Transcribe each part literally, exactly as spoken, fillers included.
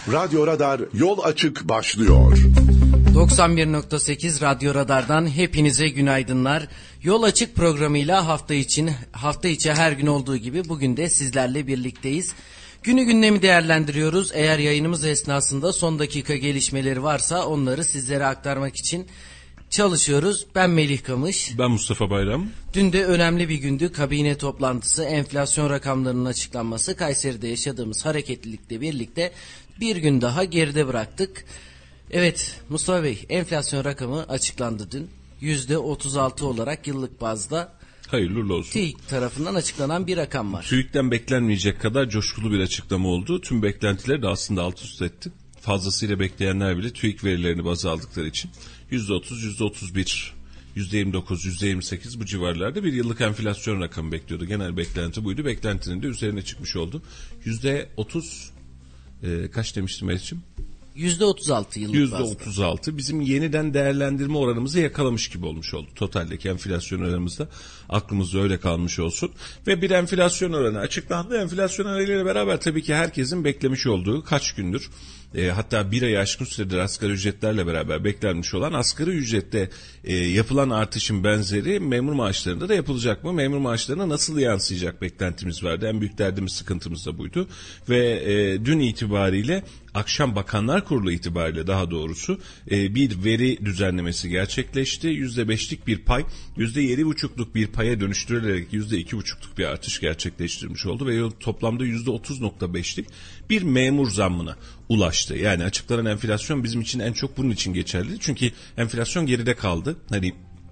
Radyo Radar Yol Açık başlıyor. doksan bir nokta sekiz Radyo Radar'dan hepinize günaydınlar. Yol Açık programıyla hafta için hafta içi her gün olduğu gibi bugün de sizlerle birlikteyiz. Günü gündemi değerlendiriyoruz. Eğer yayınımız esnasında son dakika gelişmeleri varsa onları sizlere aktarmak için çalışıyoruz. Ben Melih Kamış. Ben Mustafa Bayram. Dün de önemli bir gündü. Kabine toplantısı, enflasyon rakamlarının açıklanması, Kayseri'de yaşadığımız hareketlilikle birlikte bir gün daha geride bıraktık. Evet Mustafa Bey, enflasyon rakamı açıklandı dün. yüzde otuz altı olarak yıllık bazda hayırlı uğurlu olsun. TÜİK tarafından açıklanan bir rakam var. TÜİK'ten beklenmeyecek kadar coşkulu bir açıklama oldu. Tüm beklentileri de aslında alt üst etti. Fazlasıyla bekleyenler bile TÜİK verilerini baz aldıkları için yüzde otuz, yüzde otuz bir, yüzde yirmi dokuz, yüzde yirmi sekiz bu civarlarda bir yıllık enflasyon rakamı bekliyordu. Genel beklenti buydu. Beklentinin de üzerine çıkmış oldu. yüzde otuz e, kaç demiştim Elçim? yüzde otuz altı yıllık yüzde bazda. yüzde otuz altı bizim yeniden değerlendirme oranımızı yakalamış gibi olmuş oldu. Totaldeki enflasyon oranımızda aklımızda öyle kalmış olsun. Ve bir enflasyon oranı açıklandı. Enflasyon oranıyla beraber tabii ki herkesin beklemiş olduğu kaç gündür, e, hatta bir ay aşkın süredir asgari ücretlerle beraber beklenmiş olan asgari ücrette e, yapılan artışın benzeri memur maaşlarında da yapılacak mı? Memur maaşlarına nasıl yansıyacak beklentimiz vardı. En büyük derdimiz, sıkıntımız da buydu. Ve e, dün itibariyle akşam Bakanlar Kurulu itibariyle daha doğrusu e, bir veri düzenlemesi gerçekleşti. yüzde beşlik bir pay yüzde yedi buçukluk bir paya dönüştürülerek yüzde iki buçukluk bir artış gerçekleştirmiş oldu ve toplamda yüzde otuz nokta beşlik bir memur zammına ulaştı. Yani açıklanan enflasyon bizim için en çok bunun için geçerli. Çünkü enflasyon geride kaldı. Hani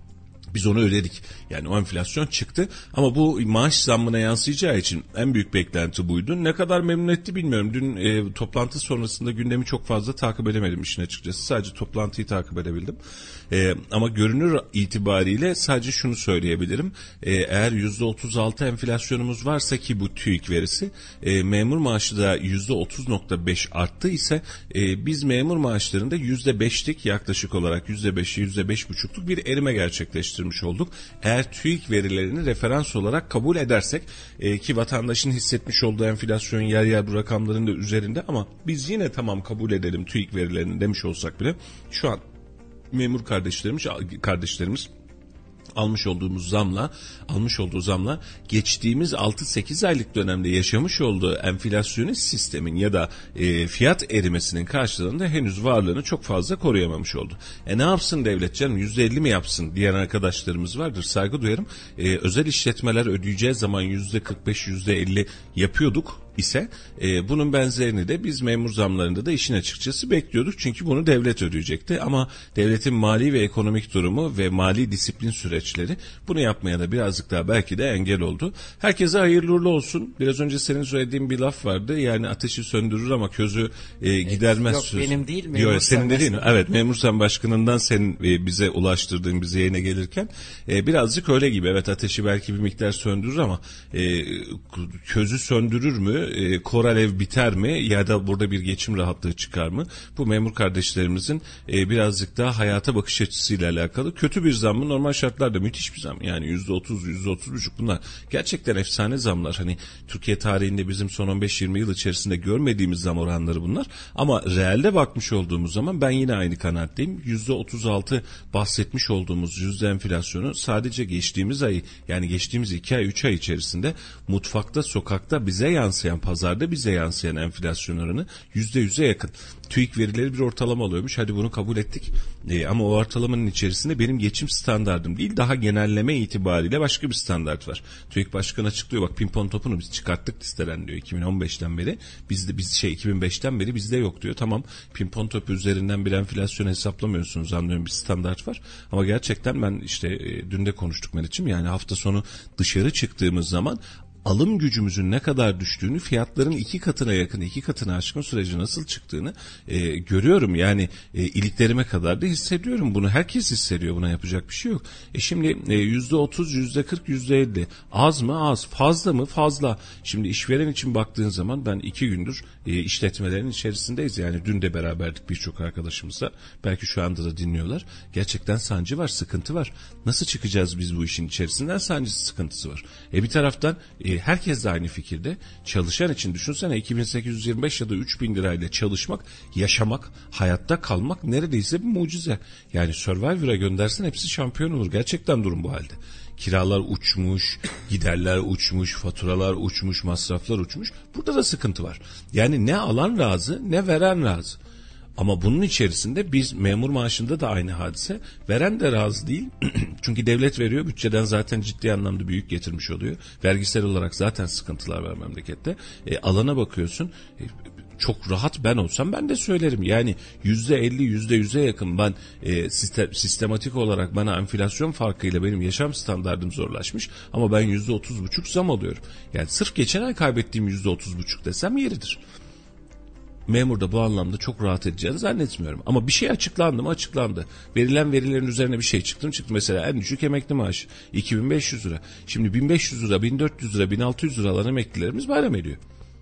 biz onu ödedik. Yani o enflasyon çıktı ama bu maaş zammına yansıyacağı için en büyük beklenti buydu. Ne kadar memnun etti bilmiyorum. Dün e, toplantı sonrasında gündemi çok fazla takip edemedim işin açıkçası. Sadece toplantıyı takip edebildim. E, ama görünür itibariyle sadece şunu söyleyebilirim. E, eğer yüzde otuz altı enflasyonumuz varsa ki bu TÜİK verisi, e, memur maaşı da yüzde otuz nokta beş arttı ise e, biz memur maaşlarında yüzde beşlik yaklaşık olarak yüzde beşi yüzde beş buçukluk bir erime gerçekleştirmiş olduk. Eğer TÜİK verilerini referans olarak kabul edersek e, ki vatandaşın hissetmiş olduğu enflasyon yer yer bu rakamların da üzerinde ama biz yine tamam kabul edelim TÜİK verilerini demiş olsak bile şu an memur kardeşlerimiz kardeşlerimiz almış olduğumuz zamla, almış olduğu zamla geçtiğimiz altı sekiz aylık dönemde yaşamış olduğu enflasyonist sistemin ya da e, fiyat erimesinin karşılığında henüz varlığını çok fazla koruyamamış oldu. E ne yapsın devlet canım, yüzde elli mi yapsın diyen arkadaşlarımız vardır, saygı duyarım. E, özel işletmeler ödeyeceği zaman yüzde kırk beş, yüzde elli yapıyorduk ise e, bunun benzerini de biz memur zamlarında da işin açıkçası bekliyorduk. Çünkü bunu devlet ödeyecekti ama devletin mali ve ekonomik durumu ve mali disiplin süreçleri bunu yapmaya da birazcık daha belki de engel oldu. Herkese hayırlı uğurlu olsun. Biraz önce senin söylediğin bir laf vardı. Yani ateşi söndürür ama közü e, gidermez. Yok söz. benim değil. Memur Yok senin de değil mi? Evet, Memur Sen Başkanı'ndan senin e, bize ulaştırdığın, bize yayına gelirken e, birazcık öyle gibi. Evet, ateşi belki bir miktar söndürür ama e, közü söndürür mü? E, Koralev biter mi ya da burada bir geçim rahatlığı çıkar mı? Bu memur kardeşlerimizin e, birazcık daha hayata bakış açısıyla alakalı. Kötü bir zam mı? Normal şartlarda müthiş bir zam. Yani yüzde otuz, yüzde otuz buçuk bunlar gerçekten efsane zamlar. Hani Türkiye tarihinde bizim son on beş yirmi yıl içerisinde görmediğimiz zam oranları bunlar. Ama realde bakmış olduğumuz zaman ben yine aynı kanaatteyim. yüzde otuz altı bahsetmiş olduğumuz yüzde enflasyonu sadece geçtiğimiz ay, yani geçtiğimiz iki ay üç ay içerisinde mutfakta, sokakta bize yansıyan, pazarda bize yansıyan enflasyon oranı yüzde yüze yakın. TÜİK verileri bir ortalama alıyormuş. Hadi bunu kabul ettik. E, ama o ortalamanın içerisinde benim geçim standardım değil, daha genelleme itibariyle başka bir standart var. TÜİK Başkanı açıklıyor. Bak, pimpon topunu biz çıkarttık listeden diyor. iki bin on beşten beri bizde biz şey iki bin beşten beri bizde yok diyor. Tamam, pimpon topu üzerinden bir enflasyon hesaplamıyorsunuz, anlıyorum, bir standart var. Ama gerçekten ben işte e, dün de konuştuk Meriç'im. Yani hafta sonu dışarı çıktığımız zaman alım gücümüzün ne kadar düştüğünü, fiyatların iki katına yakın, iki katına aşkın süreci nasıl çıktığını e, görüyorum. Yani e, iliklerime kadar da hissediyorum. Bunu herkes hissediyor. Buna yapacak bir şey yok. E şimdi e, yüzde otuz, yüzde kırk, yüzde elli. Az mı? Az. Fazla mı? Fazla. Şimdi işveren için baktığın zaman ben iki gündür e, işletmelerin içerisindeyiz. Yani dün de beraberdik birçok arkadaşımızla. Belki şu anda da dinliyorlar. Gerçekten sancı var, sıkıntı var. Nasıl çıkacağız biz bu işin içerisinden? Sancısı, sıkıntısı var. E bir taraftan e, E, herkes de aynı fikirde. Çalışan için düşünsene iki bin sekiz yüz yirmi beş ya da üç bin lirayla çalışmak, yaşamak, hayatta kalmak neredeyse bir mucize. Yani Survivor'a göndersen hepsi şampiyon olur. Gerçekten durum bu halde. Kiralar uçmuş, giderler uçmuş, faturalar uçmuş, masraflar uçmuş. Burada da sıkıntı var. Yani ne alan razı ne veren razı. Ama bunun içerisinde biz memur maaşında da aynı hadise. Veren de razı değil. Çünkü devlet veriyor. Bütçeden zaten ciddi anlamda büyük getirmiş oluyor. Vergisel olarak zaten sıkıntılar var memlekette. E, alana bakıyorsun. E, çok rahat ben olsam ben de söylerim. Yani yüzde elli, yüzde yüze yakın ben e, sistem, sistematik olarak bana enflasyon farkıyla benim yaşam standardım zorlaşmış. Ama ben yüzde otuz buçuk zam alıyorum. Yani sırf geçen ay kaybettiğim yüzde otuz buçuk desem yeridir. Memur da bu anlamda çok rahat edeceğini zannetmiyorum. Ama bir şey açıklandı mı açıklandı. Verilen verilerin üzerine bir şey çıktı mı çıktı. Mesela en düşük emekli maaşı iki bin beş yüz lira. Şimdi bin beş yüz lira, bin dört yüz lira, bin altı yüz lira alan emeklilerimiz bayram ediyor.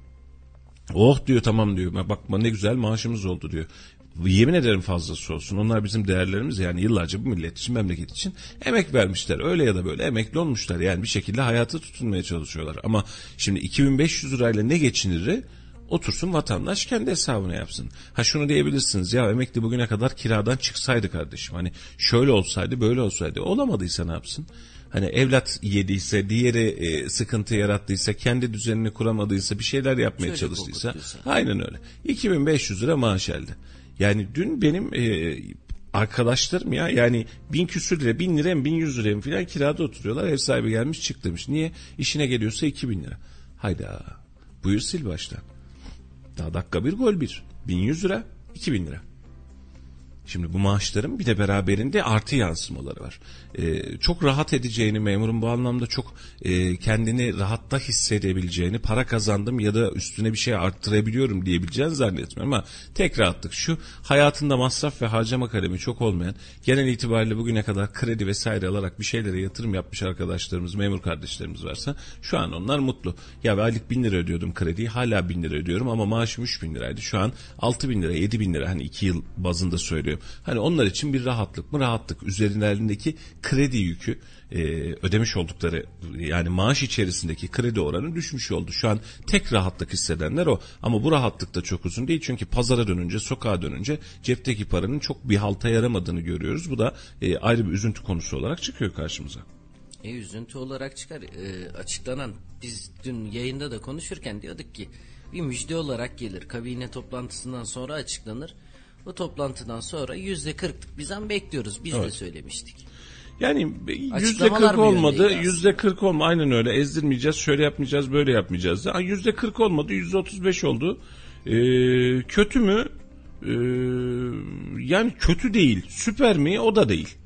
Oh diyor, tamam diyor. Bakma ne güzel maaşımız oldu diyor. Yemin ederim fazlası olsun. Onlar bizim değerlerimiz, yani yıllarca bu millet için, memleket için emek vermişler. Öyle ya da böyle emekli olmuşlar. Yani bir şekilde hayata tutunmaya çalışıyorlar. Ama şimdi iki bin beş yüz lirayla ne geçinir? Otursun vatandaş kendi hesabına yapsın. Ha şunu diyebilirsiniz, ya emekli bugüne kadar kiradan çıksaydı kardeşim. Hani şöyle olsaydı böyle olsaydı. Olamadıysa ne yapsın? Hani evlat yediyse, diğeri e, sıkıntı yarattıysa, kendi düzenini kuramadıysa, bir şeyler yapmaya Çocuk çalıştıysa. Okutuysa. Aynen öyle. iki bin beş yüz lira maaş elde. Yani dün benim e, arkadaşlarım ya yani bin küsür lira, bin lira mı bin yüz liraya mı filan kirada oturuyorlar. Ev sahibi gelmiş çık demiş. Niye? İşine geliyorsa iki bin lira. Hayda. Buyur sil baştan. Daha dakika bir gol bir. bin yüz lira, iki bin lira. Şimdi bu maaşların bir de beraberinde artı yansımaları var. Ee, çok rahat edeceğini, memurun bu anlamda çok e, kendini rahatta hissedebileceğini, para kazandım ya da üstüne bir şey arttırabiliyorum diyebileceğini zannetmiyorum. Ama tek rahatlık şu, hayatında masraf ve harcama kalemi çok olmayan, genel itibariyle bugüne kadar kredi vesaire alarak bir şeylere yatırım yapmış arkadaşlarımız, memur kardeşlerimiz varsa şu an onlar mutlu. Ya aylık bin lira ödüyordum krediyi, hala bin lira ödüyorum ama maaşım üç bin liraydı. Şu an altı bin lira, yedi bin lira, hani iki yıl bazında söylüyorum. Hani onlar için bir rahatlık mı? Rahatlık. Üzerlerindeki kredi yükü, e, ödemiş oldukları yani maaş içerisindeki kredi oranı düşmüş oldu. Şu an tek rahatlık hissedenler o. Ama bu rahatlık da çok uzun değil. Çünkü pazara dönünce, sokağa dönünce cepteki paranın çok bir halta yaramadığını görüyoruz. Bu da e, ayrı bir üzüntü konusu olarak çıkıyor karşımıza. E, üzüntü olarak çıkar. E, açıklanan, biz dün yayında da konuşurken diyorduk ki bir müjde olarak gelir. Kabine toplantısından sonra açıklanır. Bu toplantıdan sonra yüzde kırklık bir zam bekliyoruz. Biz evet. de söylemiştik. Yani yüzde kırk olmadı, yüzde kırk olmadı. Aynen öyle. Ezdirmeyeceğiz, şöyle yapmayacağız, böyle yapmayacağız. Yüzde kırk olmadı, yüzde otuz beş oldu. Ee, kötü mü? Ee, yani kötü değil. Süper mi? O da değil.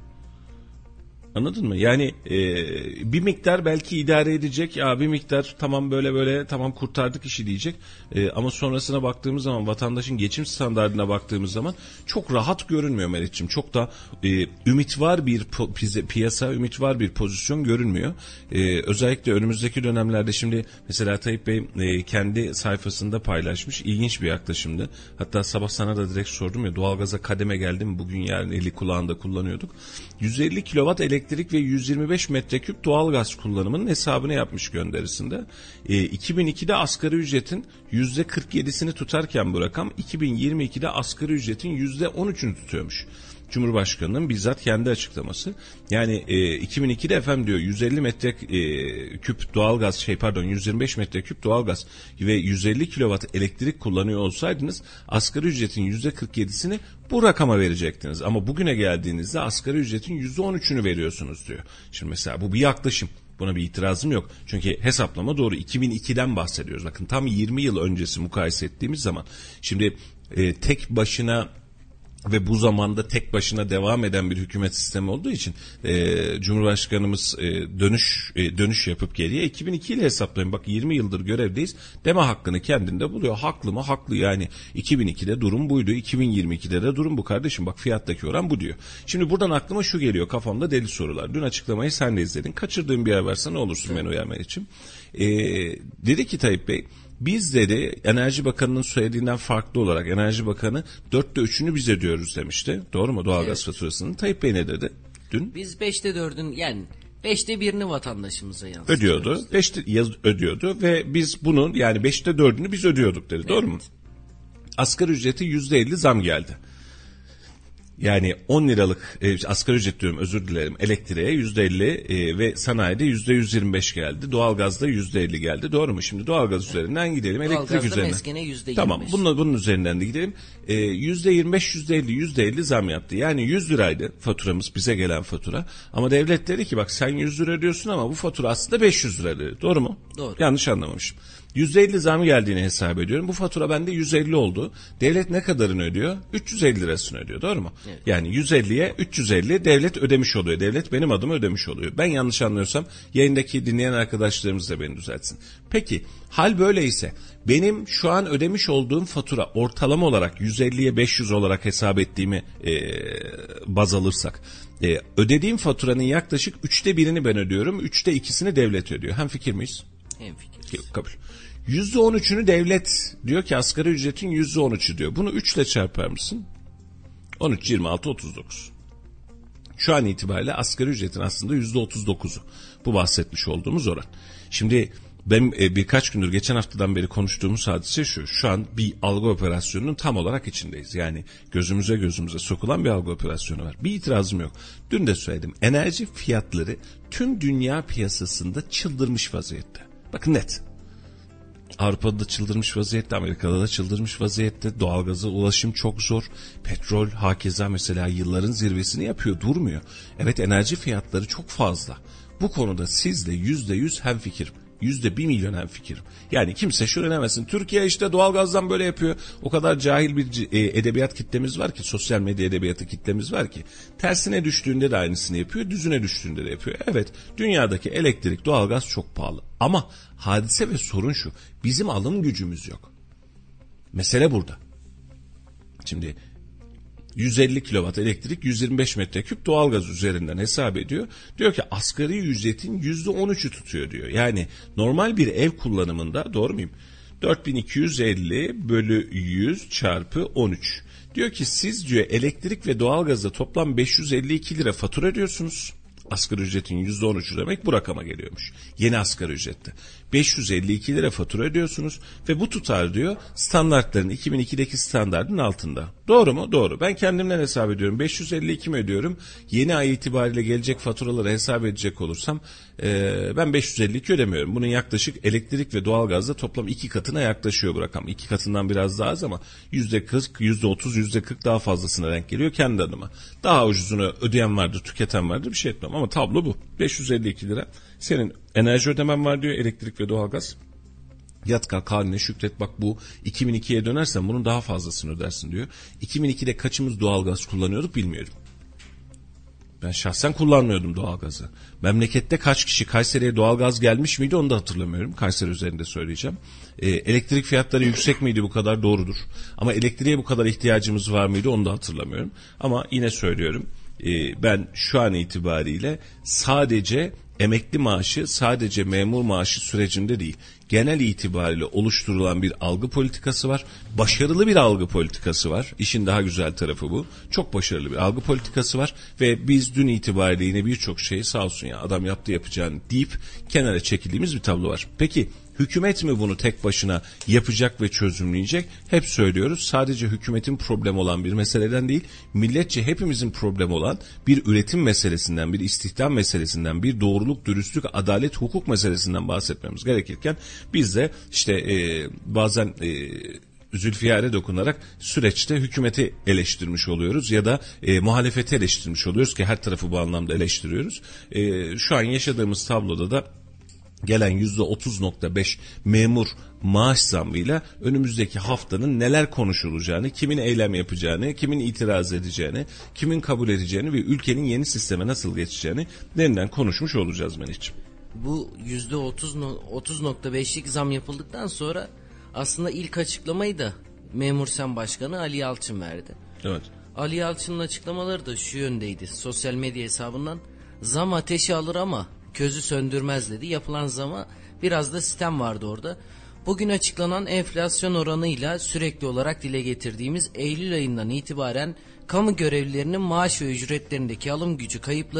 Anladın mı? Yani e, bir miktar belki idare edecek. Ya bir miktar tamam böyle böyle tamam kurtardık işi diyecek. E, ama sonrasına baktığımız zaman, vatandaşın geçim standartına baktığımız zaman çok rahat görünmüyor Meriç'ciğim. Çok da e, ümit var bir po- piyasa, ümit var bir pozisyon görünmüyor. E, özellikle önümüzdeki dönemlerde şimdi mesela Tayyip Bey e, kendi sayfasında paylaşmış. İlginç bir yaklaşımdı. Hatta sabah sana da direkt sordum ya, doğalgaza kademe geldi mi? Bugün yani eli kulağında kullanıyorduk. yüz elli kilowatt elektrik ve yüz yirmi beş metreküp doğalgaz kullanımının hesabını yapmış gönderisinde. E, iki bin ikide asgari ücretin yüzde kırk yedisini tutarken bu rakam iki bin yirmi ikide asgari ücretin yüzde on üçünü tutuyormuş. Cumhurbaşkanının bizzat kendi açıklaması. Yani e, iki bin ikide efendim diyor yüz elli metreküp doğalgaz şey pardon yüz yirmi beş metreküp doğalgaz ve yüz elli kilowatt elektrik kullanıyor olsaydınız asgari ücretin yüzde kırk yedisini bu rakama verecektiniz. Ama bugüne geldiğinizde asgari ücretin yüzde on üçünü veriyorsunuz diyor. Şimdi mesela bu bir yaklaşım. Buna bir itirazım yok. Çünkü hesaplama doğru. iki bin ikiden bahsediyoruz. Bakın tam yirmi yıl öncesi mukayese ettiğimiz zaman. Şimdi e, tek başına ve bu zamanda tek başına devam eden bir hükümet sistemi olduğu için e, Cumhurbaşkanımız e, dönüş e, dönüş yapıp geriye iki bin iki ile hesaplayın. Bak yirmi yıldır görevdeyiz. Deme hakkını kendinde buluyor. Haklı mı? Haklı. Yani iki bin ikide durum buydu. iki bin yirmi ikide de durum bu kardeşim. Bak fiyattaki oran bu diyor. Şimdi buradan aklıma şu geliyor. Kafamda deli sorular. Dün açıklamayı sen de izledin. Kaçırdığın bir yer varsa ne olursun beni uyarmak için. E, dedi ki Tayyip Bey, biz dedi Enerji Bakanı'nın söylediğinden farklı olarak Enerji Bakanı dörtte üçünü biz ödüyoruz demişti. Doğru mu? Doğalgaz evet. faturasının. Tayyip Bey ne dedi dün? Biz beşte dördün yani Beşte birini vatandaşımıza yansıtıyoruz. Ödüyordu. Beşte yaz ödüyordu ve biz bunun yani beşte dördünü biz ödüyorduk dedi. Evet. Doğru mu? Asgari ücreti yüzde elli zam geldi. Yani on liralık e, asgari ücret diyorum, özür dilerim, elektriğe yüzde elli e, ve sanayide yüzde yüz yirmi beş geldi. Doğalgazda yüzde elli geldi. Doğru mu? Şimdi doğalgaz üzerinden gidelim. Elektrik Doğalgazda üzerinden. meskene yüzde yirmi beş. Tamam. Bunun, bunun üzerinden de gidelim. E, yüzde yirmi beş, yüzde elli, yüzde elli zam yaptı. Yani yüz liraydı faturamız, bize gelen fatura. Ama devlet dedi ki bak sen yüz lira ödüyorsun ama bu fatura aslında beş yüz lira dedi. Doğru mu? Doğru. Yanlış anlamamışım. yüzde elli zam geldiğini hesap ediyorum. Bu fatura bende yüz elli oldu. Devlet ne kadarını ödüyor? üç yüz elli lirasını ödüyor. Doğru mu? Evet. Yani yüz elliye üç yüz elli devlet ödemiş oluyor. Devlet benim adımı ödemiş oluyor. Ben yanlış anlıyorsam yayındaki dinleyen arkadaşlarımız da beni düzeltsin. Peki hal böyleyse benim şu an ödemiş olduğum fatura ortalama olarak yüz elliye beş yüz olarak hesap ettiğimi e, baz alırsak e, ödediğim faturanın yaklaşık üçte birini ben ödüyorum. Üçte ikisini devlet ödüyor. Hemfikir miyiz? Hemfikir. Kabul. yüzde on üçünü devlet diyor ki asgari ücretin yüzde on üçü diyor. Bunu üç ile çarpar mısın? on üç, yirmi altı, otuz dokuz. Şu an itibariyle asgari ücretin aslında yüzde otuz dokuzu. Bu bahsetmiş olduğumuz oran. Şimdi ben e, birkaç gündür, geçen haftadan beri konuştuğumuz hadise şu. Şu an bir algı operasyonunun tam olarak içindeyiz. Yani gözümüze gözümüze sokulan bir algı operasyonu var. Bir itirazım yok. Dün de söyledim. Enerji fiyatları tüm dünya piyasasında çıldırmış vaziyette. Bakın net. Avrupa'da da çıldırmış vaziyette, Amerika'da da çıldırmış vaziyette. Doğalgaza ulaşım çok zor. Petrol hakeza mesela yılların zirvesini yapıyor, durmuyor. Evet, enerji fiyatları çok fazla. Bu konuda sizle yüzde yüz hemfikirim. Yüzde bir milyon hemfikirim. Yani kimse şunu demesin. Türkiye işte doğalgazdan böyle yapıyor. O kadar cahil bir e, edebiyat kitlemiz var ki, sosyal medya edebiyatı kitlemiz var ki. Tersine düştüğünde de aynısını yapıyor, düzüne düştüğünde de yapıyor. Evet, dünyadaki elektrik, doğalgaz çok pahalı. Ama hadise ve sorun şu. Bizim alım gücümüz yok. Mesele burada. Şimdi yüz elli kilowatt elektrik, yüz yirmi beş metreküp doğalgaz üzerinden hesap ediyor. Diyor ki asgari ücretin yüzde on üçü tutuyor diyor. Yani normal bir ev kullanımında, doğru muyum? dört bin iki yüz elli bölü yüz çarpı on üç. Diyor ki siz diyor elektrik ve doğalgazda toplam beş yüz elli iki lira fatura ödüyorsunuz. Asgari ücretin yüzde on üçü demek bu rakama geliyormuş. Yeni asgari ücrette. beş yüz elli iki lira fatura ödüyorsunuz ve bu tutar diyor standartların, iki bin ikideki standartın altında. Doğru mu? Doğru. Ben kendimden hesap ediyorum. beş yüz elli iki mi ödüyorum? Yeni ay itibariyle gelecek faturaları hesap edecek olursam e, ben beş yüz elli iki ödemiyorum. Bunun yaklaşık elektrik ve doğalgazda toplam iki katına yaklaşıyor bu rakam. İki katından biraz daha az ama yüzde kırk, yüzde otuz, yüzde kırk daha fazlasına denk geliyor kendi adıma. Daha ucuzunu ödeyen vardır, tüketen vardır, bir şey etmem. Ama tablo bu. beş yüz elli iki lira. Senin enerji ödemen var diyor, elektrik ve doğalgaz. Yat kalk haline şükret, bak bu iki bin ikiye dönersen bunun daha fazlasını ödersin diyor. iki bin ikide kaçımız doğalgaz kullanıyorduk bilmiyorum. Ben şahsen kullanmıyordum doğalgazı. Memlekette kaç kişi Kayseri'ye doğalgaz gelmiş miydi onu da hatırlamıyorum. Kayseri üzerinde söyleyeceğim. Ee, elektrik fiyatları yüksek miydi, bu kadar doğrudur. Ama elektriğe bu kadar ihtiyacımız var mıydı onu da hatırlamıyorum. Ama yine söylüyorum. Ee, ben şu an itibariyle sadece emekli maaşı, sadece memur maaşı sürecinde değil, genel itibariyle oluşturulan bir algı politikası var. Başarılı bir algı politikası var. İşin daha güzel tarafı bu. Çok başarılı bir algı politikası var ve biz dün itibariyle yine birçok şeyi sağ olsun ya adam yaptı yapacağını deyip kenara çekildiğimiz bir tablo var. Peki hükümet mi bunu tek başına yapacak ve çözümleyecek? Hep söylüyoruz, sadece hükümetin problemi olan bir meseleden değil, milletçe hepimizin problemi olan bir üretim meselesinden, bir istihdam meselesinden, bir doğruluk, dürüstlük, adalet, hukuk meselesinden bahsetmemiz gerekirken biz de işte e, bazen e, Zülfiyar'e dokunarak süreçte hükümeti eleştirmiş oluyoruz ya da e, muhalefeti eleştirmiş oluyoruz ki her tarafı bu anlamda eleştiriyoruz. E, şu an yaşadığımız tabloda da gelen yüzde otuz nokta beş memur maaş zammıyla önümüzdeki haftanın neler konuşulacağını, kimin eylem yapacağını, kimin itiraz edeceğini, kimin kabul edeceğini ve ülkenin yeni sisteme nasıl geçeceğini derinden konuşmuş olacağız Melih'ciğim. Bu yüzde otuz nokta beşlik zam yapıldıktan sonra aslında ilk açıklamayı da Memur Sen Başkanı Ali Yalçın verdi. Evet. Ali Yalçın'ın açıklamaları da şu yöndeydi. Sosyal medya hesabından zam ateşi alır ama közü söndürmez dedi. Yapılan zama biraz da sistem vardı orada. Bugün açıklanan enflasyon oranıyla sürekli olarak dile getirdiğimiz Eylül ayından itibaren kamu görevlilerinin maaş ve ücretlerindeki alım gücü kayıpları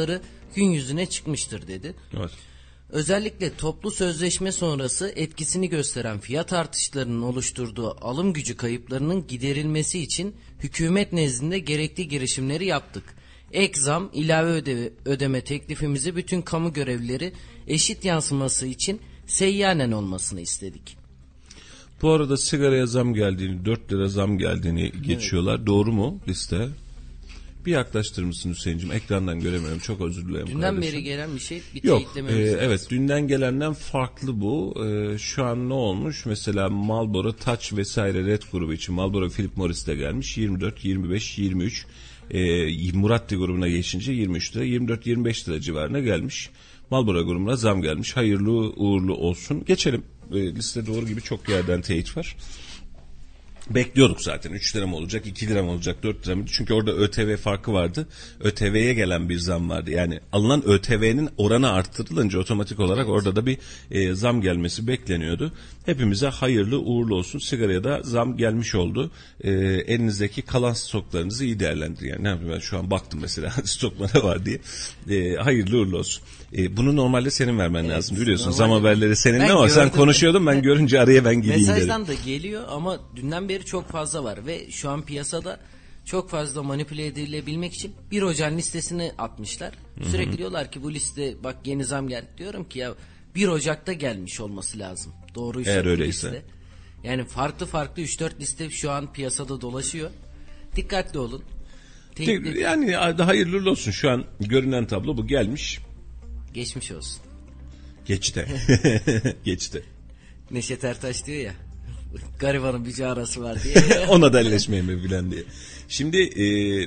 gün yüzüne çıkmıştır dedi. Evet. Özellikle toplu sözleşme sonrası etkisini gösteren fiyat artışlarının oluşturduğu alım gücü kayıplarının giderilmesi için hükümet nezdinde gerekli girişimleri yaptık. Ek zam, ilave öde, ödeme teklifimizi bütün kamu görevlileri eşit yansıması için seyyanen olmasını istedik. Bu arada sigaraya zam geldiğini, dört lira zam geldiğini geçiyorlar. Evet. Doğru mu liste? Bir yaklaştırır mısın Hüseyin'cim? Ekrandan göremiyorum. Çok özür dilerim Dünden kardeşim. beri gelen bir şey. Bir Yok. E, evet. Dünden gelenden farklı bu. E, şu an ne olmuş? Mesela Marlboro Touch vesaire Red grubu için Marlboro Philip Morris de gelmiş. yirmi dört, yirmi beş, yirmi üç. E, Muratti grubuna geçince yirmi üç lira, yirmi dört yirmi beş lira civarına gelmiş. Marlboro grubuna zam gelmiş. Hayırlı uğurlu olsun. Geçelim. E, liste doğru gibi çok yerden teyit var. Bekliyorduk zaten. üç lira mı olacak, iki lira mı olacak, dört lira mı? Çünkü orada ÖTV farkı vardı. ÖTV'ye gelen bir zam vardı. Yani alınan ÖTV'nin oranı arttırılınca otomatik olarak orada da bir e, zam gelmesi bekleniyordu. Hepimize hayırlı uğurlu olsun. Sigaraya da zam gelmiş oldu. E, elinizdeki kalan stoklarınızı iyi değerlendirin. Yani ne yapayım ben şu an baktım mesela stoklara var diye. E, hayırlı uğurlu olsun. E, bunu normalde senin vermen evet, lazım biliyorsun. Zam haberleri senin ama gördüm. Sen konuşuyordun ben görünce araya ben gireyim dedim. Mesajdan da geliyor ama dünden beri çok fazla var ve şu an piyasada çok fazla manipüle edilebilmek için bir Ocak listesini atmışlar. Sürekli Hı-hı. diyorlar ki bu liste bak yeni zam geldi. Diyorum ki ya bir Ocak'ta gelmiş olması lazım. Doğruysa eğer öyleyse. Liste. Yani farklı farklı üç dört liste şu an piyasada dolaşıyor. Dikkatli olun. Teknik... Yani hayırlı olsun şu an görünen tablo bu gelmiş. Geçmiş olsun. Geçti. Geçti. Neşet Ertaş diyor ya. Garibanın bir arası var diye. Ona da elleşmeye mi bilen diye. Şimdi e,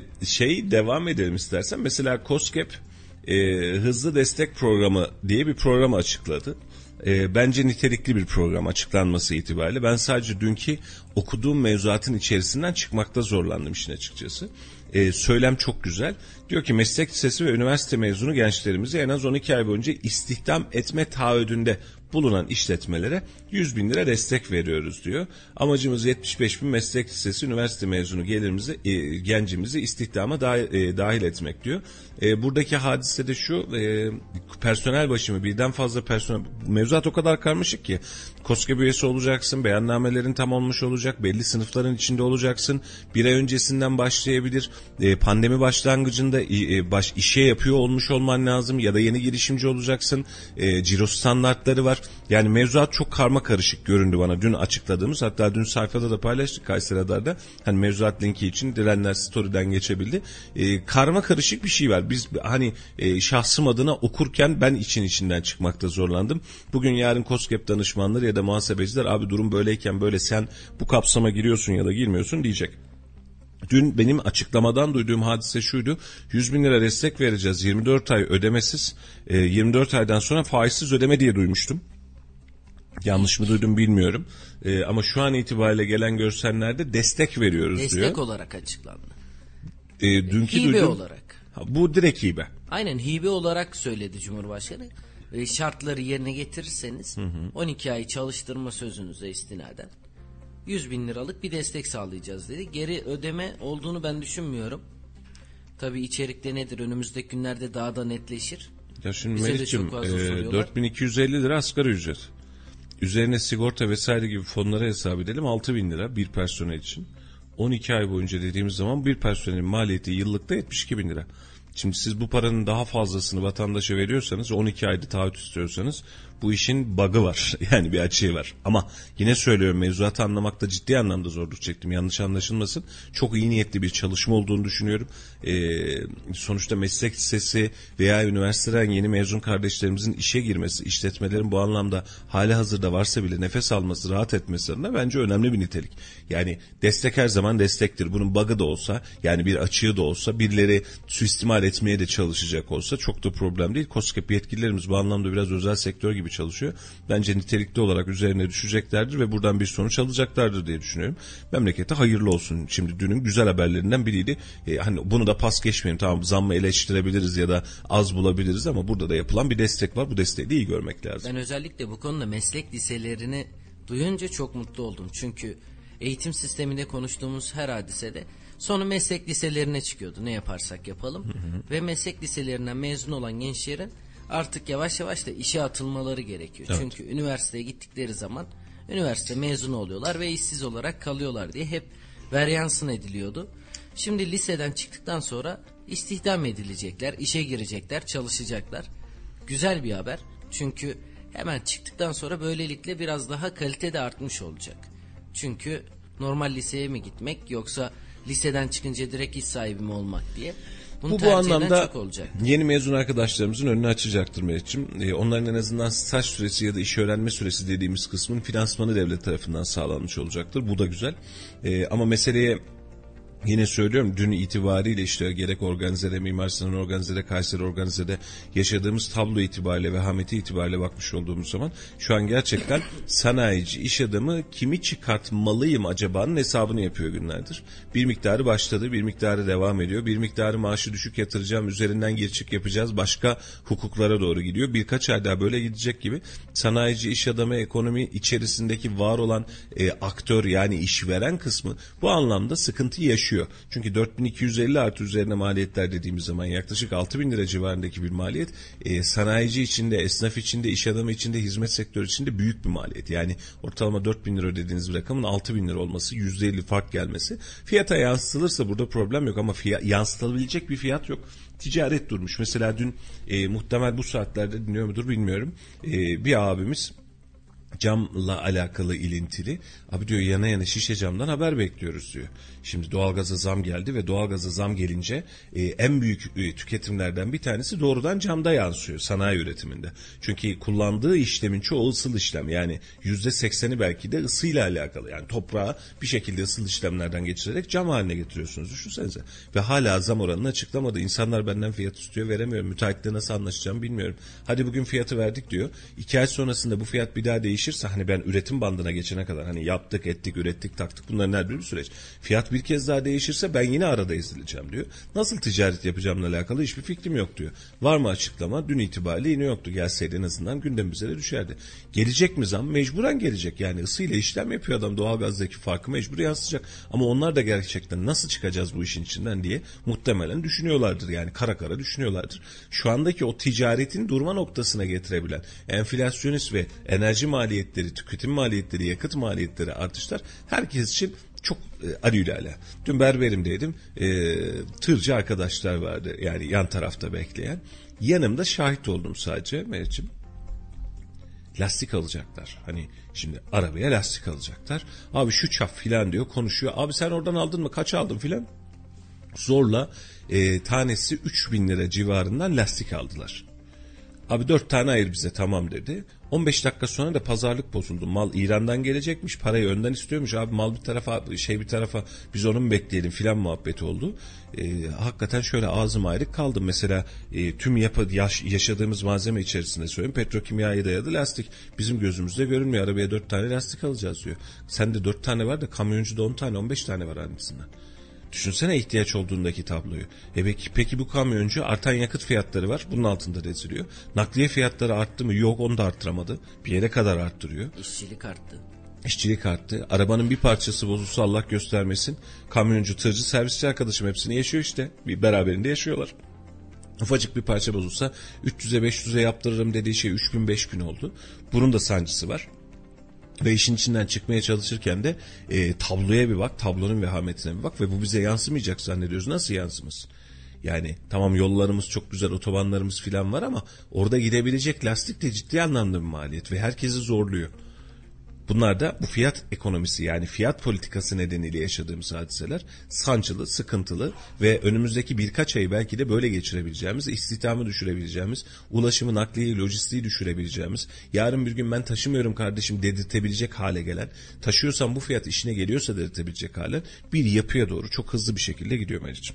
şey devam edelim istersen. Mesela KOSGEB e, hızlı destek programı diye bir program açıkladı. E, bence nitelikli bir program açıklanması itibariyle. Ben sadece dünkü okuduğum mevzuatın içerisinden çıkmakta zorlandım işin açıkçası. Ee, söylem çok güzel. Diyor ki meslek lisesi ve üniversite mezunu gençlerimizi en az on iki ay boyunca istihdam etme taahhüdünde bulunan işletmelere yüz bin lira destek veriyoruz diyor. Amacımız yetmiş beş bin meslek lisesi üniversite mezunu gelirimizi, e, gencimizi istihdama dahil, e, dahil etmek diyor. E, buradaki hadise de şu, e, personel başımı birden fazla personel, mevzuat o kadar karmaşık ki KOSGEB üyesi olacaksın, beyannamelerin tam olmuş olacak, belli sınıfların içinde olacaksın, bir ay öncesinden başlayabilir, e, pandemi başlangıcında e, baş işe yapıyor olmuş olman lazım ya da yeni girişimci olacaksın, e, ciro standartları var. Yani mevzuat çok karma karışık göründü bana dün açıkladığımız, hatta dün sayfada da paylaştık Kayseri Radar'da, hani mevzuat linki için direnler story'den geçebildi. E, karma karışık bir şey var. Biz hani e, şahsım adına okurken ben için içinden çıkmakta zorlandım. Bugün yarın KOSGEB danışmanları ya da muhasebeciler abi durum böyleyken böyle sen bu kapsama giriyorsun ya da girmiyorsun diyecek. Dün benim açıklamadan duyduğum hadise şuydu. yüz bin lira destek vereceğiz. yirmi dört ay ödemesiz. E, yirmi dört aydan sonra faizsiz ödeme diye duymuştum. Yanlış mı duydum bilmiyorum. E, ama şu an itibariyle gelen görsellerde destek veriyoruz destek diyor. Destek olarak açıklandı. E, dünkü hibe duydum, olarak. Ha, bu direkt hibe. Aynen hibe olarak söyledi Cumhurbaşkanı. E, şartları yerine getirirseniz hı hı. on iki ay çalıştırma sözünüze istinaden yüz bin liralık bir destek sağlayacağız dedi. Geri ödeme olduğunu ben düşünmüyorum. Tabii içerikte nedir önümüzdeki günlerde daha da netleşir. Ya şimdi Melih'cim e, dört bin iki yüz elli lira asgari ücret. Üzerine sigorta vesaire gibi fonlara hesap edelim altı bin lira bir personel için. on iki ay boyunca dediğimiz zaman bir personelin maliyeti yıllıkta yetmiş iki bin lira. Şimdi siz bu paranın daha fazlasını vatandaşa veriyorsanız, on iki ayda taahhüt istiyorsanız bu işin bug'ı var. Yani bir açığı var. Ama yine söylüyorum mevzuatı anlamakta ciddi anlamda zorluk çektim. Yanlış anlaşılmasın. Çok iyi niyetli bir çalışma olduğunu düşünüyorum. Ee, sonuçta meslek lisesi veya üniversiteden yeni mezun kardeşlerimizin işe girmesi, işletmelerin bu anlamda hali hazırda varsa bile nefes alması, rahat etmesi adına bence önemli bir nitelik. Yani destek her zaman destektir. Bunun bug'ı da olsa, yani bir açığı da olsa, birileri suistimal etmeye de çalışacak olsa çok da problem değil. KOSGEB yetkililerimiz bu anlamda biraz özel sektör gibi çalışıyor. Bence nitelikli olarak üzerine düşeceklerdir ve buradan bir sonuç alacaklardır diye düşünüyorum. Memlekete hayırlı olsun. Şimdi dünün güzel haberlerinden biriydi. Ee, hani bunu da pas geçmeyelim. Tamam zammı eleştirebiliriz ya da az bulabiliriz ama burada da yapılan bir destek var. Bu desteği de iyi görmek lazım. Ben özellikle bu konuda meslek liselerini duyunca çok mutlu oldum. Çünkü eğitim sisteminde konuştuğumuz her hadisede sonu meslek liselerine çıkıyordu. Ne yaparsak yapalım. Hı hı. Ve meslek liselerinden mezun olan gençlerin artık yavaş yavaş da işe atılmaları gerekiyor. Evet. Çünkü üniversiteye gittikleri zaman üniversite mezunu oluyorlar ve işsiz olarak kalıyorlar diye hep varyansın ediliyordu. Şimdi liseden çıktıktan sonra istihdam edilecekler, işe girecekler, çalışacaklar. Güzel bir haber. Çünkü hemen çıktıktan sonra böylelikle biraz daha kalite de artmış olacak. Çünkü normal liseye mi gitmek yoksa liseden çıkınca direkt iş sahibi mi olmak diye. Bunu bu bu anlamda çok olacak. Yeni mezun arkadaşlarımızın önünü açacaktır Meriç'im. Ee, onların en azından staj süresi ya da iş öğrenme süresi dediğimiz kısmın finansmanı devlet tarafından sağlanmış olacaktır. Bu da güzel. Ee, ama meseleye yine söylüyorum, dün itibariyle işte gerek organizede, Mimar Sinan organizede, Kayseri organizede yaşadığımız tablo itibariyle, vehameti itibariyle bakmış olduğumuz zaman şu an gerçekten sanayici, iş adamı kimi çıkartmalıyım acaba'nın hesabını yapıyor günlerdir. Bir miktarı başladı, bir miktarı devam ediyor, bir miktarı maaşı düşük yatıracağım, üzerinden gir çık yapacağız, başka hukuklara doğru gidiyor. Birkaç ay daha böyle gidecek gibi sanayici, iş adamı, ekonomi içerisindeki var olan e, aktör yani işveren kısmı bu anlamda sıkıntı yaşıyor. Çünkü dört bin iki yüz elli artı üzerine maliyetler dediğimiz zaman yaklaşık altı bin lira civarındaki bir maliyet e, sanayici içinde, esnaf içinde, iş adamı içinde, hizmet sektörü içinde büyük bir maliyet. Yani ortalama dört bin lira ödediğiniz bir rakamın altı bin lira olması, yüzde elli fark gelmesi. Fiyata yansıtılırsa burada problem yok ama fiyat, yansıtılabilecek bir fiyat yok. Ticaret durmuş. Mesela dün e, muhtemel bu saatlerde dinliyor mudur bilmiyorum. E, bir abimiz camla alakalı ilintili. Abi diyor yana yana şişe camdan haber bekliyoruz diyor. Şimdi doğalgaza zam geldi ve doğalgaza zam gelince e, en büyük e, tüketimlerden bir tanesi doğrudan camda yansıyor sanayi üretiminde. Çünkü kullandığı işlemin çoğu ısıl işlem. Yani yüzde sekseni belki de ısıyla alakalı. Yani toprağı bir şekilde ısıl işlemlerden geçirerek cam haline getiriyorsunuz. Düşünsenize. Ve hala zam oranını açıklamadı. İnsanlar benden fiyat istiyor, veremiyorum. Müteahhitle nasıl anlaşacağım bilmiyorum. Hadi bugün fiyatı verdik diyor. İki ay sonrasında bu fiyat bir daha değişirse, hani ben üretim bandına geçene kadar hani yaptık, ettik, ürettik, taktık, bunların her biri bir süreç. Fiyat bir kez daha değişirse ben yine arada ezileceğim diyor. Nasıl ticaret yapacağımla alakalı hiçbir fikrim yok diyor. Var mı açıklama? Dün itibariyle yine yoktu. Gelseydi en azından gündemimize de düşerdi. Gelecek mi zam? Mecburen gelecek. Yani ısıyla işlem yapıyor adam. Doğalgazdaki farkı mecbur yansıyacak. Ama onlar da gerçekten nasıl çıkacağız bu işin içinden diye muhtemelen düşünüyorlardır. Yani kara kara düşünüyorlardır. Şu andaki o ticaretin durma noktasına getirebilen enflasyonist ve enerji maliyetleri, tüketim maliyetleri, yakıt maliyetleri artışlar herkes için çok e, alülala. Dün berberimdeydim. E, tırcı arkadaşlar vardı. Yani yan tarafta bekleyen. Yanımda şahit oldum sadece Meriç'im. Lastik alacaklar. Hani şimdi arabaya lastik alacaklar. Abi şu çap filan diyor, konuşuyor. Abi sen oradan aldın mı? Kaç aldın filan? Zorla e, tanesi üç bin lira civarından lastik aldılar. Abi dört tane ayır bize, tamam dedi. on beş dakika sonra da pazarlık bozuldu. Mal İran'dan gelecekmiş, parayı önden istiyormuş. Abi mal bir tarafa, şey bir tarafa, biz onu mu bekleyelim filan muhabbeti oldu. Ee, hakikaten şöyle ağzım ayrık kaldım. Mesela e, tüm yapı, yaş, yaşadığımız malzeme içerisinde söyleyeyim, petrokimyaya dayalı lastik. Bizim gözümüzde görünmüyor. Arabaya dört tane lastik alacağız diyor. Sende dört tane var da kamyoncuda on tane, on beş tane var aynısından. Düşünsene ihtiyaç olduğundaki tabloyu. E peki, peki bu kamyoncu, artan yakıt fiyatları var. Bunun altında reziliyor. Nakliye fiyatları arttı mı? Yok, onu da arttıramadı. Bir yere kadar arttırıyor. İşçilik arttı. İşçilik arttı. Arabanın bir parçası bozulsa Allah göstermesin. Kamyoncu, tırcı, servisçi arkadaşım hepsini yaşıyor işte. Bir beraberinde yaşıyorlar. Ufacık bir parça bozulsa üç yüze beş yüze yaptırırım dediği şey üç bin beş bin oldu. Bunun da sancısı var. Ve işin içinden çıkmaya çalışırken de e, tabloya bir bak, tablonun vehametine bir bak ve bu bize yansımayacak zannediyoruz. Nasıl yansımasın? Yani tamam, yollarımız çok güzel, otobanlarımız filan var ama orada gidebilecek lastik de ciddi anlamda bir maliyet ve herkesi zorluyor. Bunlar da bu fiyat ekonomisi, yani fiyat politikası nedeniyle yaşadığımız hadiseler sancılı, sıkıntılı ve önümüzdeki birkaç ayı belki de böyle geçirebileceğimiz, istihdamı düşürebileceğimiz, ulaşımı, nakliyeyi, lojistiği düşürebileceğimiz, yarın bir gün ben taşımıyorum kardeşim dedirtebilecek hale gelen, taşıyorsam bu fiyat işine geliyorsa dedirtebilecek hale bir yapıya doğru çok hızlı bir şekilde gidiyor Meriç'im.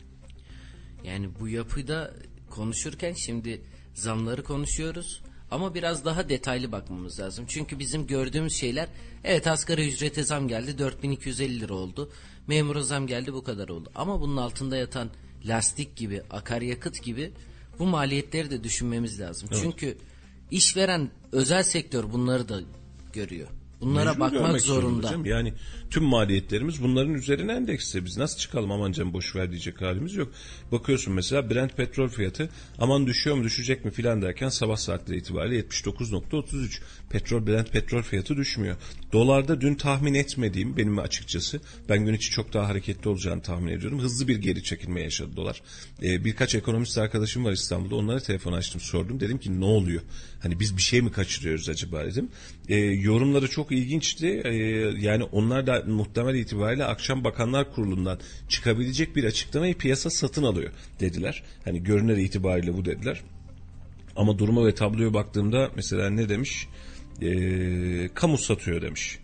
Yani bu yapıda konuşurken şimdi zamları konuşuyoruz. Ama biraz daha detaylı bakmamız lazım. Çünkü bizim gördüğümüz şeyler, evet asgari ücrete zam geldi, dört bin iki yüz elli lira oldu. Memura zam geldi, bu kadar oldu. Ama bunun altında yatan lastik gibi, akaryakıt gibi bu maliyetleri de düşünmemiz lazım. Evet. Çünkü işveren özel sektör bunları da görüyor. Bunlara Mecbur bakmak görmek zorunda. canım. Yani tüm maliyetlerimiz bunların üzerine endekste. Biz nasıl çıkalım aman canım boş ver diyecek halimiz yok. Bakıyorsun mesela Brent petrol fiyatı aman düşüyor mu düşecek mi filan derken sabah saatleri itibariyle yetmiş dokuz nokta otuz üç. Petrol Brent petrol fiyatı düşmüyor. Dolarda dün tahmin etmediğim benim açıkçası ben gün içi çok daha hareketli olacağını tahmin ediyorum. Hızlı bir geri çekilme yaşadı dolar. Ee, birkaç ekonomist arkadaşım var İstanbul'da. Onlara telefon açtım sordum. Dedim ki ne oluyor? Hani biz bir şey mi kaçırıyoruz acaba dedim. Ee, yorumları çok ilginçti. Ee, yani onlar da muhtemel itibariyle akşam Bakanlar Kurulu'ndan çıkabilecek bir açıklamayı piyasa satın alıyor dediler. Hani görünür itibariyle bu dediler. Ama duruma ve tabloya baktığımda mesela ne demiş? Ee, kamu satıyor demiş.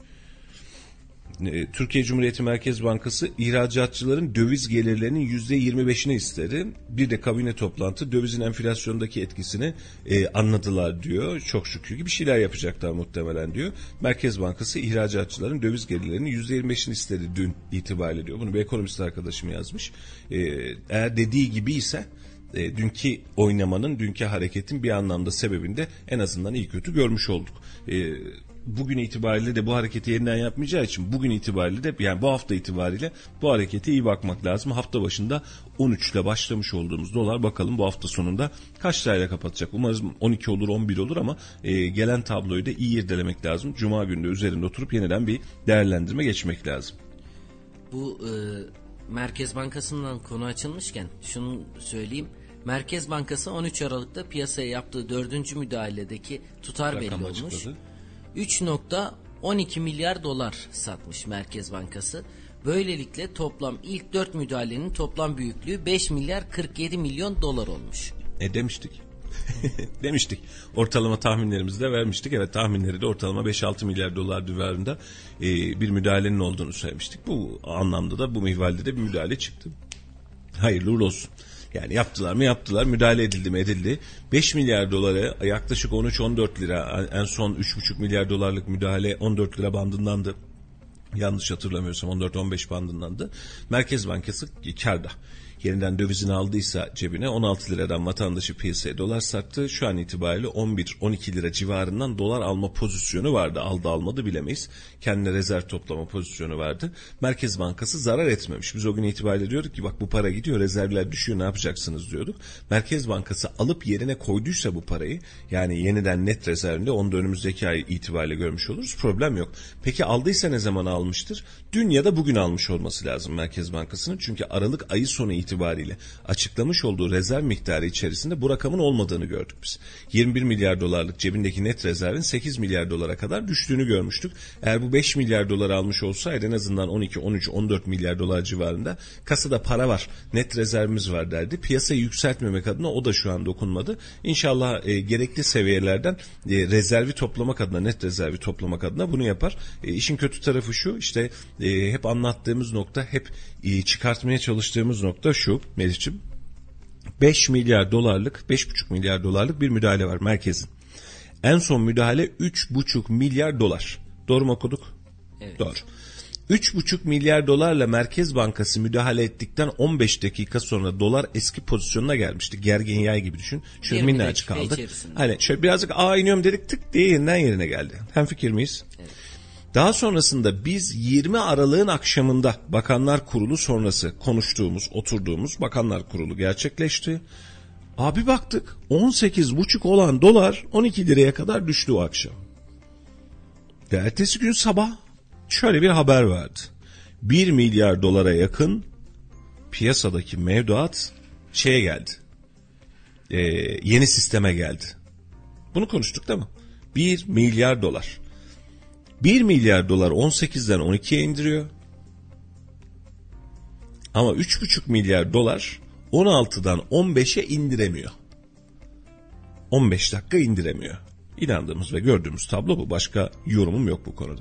Türkiye Cumhuriyeti Merkez Bankası ihracatçıların döviz gelirlerinin yüzde yirmi beşini istedi. Bir de kabine toplantı dövizin enflasyondaki etkisini e, anladılar diyor. Çok şükür ki bir şeyler yapacaklar muhtemelen diyor. Merkez Bankası ihracatçıların döviz gelirlerinin yüzde yirmi beşini istedi dün itibariyle diyor. Bunu bir ekonomist arkadaşım yazmış. E, eğer dediği gibi ise e, dünkü oynamanın, dünkü hareketin bir anlamda sebebinde en azından iyi kötü görmüş olduk. E, Bugün itibariyle de bu hareketi yeniden yapmayacağı için bugün itibariyle de yani bu hafta itibariyle bu harekete iyi bakmak lazım. Hafta başında on üç ile başlamış olduğumuz dolar bakalım bu hafta sonunda kaç lirayla kapatacak. Umarım on iki olur on bir olur ama e, gelen tabloyu da iyi irdelemek lazım. Cuma günü de üzerinde oturup yeniden bir değerlendirme geçmek lazım. Bu e, Merkez Bankası'ndan konu açılmışken şunu söyleyeyim. Merkez Bankası on üç Aralık'ta piyasaya yaptığı dördüncü müdahaledeki tutar Rakam belli olmuş. açıkladı. üç nokta on iki milyar dolar satmış Merkez Bankası. Böylelikle toplam ilk dört müdahalenin toplam büyüklüğü beş milyar kırk yedi milyon dolar olmuş. E demiştik. demiştik. Ortalama tahminlerimizi de vermiştik. Evet tahminleri de ortalama beş altı milyar dolar civarında e, bir müdahalenin olduğunu söylemiştik. Bu anlamda da bu minvalde de bir müdahale çıktı. Hayırlı uğurlu olsun. Yani yaptılar mı yaptılar, müdahale edildi mi edildi. beş milyar dolara yaklaşık on üç on dört lira, en son üç buçuk milyar dolarlık müdahale on dört lira bandındandı. Yanlış hatırlamıyorsam on dört on beş bandındandı. Merkez Bankası kârda. Yeniden dövizini aldıysa cebine on altı liradan vatandaşı piyasaya dolar sattı. Şu an itibariyle on bir on iki lira civarından dolar alma pozisyonu vardı. Aldı almadı bilemeyiz. Kendine rezerv toplama pozisyonu vardı. Merkez Bankası zarar etmemiş. Biz o gün itibariyle diyorduk ki bak bu para gidiyor, rezervler düşüyor, ne yapacaksınız diyorduk. Merkez Bankası alıp yerine koyduysa bu parayı, yani yeniden net rezervinde, onu da önümüzdeki ay itibariyle görmüş oluruz. Problem yok. Peki aldıysa ne zaman almıştır? Dün ya da bugün almış olması lazım Merkez Bankası'nın. Çünkü Aralık ayı sonu itibariyle açıklamış olduğu rezerv miktarı içerisinde bu rakamın olmadığını gördük biz. yirmi bir milyar dolarlık cebindeki net rezervin sekiz milyar dolara kadar düştüğünü görmüştük. Eğer bu beş milyar dolar almış olsaydı en azından on iki on üç on dört milyar dolar civarında kasada para var, net rezervimiz var derdi. Piyasayı yükseltmemek adına o da şu an dokunmadı. İnşallah e, gerekli seviyelerden e, rezervi toplamak adına, net rezervi toplamak adına bunu yapar. E, işin kötü tarafı şu, işte e, hep anlattığımız nokta, hep e, çıkartmaya çalıştığımız nokta şu Melih'ciğim. beş milyar dolarlık, beş buçuk milyar dolarlık bir müdahale var merkezin. En son müdahale üç buçuk milyar dolar. Doğru mu okuduk? Evet. Doğru. üç buçuk milyar dolarla Merkez Bankası müdahale ettikten on beş dakika sonra dolar eski pozisyonuna gelmişti. Gergin yay gibi düşün. Şöyle minnacık kaldı. Hani şöyle birazcık aa iniyorum dedik, tık diye yeniden yerine geldi. Hemfikir miyiz? Evet. Daha sonrasında biz yirmi Aralık'ın akşamında Bakanlar Kurulu sonrası konuştuğumuz, oturduğumuz Bakanlar Kurulu gerçekleşti. Abi baktık on sekiz buçuk olan dolar on iki liraya kadar düştü o akşam. Ve ertesi gün sabah şöyle bir haber vardı. bir milyar dolara yakın piyasadaki mevduat şeye geldi. Ee, yeni sisteme geldi. Bunu konuştuk değil mi? bir milyar dolar. bir milyar dolar on sekizden on ikiye indiriyor. Ama üç buçuk milyar dolar on altıdan on beşe indiremiyor. on beş dakika indiremiyor. İnandığımız ve gördüğümüz tablo bu. Başka yorumum yok bu konuda.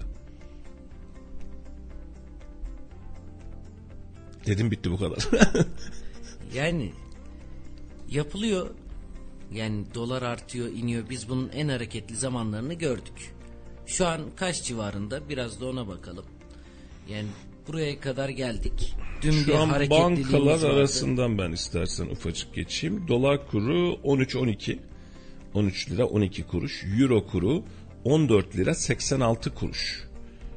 Dedim bitti bu kadar. Yani yapılıyor. Yani dolar artıyor, iniyor. Biz bunun en hareketli zamanlarını gördük. Şu an kaç civarında? Biraz da ona bakalım. Yani buraya kadar geldik. Dün Şu bir an hareketliliğimiz bankalar vardı. arasından ben istersen ufacık geçeyim. Dolar kuru on üç on iki. on üç lira on iki kuruş. Euro kuru on dört lira seksen altı kuruş.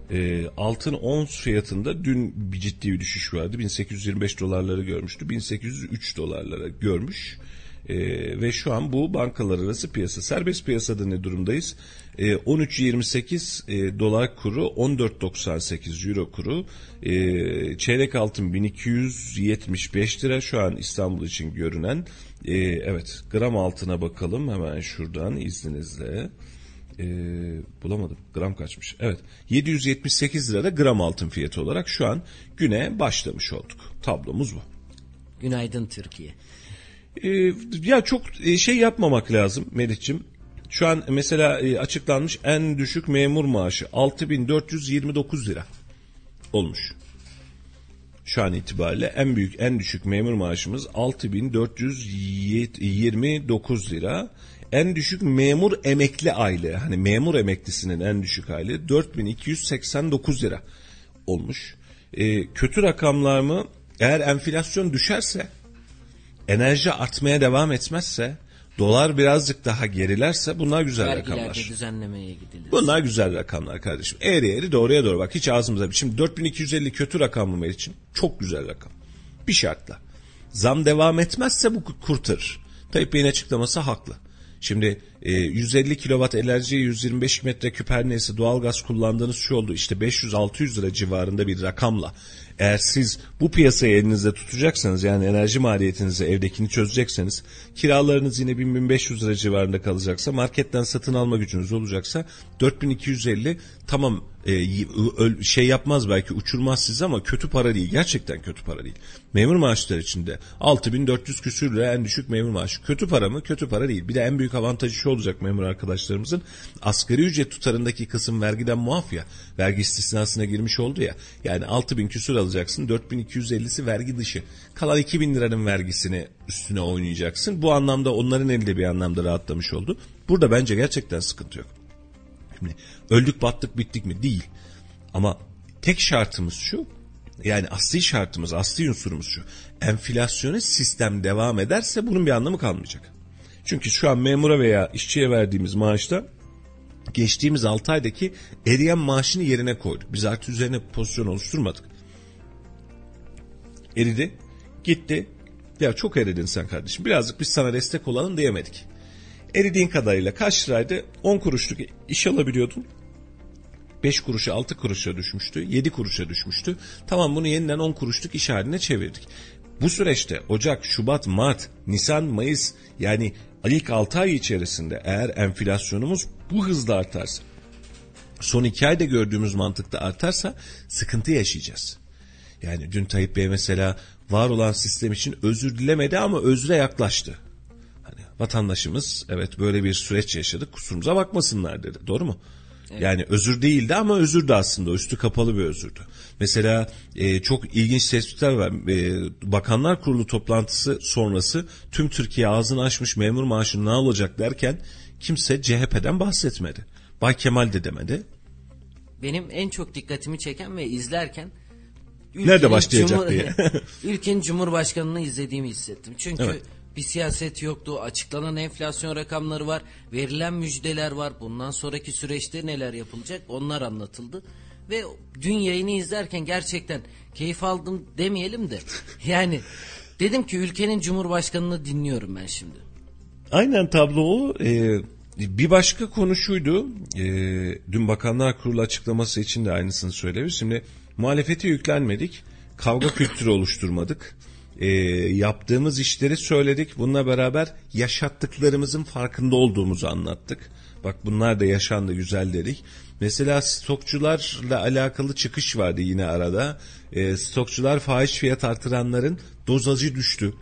E, altın ons fiyatında dün bir ciddi bir düşüş vardı. bin sekiz yüz yirmi beş dolarları görmüştü. bin sekiz yüz üç dolarlara görmüş. E, ve şu an bu bankalar arası piyasa. Serbest piyasada ne durumdayız? E, on üç yirmi sekiz e, dolar kuru, on dört doksan sekiz euro kuru. E, çeyrek altın bin iki yüz yetmiş beş lira şu an İstanbul için görünen. E, evet, gram altına bakalım hemen şuradan izninizle. E, bulamadım. Gram kaçmış? Evet. yedi yüz yetmiş sekiz lirada gram altın fiyatı olarak şu an güne başlamış olduk. Tablomuz bu. Günaydın Türkiye. E, ya çok şey yapmamak lazım Melih'ciğim. Şu an mesela açıklanmış en düşük memur maaşı altı bin dört yüz yirmi dokuz lira olmuş. Şu an itibariyle en büyük en düşük memur maaşımız altı bin dört yüz yirmi dokuz lira. En düşük memur emekli aylığı, hani memur emeklisinin en düşük aylığı dört bin iki yüz seksen dokuz lira olmuş. E, kötü rakamlar mı? Eğer enflasyon düşerse, enerji artmaya devam etmezse, dolar birazcık daha gerilerse bunlar güzel Vergilerde rakamlar. Vergilerde düzenlemeye gidilir. Bunlar güzel rakamlar kardeşim. Eğri eğri doğruya doğru bak, hiç ağzımıza. Şimdi dört bin iki yüz elli kötü rakam mı için? Çok güzel rakam. Bir şartla. Zam devam etmezse bu kurtarır. Tayyip Bey'in açıklaması haklı. Şimdi e, yüz elli kilowatt enerjiye yüz yirmi beş metreküp her neyse doğalgaz kullandığınız şu oldu. İşte beş yüz altı yüz lira civarında bir rakamla eğer siz bu piyasayı elinizde tutacaksanız, yani enerji maliyetinizi, evdekini çözecekseniz, kiralarınız yine bin bin beş yüz lira civarında kalacaksa, marketten satın alma gücünüz olacaksa dört bin iki yüz elli tamam e, şey yapmaz belki, uçurmaz sizi ama kötü para değil. Gerçekten kötü para değil. Memur maaşları içinde altı bin dört yüz küsür lira en düşük memur maaşı. Kötü para mı? Kötü para değil. Bir de en büyük avantajı şu olacak memur arkadaşlarımızın, asgari ücret tutarındaki kısım vergiden muaf ya. Vergi istisnasına girmiş oldu ya. Yani altı bin küsür alacaksın. dört bin iki yüz ellisi vergi dışı. Kalan iki bin liranın vergisini üstüne oynayacaksın. Bu anlamda onların elde bir anlamda rahatlamış oldu. Burada bence gerçekten sıkıntı yok. Şimdi öldük battık bittik mi? Değil. Ama tek şartımız şu. Yani asli şartımız, asli unsurumuz şu. Enflasyonist sistem devam ederse bunun bir anlamı kalmayacak. Çünkü şu an memura veya işçiye verdiğimiz maaşta geçtiğimiz altı aydaki eriyen maaşını yerine koyduk. Biz artık üzerine pozisyon oluşturmadık. Eridi, gitti. Ya çok eridin sen kardeşim, birazcık biz sana destek olalım diyemedik. Eridiğin kadarıyla kaç liraydı? on kuruşluk iş alabiliyordun. beş kuruşa altı kuruşa düşmüştü. yedi kuruşa düşmüştü. Tamam, bunu yeniden on kuruşluk iş haline çevirdik. Bu süreçte Ocak, Şubat, Mart, Nisan, Mayıs, yani ilk altı ay içerisinde eğer enflasyonumuz bu hızla artarsa, son iki ayda gördüğümüz mantıkta artarsa sıkıntı yaşayacağız. Yani dün Tayyip Bey mesela var olan sistem için özür dilemedi ama özre yaklaştı. Hani vatandaşımız evet böyle bir süreç yaşadık, kusurumuza bakmasınlar dedi. Doğru mu? Evet. Yani özür değildi ama özürdü aslında. Üstü kapalı bir özürdü. Mesela e, çok ilginç tespitler var. E, Bakanlar Kurulu toplantısı sonrası tüm Türkiye ağzını açmış, memur maaşı ne olacak derken kimse C H P'den bahsetmedi. Bay Kemal de demedi. Benim en çok dikkatimi çeken ve izlerken nerede başlayacak Cumhur- diye. ülkenin Cumhurbaşkanı'nı izlediğimi hissettim. Çünkü evet. bir siyaset yoktu. Açıklanan enflasyon rakamları var. Verilen müjdeler var. Bundan sonraki süreçte neler yapılacak onlar anlatıldı. Ve dün yayını izlerken gerçekten keyif aldım demeyelim de. Yani dedim ki ülkenin Cumhurbaşkanı'nı dinliyorum ben şimdi. Aynen tablo o. Ee, bir başka konu şuydu. Ee, dün Bakanlar Kurulu açıklaması için de aynısını söylemiş. Şimdi muhalefete yüklenmedik. Kavga kültürü oluşturmadık. E, yaptığımız işleri söyledik. Bununla beraber yaşattıklarımızın farkında olduğumuzu anlattık. Bak bunlar da yaşandı, güzel dedik. Mesela stokçularla alakalı çıkış vardı yine arada. E, stokçular fahiş fiyat artıranların dozajı düştü.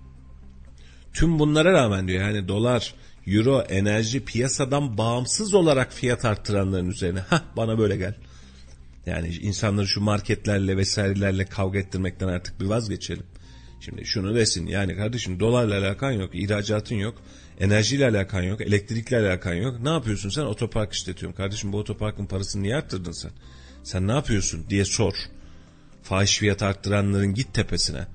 Tüm bunlara rağmen diyor, yani dolar, euro, enerji piyasadan bağımsız olarak fiyat arttıranların üzerine hah bana böyle gel. Yani insanları şu marketlerle vesairelerle kavga ettirmekten artık bir vazgeçelim. Şimdi şunu desin, yani kardeşim dolarla alakan yok, ihracatın yok, enerjiyle alakan yok, elektrikle alakan yok. Ne yapıyorsun sen? Otopark işletiyorsun. Kardeşim bu otoparkın parasını niye arttırdın sen? Sen ne yapıyorsun diye sor. Fahiş fiyat arttıranların git tepesine.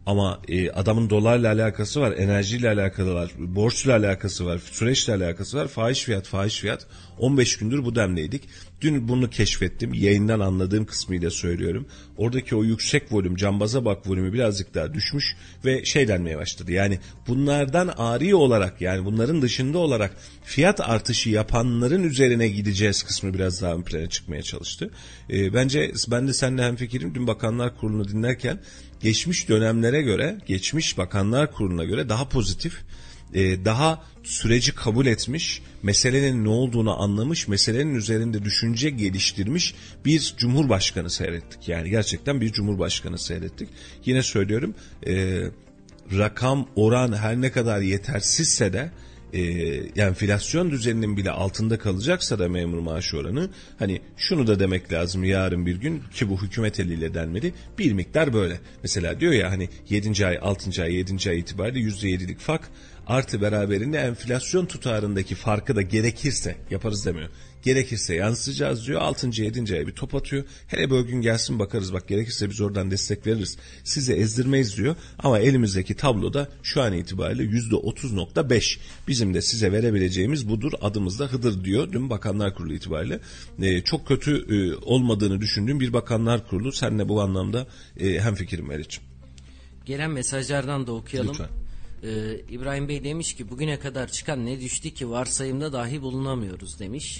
Ama e, adamın dolarla alakası var, enerjiyle alakalı var, borçla alakası var, süreçle alakası var. Fahiş fiyat, fahiş fiyat. on beş gündür bu demdeydik. Dün bunu keşfettim. Yayından anladığım kısmıyla söylüyorum. Oradaki o yüksek volüm, cambaza bak volümü birazcık daha düşmüş ve şey denmeye başladı. Yani bunlardan ari olarak, yani bunların dışında olarak fiyat artışı yapanların üzerine gideceğiz kısmı biraz daha ön plana çıkmaya çalıştı. E, bence ben de seninle hemfikirim. Dün Bakanlar Kurulu'nu dinlerken geçmiş dönemlere göre, geçmiş Bakanlar Kurulu'na göre daha pozitif, daha süreci kabul etmiş, meselenin ne olduğunu anlamış, meselenin üzerinde düşünce geliştirmiş bir cumhurbaşkanı seyrettik. Yani gerçekten bir cumhurbaşkanı seyrettik. Yine söylüyorum, e, rakam, oran her ne kadar yetersizse de, e, yani enflasyon düzeninin bile altında kalacaksa da memur maaşı oranı, hani şunu da demek lazım yarın bir gün, ki bu hükümet eliyle denmeli, bir miktar böyle. Mesela diyor ya hani yedinci ay, altıncı ay, yedinci ay itibariyle yüzde yedilik fark, artı beraberinde enflasyon tutarındaki farkı da gerekirse yaparız demiyor. Gerekirse yansıtacağız diyor. altıncı yedinci aya bir top atıyor. Hele böyle gün gelsin bakarız, bak gerekirse biz oradan destek veririz. Sizi ezdirmeyiz diyor. Ama elimizdeki tabloda şu an itibariyle yüzde otuz nokta beş. Bizim de size verebileceğimiz budur. Adımız da Hıdır diyor. Dün Bakanlar Kurulu itibariyle. Ee, çok kötü e, olmadığını düşündüğüm bir Bakanlar Kurulu. Seninle bu anlamda e, hemfikirim Meriç'im. Gelen mesajlardan da okuyalım. Lütfen. Ee, İbrahim Bey demiş ki bugüne kadar çıkan ne düştü ki varsayımda dahi bulunamıyoruz demiş.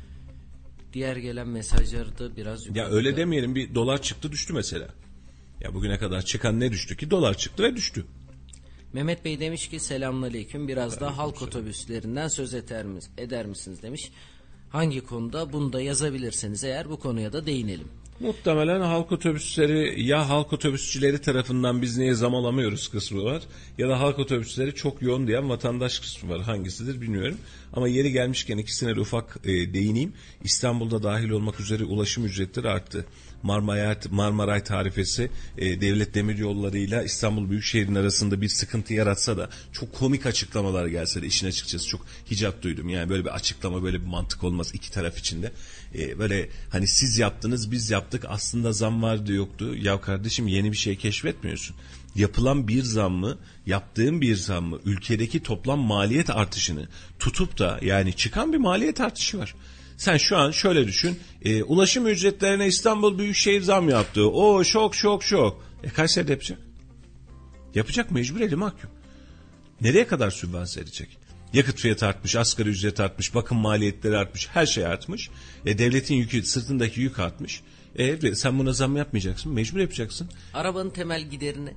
Diğer gelen mesajları da biraz yukarıda. Ya öyle demeyelim, bir dolar çıktı düştü mesela. Ya bugüne kadar çıkan ne düştü ki? Dolar çıktı ve düştü. Mehmet Bey demiş ki selamünaleyküm, biraz da halk otobüslerinden söz eder, mi, eder misiniz demiş. Hangi konuda, bunu da yazabilirseniz eğer bu konuya da değinelim. Muhtemelen halk otobüsleri, ya halk otobüsçüleri tarafından biz niye zam alamıyoruz kısmı var, ya da halk otobüsleri çok yoğun diyen vatandaş kısmı var. Hangisidir bilmiyorum. Ama yeri gelmişken ikisine de ufak e, değineyim. İstanbul'da dahil olmak üzere ulaşım ücretleri arttı. Marmaray, Marmaray tarifesi e, devlet demiryollarıyla İstanbul Büyükşehir'in arasında bir sıkıntı yaratsa da, çok komik açıklamalar gelse de işin açıkçası çok hicap duydum. Yani böyle bir açıklama, böyle bir mantık olmaz iki taraf içinde. E, böyle hani siz yaptınız biz yaptık, aslında zam vardı yoktu. Ya kardeşim, yeni bir şey keşfetmiyorsun. Yapılan bir zammı, yaptığın bir zammı, ülkedeki toplam maliyet artışını tutup da, yani çıkan bir maliyet artışı var. Sen şu an şöyle düşün, e, ulaşım ücretlerine İstanbul Büyükşehir zam yaptı. O şok şok şok. E Kayseri'de yapacak. Yapacak, mecbur, eli mahkum. Nereye kadar sübvanse edecek? Yakıt fiyatı artmış, asgari ücret artmış, bakım maliyetleri artmış, her şey artmış. E, devletin yükü, sırtındaki yük artmış. E, sen buna zam yapmayacaksın, mecbur yapacaksın. Arabanın temel giderini.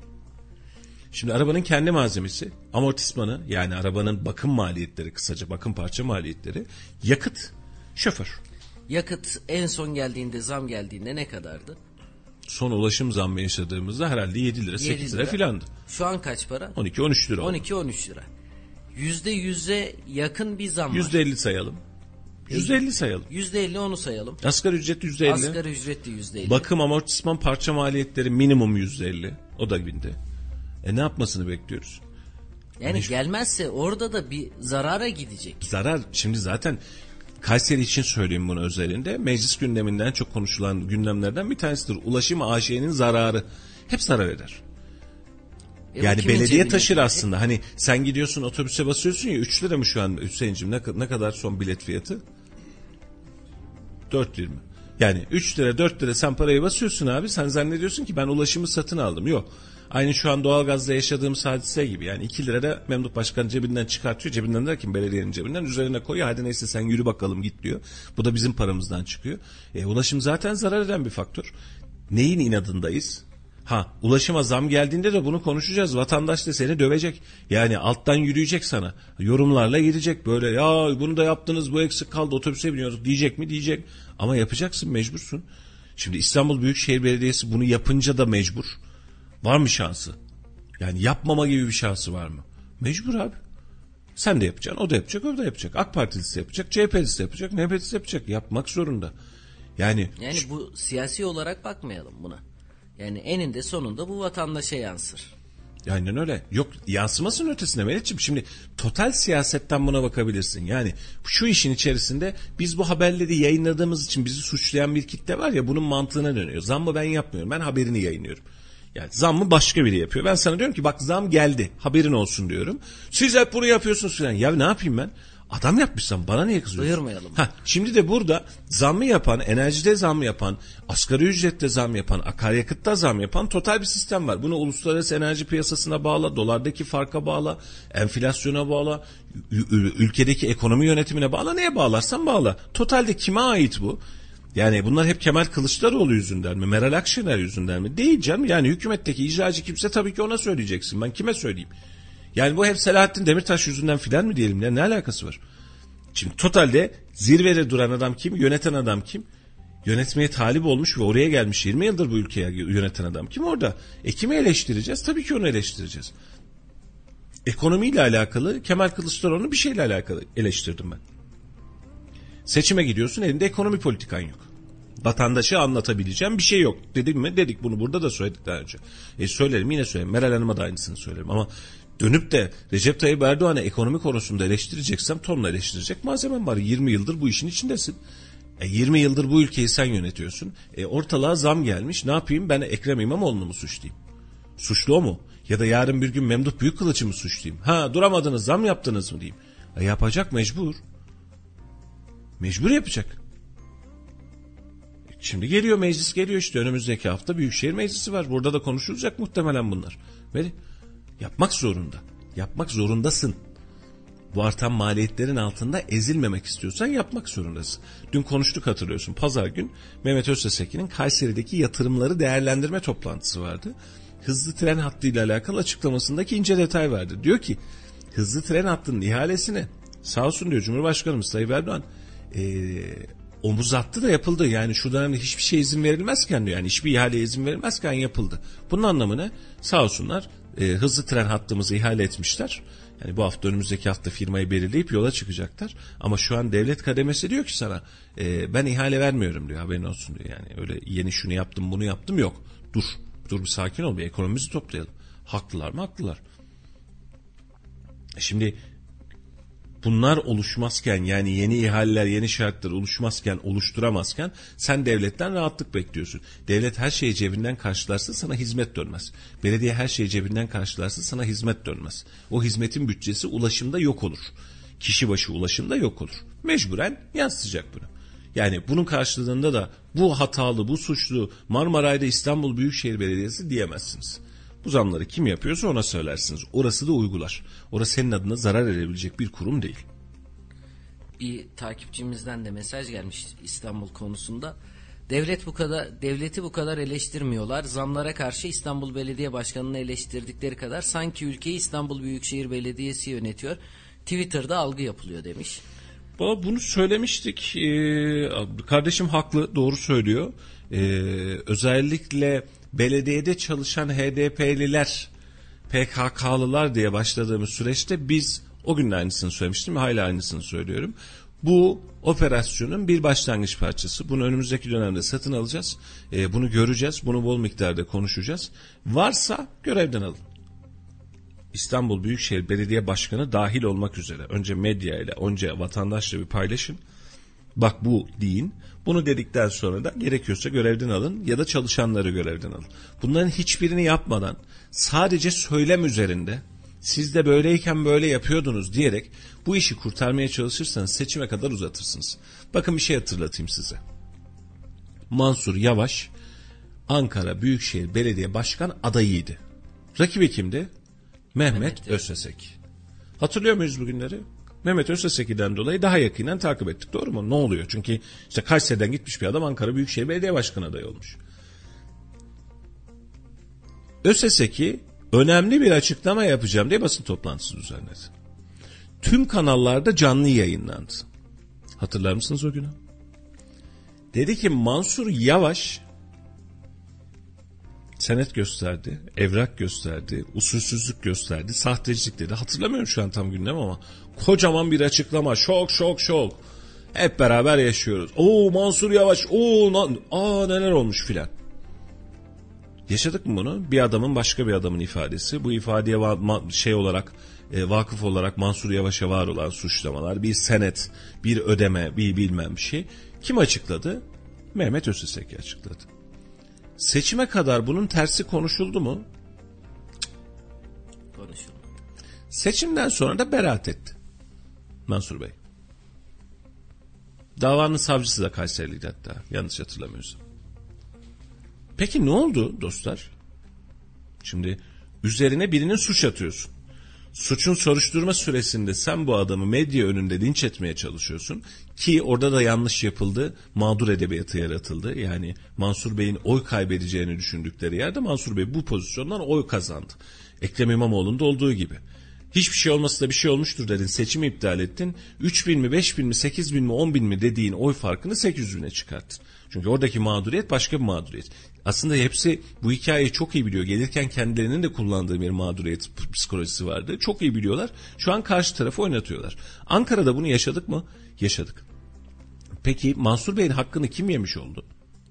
Şimdi arabanın kendi malzemesi, amortismanı, yani arabanın bakım maliyetleri, kısaca bakım parça maliyetleri, yakıt, şoför. Yakıt en son geldiğinde, zam geldiğinde ne kadardı? Son ulaşım zammı yaşadığımızda herhalde yedi lira, sekiz lira filandı. Şu an kaç para? on iki on üç lira. on iki on üç lira. Yüzde yüze yakın bir zam var. Yüzde elli sayalım. Yüzde elli sayalım. Yüzde elli onu sayalım. Asgari ücret yüzde elli. Asgari ücret de yüzde elli. Bakım, amortisman, parça maliyetleri minimum yüzde elli. O da binde. E ne yapmasını bekliyoruz? Yani Mecbur. Gelmezse orada da bir zarara gidecek. Zarar, şimdi zaten Kayseri için söyleyeyim bunu özelinde. Meclis gündeminden çok konuşulan gündemlerden bir tanesidir. Ulaşım A Ş'nin zararı. Hep zarar eder. E yani belediye cebine taşır gidecek? aslında. Hani sen gidiyorsun otobüse basıyorsun ya, üç lira mı şu an Hüseyin'cim? Ne, ne kadar son bilet fiyatı? dört yirmi. Yani üç lira dört lira sen parayı basıyorsun abi. Sen zannediyorsun ki ben ulaşımı satın aldım. Yok. Aynı şu an doğalgazda yaşadığımız hadise gibi. Yani iki lira da Memduh Başkan cebinden çıkartıyor. Cebinden derken belediyenin cebinden üzerine koyuyor. Hadi neyse sen yürü bakalım git diyor. Bu da bizim paramızdan çıkıyor. E, ulaşım zaten zarar eden bir faktör. Neyin inadındayız? Ha, ulaşıma zam geldiğinde de bunu konuşacağız. Vatandaş da seni dövecek. Yani alttan yürüyecek sana. Yorumlarla gidecek böyle, ya bunu da yaptınız, bu eksik kaldı, otobüse biniyoruz diyecek mi? Diyecek. Ama yapacaksın, mecbursun. Şimdi İstanbul Büyükşehir Belediyesi bunu yapınca da mecbur. Var mı şansı? Yani yapmama gibi bir şansı var mı? Mecbur abi. Sen de yapacaksın, o da yapacak, o da yapacak. AK Partilisi yapacak, C H P'lisi yapacak, M H P'lisi yapacak. Yapmak zorunda. Yani Yani bu siyasi olarak bakmayalım buna. Yani eninde sonunda bu vatandaşa yansır. aynen öyle. Yok, yansımasının ötesine Melekciğim, şimdi total siyasetten buna bakabilirsin. Yani şu işin içerisinde biz bu haberleri yayınladığımız için bizi suçlayan bir kitle var ya, bunun mantığına dönüyor. Zammı ben yapmıyorum, ben haberini yayınlıyorum. Yani zammı başka biri yapıyor. Ben sana diyorum ki bak zam geldi, haberin olsun diyorum. Siz hep bunu yapıyorsunuz falan. Ya ne yapayım ben? Adam yapmışsam bana niye kızıyorsun? Duyurmayalım. Ha, şimdi de burada zammı yapan, enerjide zam yapan, asgari ücrette zam yapan, akaryakıtta zam yapan total bir sistem var. Bunu uluslararası enerji piyasasına bağla, dolardaki farka bağla, enflasyona bağla, ülkedeki ekonomi yönetimine bağla, neye bağlarsan bağla. Totalde kime ait bu? Yani bunlar hep Kemal Kılıçdaroğlu yüzünden mi? Meral Akşener yüzünden mi? Değil canım. Yani hükümetteki icracı kimse tabii ki ona söyleyeceksin. Ben kime söyleyeyim? Yani bu hep Selahattin Demirtaş yüzünden filan mı diyelim ya? Ne alakası var? Şimdi totalde zirvede duran adam kim? Yöneten adam kim? Yönetmeye talip olmuş ve oraya gelmiş yirmi yıldır bu ülkeye yöneten adam kim orada? E kimi eleştireceğiz? Tabii ki onu eleştireceğiz. Ekonomiyle alakalı Kemal Kılıçdaroğlu'nu bir şeyle alakalı eleştirdim ben. Seçime gidiyorsun, elinde ekonomi politikan yok. Vatandaşa anlatabileceğim bir şey yok. Dedim mi? Dedik, bunu burada da söyledik daha önce. E söylerim, yine söylerim. Meral Hanım'a da aynısını söylerim ama dönüp de Recep Tayyip Erdoğan'ı ekonomi konusunda eleştireceksem tonla eleştirecek malzemem var. yirmi yıldır bu işin içindesin. E yirmi yıldır bu ülkeyi sen yönetiyorsun. E ortalığa zam gelmiş. Ne yapayım? Ben Ekrem İmamoğlu'nu mu suçlayayım? Suçlu o mu? Ya da yarın bir gün Memduh Büyükkılıç'ı mı suçlayayım? Ha, duramadınız, zam yaptınız mı diyeyim? E yapacak, mecbur. Mecbur yapacak. Şimdi geliyor, meclis geliyor işte, önümüzdeki hafta Büyükşehir Meclisi var. Burada da konuşulacak muhtemelen bunlar. Ve yapmak zorunda. Yapmak zorundasın. Bu artan maliyetlerin altında ezilmemek istiyorsan yapmak zorundasın. Dün konuştuk, hatırlıyorsun. Pazar gün Mehmet Öztesekin'in Kayseri'deki yatırımları değerlendirme toplantısı vardı. Hızlı tren hattıyla alakalı açıklamasındaki ince detay verdi. Diyor ki hızlı tren hattının ihalesini sağ olsun diyor Cumhurbaşkanımız Tayyip Erdoğan Eee omuz attı da yapıldı. Yani şu dönemde hiçbir şey izin verilmezken diyor. Yani hiçbir ihaleye izin verilmezken yapıldı. Bunun anlamı ne? Sağ olsunlar e, hızlı tren hattımızı ihale etmişler. Yani bu hafta, önümüzdeki hafta firmayı belirleyip yola çıkacaklar. Ama şu an devlet kademesi diyor ki sana e, ben ihale vermiyorum diyor, haberin olsun diyor. Yani öyle yeni şunu yaptım bunu yaptım yok. Dur. Dur bir sakin ol, bir ekonomimizi toplayalım. Haklılar mı? Haklılar. Şimdi bunlar oluşmazken, yani yeni ihaleler, yeni şartlar oluşmazken, oluşturamazken sen devletten rahatlık bekliyorsun. Devlet her şeyi cebinden karşılarsa sana hizmet dönmez. Belediye her şeyi cebinden karşılarsa sana hizmet dönmez. O hizmetin bütçesi ulaşımda yok olur. Kişi başı ulaşımda yok olur. Mecburen yansıtacak bunu. Yani bunun karşılığında da bu hatalı, bu suçlu Marmaray'da İstanbul Büyükşehir Belediyesi diyemezsiniz. Bu zamları kim yapıyorsa ona söylersiniz. Orası da uygular. Orası senin adına zarar edebilecek bir kurum değil. Bir takipçimizden de mesaj gelmiş İstanbul konusunda. Devlet bu kadar devleti bu kadar eleştirmiyorlar. Zamlara karşı İstanbul Belediye Başkanı'nı eleştirdikleri kadar sanki ülkeyi İstanbul Büyükşehir Belediyesi yönetiyor. Twitter'da algı yapılıyor demiş. Bunu söylemiştik. Ee, kardeşim haklı, doğru söylüyor. Ee, özellikle belediyede çalışan H D P'liler, P K K'lılar diye başladığımız süreçte biz o gün de aynısını söylemiştim ve hala aynısını söylüyorum. Bu operasyonun bir başlangıç parçası. Bunu önümüzdeki dönemde satın alacağız. Ee, bunu göreceğiz. Bunu bol miktarda konuşacağız. Varsa görevden alın. İstanbul Büyükşehir Belediye Başkanı dahil olmak üzere önce medya ile, önce vatandaşla bir paylaşın. Bak bu deyin. Bunu dedikten sonra da gerekiyorsa görevden alın ya da çalışanları görevden alın. Bunların hiçbirini yapmadan sadece söylem üzerinde siz de böyleyken böyle yapıyordunuz diyerek bu işi kurtarmaya çalışırsanız seçime kadar uzatırsınız. Bakın bir şey hatırlatayım size. Mansur Yavaş Ankara Büyükşehir Belediye Başkan adayıydı. Rakibi kimdi? Mehmet, Mehmet Öztesek. Hatırlıyor muyuz bugünleri? Mehmet Özteseki'den dolayı daha yakından takip ettik, doğru mu? Ne oluyor? Çünkü işte Kayseri'den gitmiş bir adam Ankara Büyükşehir Belediye Başkanı adayı olmuş. Özteseki önemli bir açıklama yapacağım diye basın toplantısı düzenledi. Tüm kanallarda canlı yayınlandı. Hatırlar mısınız o günü? Dedi ki Mansur Yavaş senet gösterdi, evrak gösterdi, usulsüzlük gösterdi, sahtecilik dedi. Hatırlamıyorum şu an tam gündem ama kocaman bir açıklama. Şok şok şok. Hep beraber yaşıyoruz. Oo Mansur Yavaş, oo aa neler olmuş filan. Yaşadık mı bunu? Bir adamın başka bir adamın ifadesi. Bu ifadeye va- şey olarak, e, vakıf olarak Mansur Yavaş'a var olan suçlamalar, bir senet, bir ödeme, bir bilmem bir şey. Kim açıkladı? Mehmet Özteseki açıkladı. Seçime kadar bunun tersi konuşuldu mu? Konuşulmadı. Seçimden sonra da beraat etti Mansur Bey. Davanın savcısı da Kayseriliydi hatta, yanlış hatırlamıyorsam. Peki ne oldu dostlar? Şimdi üzerine birinin suç atıyorsun. Suçun soruşturma süresinde sen bu adamı medya önünde linç etmeye çalışıyorsun ki orada da yanlış yapıldı, mağdur edebiyatı yaratıldı. Yani Mansur Bey'in oy kaybedeceğini düşündükleri yerde Mansur Bey bu pozisyondan oy kazandı. Ekrem İmamoğlu'nda olduğu gibi. Hiçbir şey olmasa da bir şey olmuştur dedin, seçimi iptal ettin. üç bin mi, beş bin mi, sekiz bin mi, on bin mi dediğin oy farkını sekiz yüz bine çıkarttın. Çünkü oradaki mağduriyet başka bir mağduriyet. Aslında hepsi bu hikayeyi çok iyi biliyor. Gelirken kendilerinin de kullandığı bir mağduriyet psikolojisi vardı. Çok iyi biliyorlar. Şu an karşı tarafı oynatıyorlar. Ankara'da bunu yaşadık mı? Yaşadık. Peki Mansur Bey'in hakkını kim yemiş oldu?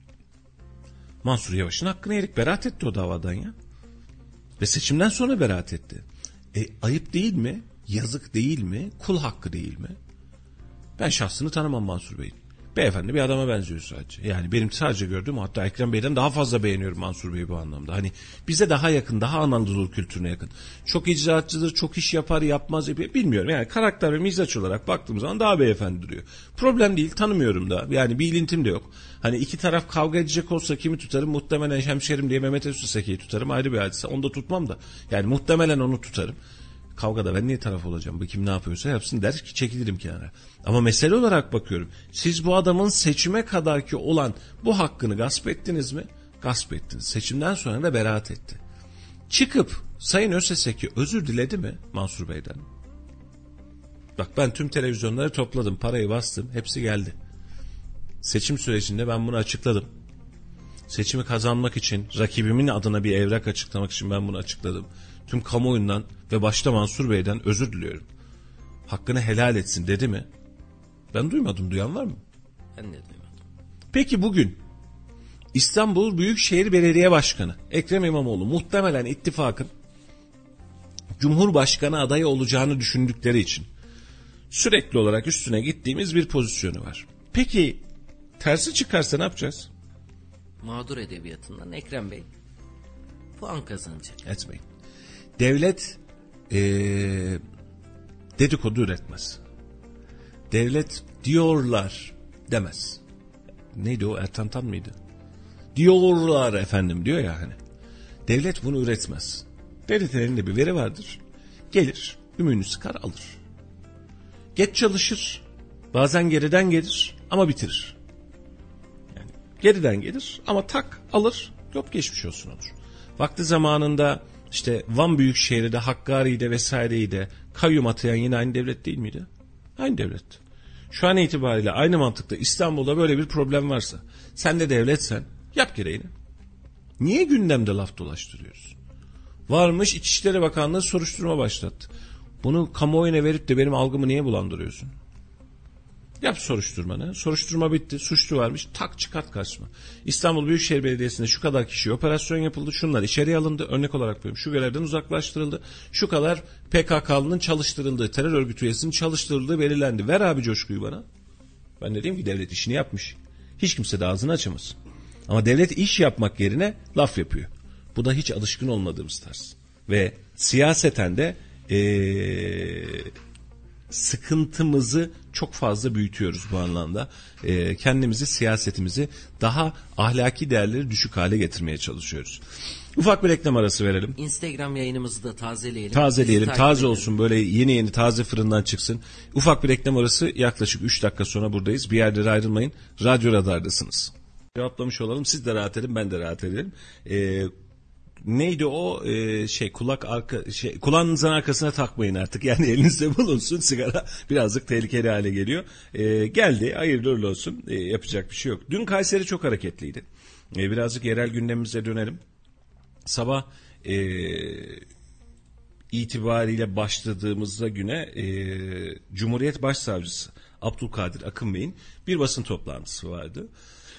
Mansur Yavaş'ın hakkını yedik. Beraat etti o davadan ya. Ve seçimden sonra beraat etti. E, ayıp değil mi? Yazık değil mi? Kul hakkı değil mi? Ben şahsını tanımam Mansur Bey'in. Beyefendi bir adama benziyor sadece. Yani benim sadece gördüğüm, hatta Ekrem Bey'den daha fazla beğeniyorum Mansur Bey'i bu anlamda. Hani bize daha yakın, daha Anadolu kültürüne yakın. Çok icraatçıdır, çok iş yapar, yapmaz, bilmiyorum. Yani karakter ve mizaç olarak baktığımız zaman daha beyefendi duruyor. Problem değil, tanımıyorum da. Yani bir ilintim de yok. Hani iki taraf kavga edecek olsa kimi tutarım? Muhtemelen hemşerim diye Mehmet Öztürk'ü tutarım, ayrı bir hadise. Onu da tutmam da. Yani muhtemelen onu tutarım. Kavgada ben niye taraf olacağım? Bu kim ne yapıyorsa yapsın der ki çekilirim kenara. Ama mesele olarak bakıyorum. Siz bu adamın seçime kadarki olan bu hakkını gasp ettiniz mi? Gasp ettiniz. Seçimden sonra da beraat etti. Çıkıp Sayın Öztürk özür diledi mi Mansur Bey'den? Bak ben tüm televizyonları topladım, parayı bastım, hepsi geldi. Seçim sürecinde ben bunu açıkladım. Seçimi kazanmak için, rakibimin adına bir evrak açıklamak için ben bunu açıkladım. Tüm kamuoyundan ve başta Mansur Bey'den özür diliyorum. Hakkını helal etsin dedi mi? Ben duymadım. Duyan var mı? Ben de duymadım. Peki bugün İstanbul Büyükşehir Belediye Başkanı Ekrem İmamoğlu muhtemelen ittifakın Cumhurbaşkanı adayı olacağını düşündükleri için sürekli olarak üstüne gittiğimiz bir pozisyonu var. Peki tersi çıkarsa ne yapacağız? Mağdur edebiyatından Ekrem Bey puan kazanacak. Etmeyin. Devlet ee, dedikodu üretmez. Devlet diyorlar demez. Neydi o? Ertan Tan mıydı? Diyorlar efendim diyor ya hani. Devlet bunu üretmez. Devletin elinde bir veri vardır. Gelir, ümüğünü sıkar alır. Geç çalışır. Bazen geriden gelir ama bitirir. Yani geriden gelir ama tak alır. Yok geçmiş olsun olur. Vakti zamanında İşte Van Büyükşehir'de, Hakkari'de vesaireyi de kayyum atayan yine aynı devlet değil miydi? Aynı devlet. Şu an itibariyle aynı mantıkta İstanbul'da böyle bir problem varsa, sen de devletsen yap gereğini. Niye gündemde laf dolaştırıyoruz? Varmış İçişleri Bakanlığı soruşturma başlattı. Bunu kamuoyuna verip de benim algımı niye bulandırıyorsun? Yap soruşturmanı. Soruşturma bitti. Suçlu varmış. Tak çıkart karşıma. İstanbul Büyükşehir Belediyesi'nde şu kadar kişi operasyon yapıldı. Şunlar içeriye alındı. Örnek olarak veriyorum. Şu görevden uzaklaştırıldı. Şu kadar P K K'lının çalıştırıldığı, terör örgütü üyesinin çalıştırıldığı belirlendi. Ver abi coşkuyu bana. Ben de diyeyim ki devlet işini yapmış. Hiç kimse de ağzını açamaz. Ama devlet iş yapmak yerine laf yapıyor. Bu da hiç alışkın olmadığımız tarz. Ve siyaseten de ee, sıkıntımızı çok fazla büyütüyoruz bu anlamda. Ee, kendimizi, siyasetimizi daha ahlaki değerleri düşük hale getirmeye çalışıyoruz. Ufak bir reklam arası verelim. Instagram yayınımızı da tazeleyelim. Tazeleyelim, taze olsun, böyle yeni yeni taze fırından çıksın. Ufak bir reklam arası, yaklaşık üç dakika sonra buradayız. Bir yerlere ayrılmayın. Radyo Radar'dasınız. Cevaplamış olalım. Siz de rahat edin, ben de rahat edelim. Ee, Neydi o ee, şey kulak arka şey kulağınızın arkasına takmayın artık, yani elinizde bulunsun, sigara birazcık tehlikeli hale geliyor. Ee, geldi, hayırlı uğurlu olsun, ee, yapacak bir şey yok. Dün Kayseri çok hareketliydi. Ee, birazcık yerel gündemimize dönelim. Sabah ee, itibariyle başladığımızda güne ee, Cumhuriyet Başsavcısı Abdülkadir Akın Bey'in bir basın toplantısı vardı.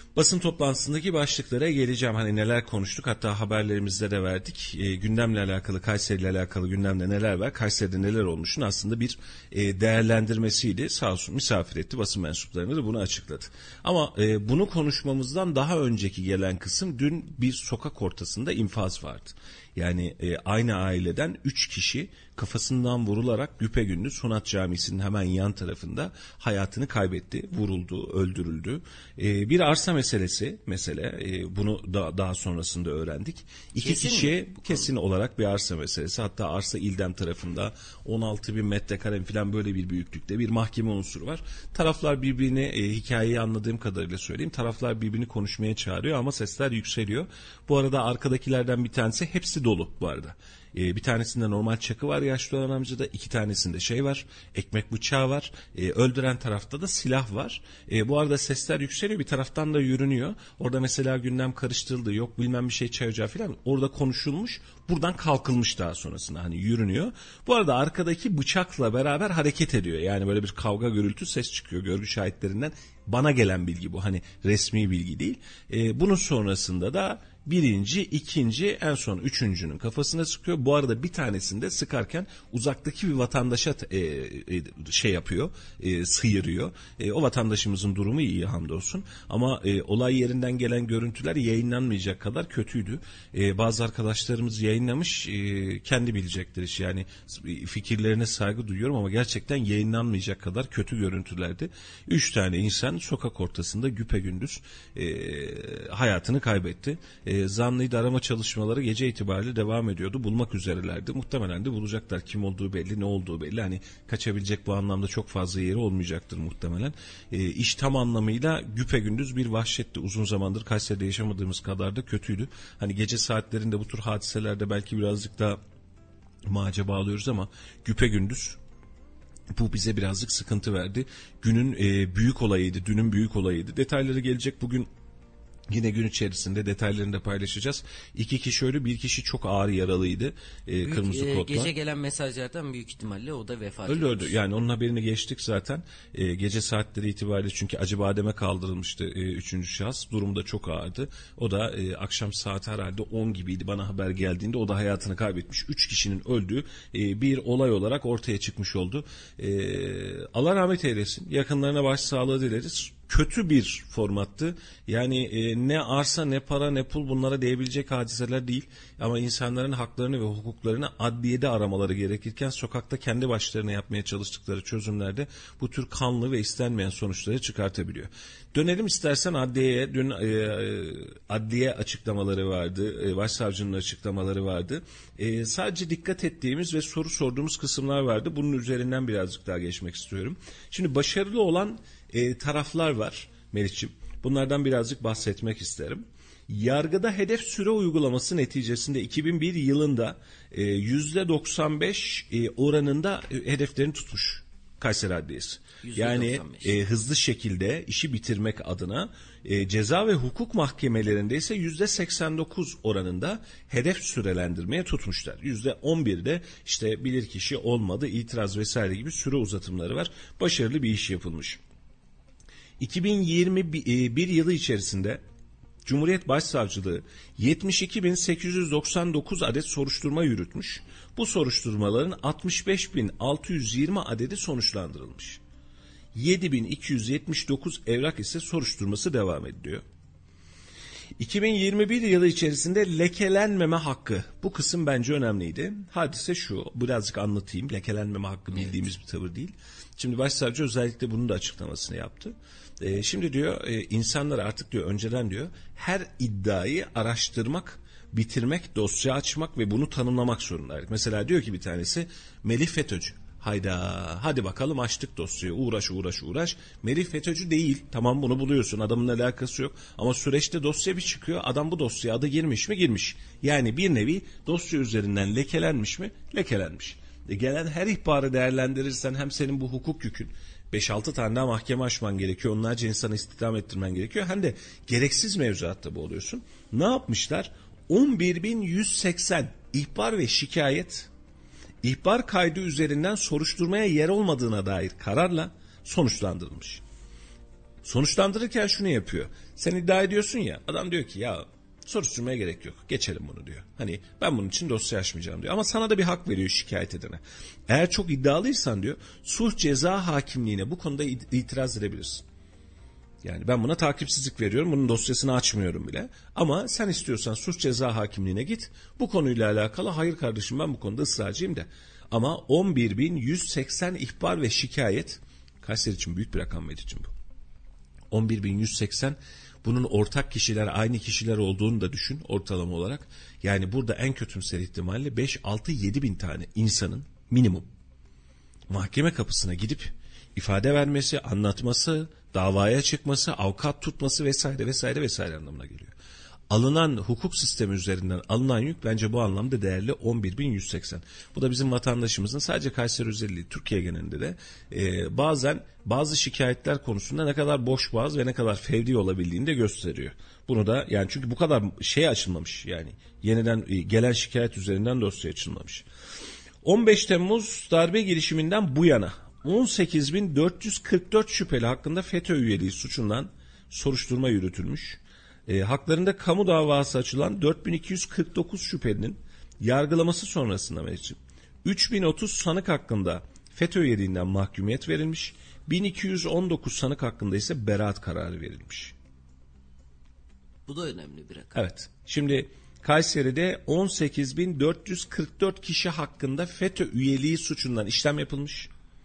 Basın toplantısındaki başlıklara geleceğim. Hani neler konuştuk, hatta haberlerimizde de verdik. E, gündemle alakalı, Kayseri ile alakalı gündemde neler var, Kayseri'de neler olmuşun aslında bir e, değerlendirmesiydi. Sağ olsun misafir etti, basın mensuplarını da bunu açıkladı. Ama e, bunu konuşmamızdan daha önceki gelen kısım, dün bir sokak ortasında infaz vardı. Yani e, aynı aileden üç kişi kafasından vurularak güpegündüz Sunat Camisi'nin hemen yan tarafında hayatını kaybetti, vuruldu, öldürüldü. E, bir arsa meselesi mesele, e, bunu da daha sonrasında öğrendik. İki Kesin kişiye mi? kesin olarak bir arsa meselesi, hatta arsa İldem tarafında on altı bin metrekare falan böyle bir büyüklükte bir mahkeme unsuru var. Taraflar birbirini, e, hikayeyi anladığım kadarıyla söyleyeyim, taraflar birbirini konuşmaya çağırıyor ama sesler yükseliyor. Bu arada arkadakilerden bir tanesi, hepsi dolu bu arada. Ee, bir tanesinde normal çakı var yaşlı olan amcada, iki tanesinde şey var, ekmek bıçağı var, ee, öldüren tarafta da silah var. Ee, bu arada sesler yükseliyor, bir taraftan da yürünüyor. Orada mesela gündem karıştırıldı, yok bilmem bir şey çay ocağı falan, orada konuşulmuş, buradan kalkılmış daha sonrasında, hani yürünüyor. Bu arada arkadaki bıçakla beraber hareket ediyor, yani böyle bir kavga gürültü ses çıkıyor görgü şahitlerinden. Bana gelen bilgi bu, hani resmi bilgi değil. Ee, bunun sonrasında da birinci, ikinci, en son üçüncünün kafasına sıkıyor. Bu arada bir tanesinde sıkarken uzaktaki bir vatandaşa e, e, şey yapıyor, e, sıyırıyor. E, o vatandaşımızın durumu iyi hamdolsun. Ama e, olay yerinden gelen görüntüler yayınlanmayacak kadar kötüydü. E, bazı arkadaşlarımız yayınlamış, e, kendi bilecektir iş. Yani fikirlerine saygı duyuyorum ama gerçekten yayınlanmayacak kadar kötü görüntülerdi. Üç tane insan sokak ortasında güpegündüz e, hayatını kaybetti. E, zanlıydı, arama çalışmaları gece itibariyle devam ediyordu. Bulmak üzerelerdi. Muhtemelen de bulacaklar. Kim olduğu belli, ne olduğu belli. Hani kaçabilecek bu anlamda çok fazla yeri olmayacaktır muhtemelen. E, iş tam anlamıyla güpegündüz bir vahşetti. Uzun zamandır Kayseri'de yaşamadığımız kadar da kötüydü. Hani gece saatlerinde bu tür hadiselerde belki birazcık daha maca bağlıyoruz ama güpegündüz bu bize birazcık sıkıntı verdi. Günün e, büyük olayıydı. Dünün büyük olayıydı. Detayları gelecek bugün. Yine gün içerisinde detaylarını da paylaşacağız. İki kişi ölü, bir kişi çok ağır yaralıydı. Ee, büyük, kırmızı e, kodla. Gece gelen mesajlardan büyük ihtimalle o da vefat öldü etmiş. öldü. Yani onun haberini geçtik zaten. Ee, gece saatleri itibariyle, çünkü Acıbadem'e kaldırılmıştı e, üçüncü şahıs. Durumu da çok ağırdı. O da e, akşam saat herhalde on gibiydi bana haber geldiğinde. O da hayatını kaybetmiş. Üç kişinin öldüğü e, bir olay olarak ortaya çıkmış oldu. E, Allah rahmet eylesin. Yakınlarına başsağlığı dileriz. Kötü bir formattı. Yani e, ne arsa, ne para, ne pul bunlara değebilecek hadiseler değil. Ama insanların haklarını ve hukuklarını adliyede aramaları gerekirken sokakta kendi başlarına yapmaya çalıştıkları çözümlerde bu tür kanlı ve istenmeyen sonuçları çıkartabiliyor. Dönelim istersen adliyeye. Dün e, adliye açıklamaları vardı. E, başsavcının açıklamaları vardı. E, sadece dikkat ettiğimiz ve soru sorduğumuz kısımlar vardı. Bunun üzerinden birazcık daha geçmek istiyorum. Şimdi başarılı olan E, taraflar var Meriç'ciğim. Bunlardan birazcık bahsetmek isterim. Yargıda hedef süre uygulaması neticesinde iki bin bir yılında e, yüzde doksan beş e, oranında e, hedeflerini tutmuş Kayseri Adliyesi. Yani e, hızlı şekilde işi bitirmek adına e, ceza ve hukuk mahkemelerinde ise yüzde seksen dokuz oranında hedef sürelendirmeye tutmuşlar. Yüzde on birde işte bilirkişi olmadı, itiraz vesaire gibi süre uzatımları var. Başarılı bir iş yapılmış. iki bin yirmi bir yılı içerisinde Cumhuriyet Başsavcılığı yetmiş iki bin sekiz yüz doksan dokuz adet soruşturma yürütmüş. Bu soruşturmaların altmış beş bin altı yüz yirmi adedi sonuçlandırılmış. yedi bin iki yüz yetmiş dokuz evrak ise soruşturması devam ediyor. iki bin yirmi bir yılı içerisinde lekelenmeme hakkı. Bu kısım bence önemliydi. Hadise şu, birazcık anlatayım. Lekelenmeme hakkı bildiğimiz evet. bir tavır değil. Şimdi başsavcı özellikle bunun da açıklamasını yaptı. Ee, şimdi diyor e, insanlar artık diyor önceden diyor her iddiayı araştırmak, bitirmek, dosya açmak ve bunu tanımlamak zorundaydık. Mesela diyor ki bir tanesi Melih FETÖ'cü. Hayda hadi bakalım açtık dosyayı, uğraş uğraş uğraş. Melih FETÖ'cü değil, tamam bunu buluyorsun, adamın alakası yok. Ama süreçte dosya bir çıkıyor, adam bu dosyaya adı girmiş mi girmiş. Yani bir nevi dosya üzerinden lekelenmiş mi lekelenmiş. E gelen her ihbarı değerlendirirsen hem senin bu hukuk yükün, beş altı tane daha mahkeme açman gerekiyor, onlarca insana istihdam ettirmen gerekiyor. Hem de gereksiz mevzuatta boğuluyorsun. Ne yapmışlar? on bir bin yüz seksen ihbar ve şikayet, ihbar kaydı üzerinden soruşturmaya yer olmadığına dair kararla sonuçlandırılmış. Sonuçlandırırken şunu yapıyor. Sen iddia ediyorsun ya, adam diyor ki ya soruşturmaya gerek yok, geçelim bunu diyor. Hani ben bunun için dosya açmayacağım diyor. Ama sana da bir hak veriyor şikayet edene. Eğer çok iddialıysan diyor, sulh ceza hakimliğine bu konuda itiraz edebilirsin. Yani ben buna takipsizlik veriyorum, bunun dosyasını açmıyorum bile. Ama sen istiyorsan sulh ceza hakimliğine git, bu konuyla alakalı hayır kardeşim ben bu konuda ısrarcıyım de. Ama on bir bin yüz seksen ihbar ve şikayet, Kayseri için büyük bir rakam Mecit'ciğim bu. on bir bin yüz seksen, bunun ortak kişiler, aynı kişiler olduğunu da düşün ortalama olarak. Yani burada en kötümser ihtimalle beş altı yedi bin tane insanın minimum mahkeme kapısına gidip ifade vermesi, anlatması, davaya çıkması, avukat tutması vesaire vesaire vesaire anlamına geliyor. Alınan hukuk sistemi üzerinden alınan yük bence bu anlamda değerli on bir bin yüz seksen. Bu da bizim vatandaşımızın sadece Kayseri özelliği, Türkiye genelinde de e, bazen bazı şikayetler konusunda ne kadar boşboğaz ve ne kadar fevri olabildiğini de gösteriyor. Bunu da yani çünkü bu kadar şey açılmamış, yani yeniden e, gelen şikayet üzerinden dosya açılmamış. on beş Temmuz darbe girişiminden bu yana on sekiz bin dört yüz kırk dört şüpheli hakkında FETÖ üyeliği suçundan soruşturma yürütülmüş. E, haklarında kamu davası açılan dört bin iki yüz kırk dokuz şüphelinin yargılaması sonrasında meclis üç bin otuz sanık hakkında FETÖ üyeliğinden mahkumiyet verilmiş. bin iki yüz on dokuz sanık hakkında ise beraat kararı verilmiş. Bu da önemli bir rakam. Evet. Şimdi Kayseri'de on sekiz bin dört yüz kırk dört kişi hakkında FETÖ üyeliği suçundan işlem yapılmış.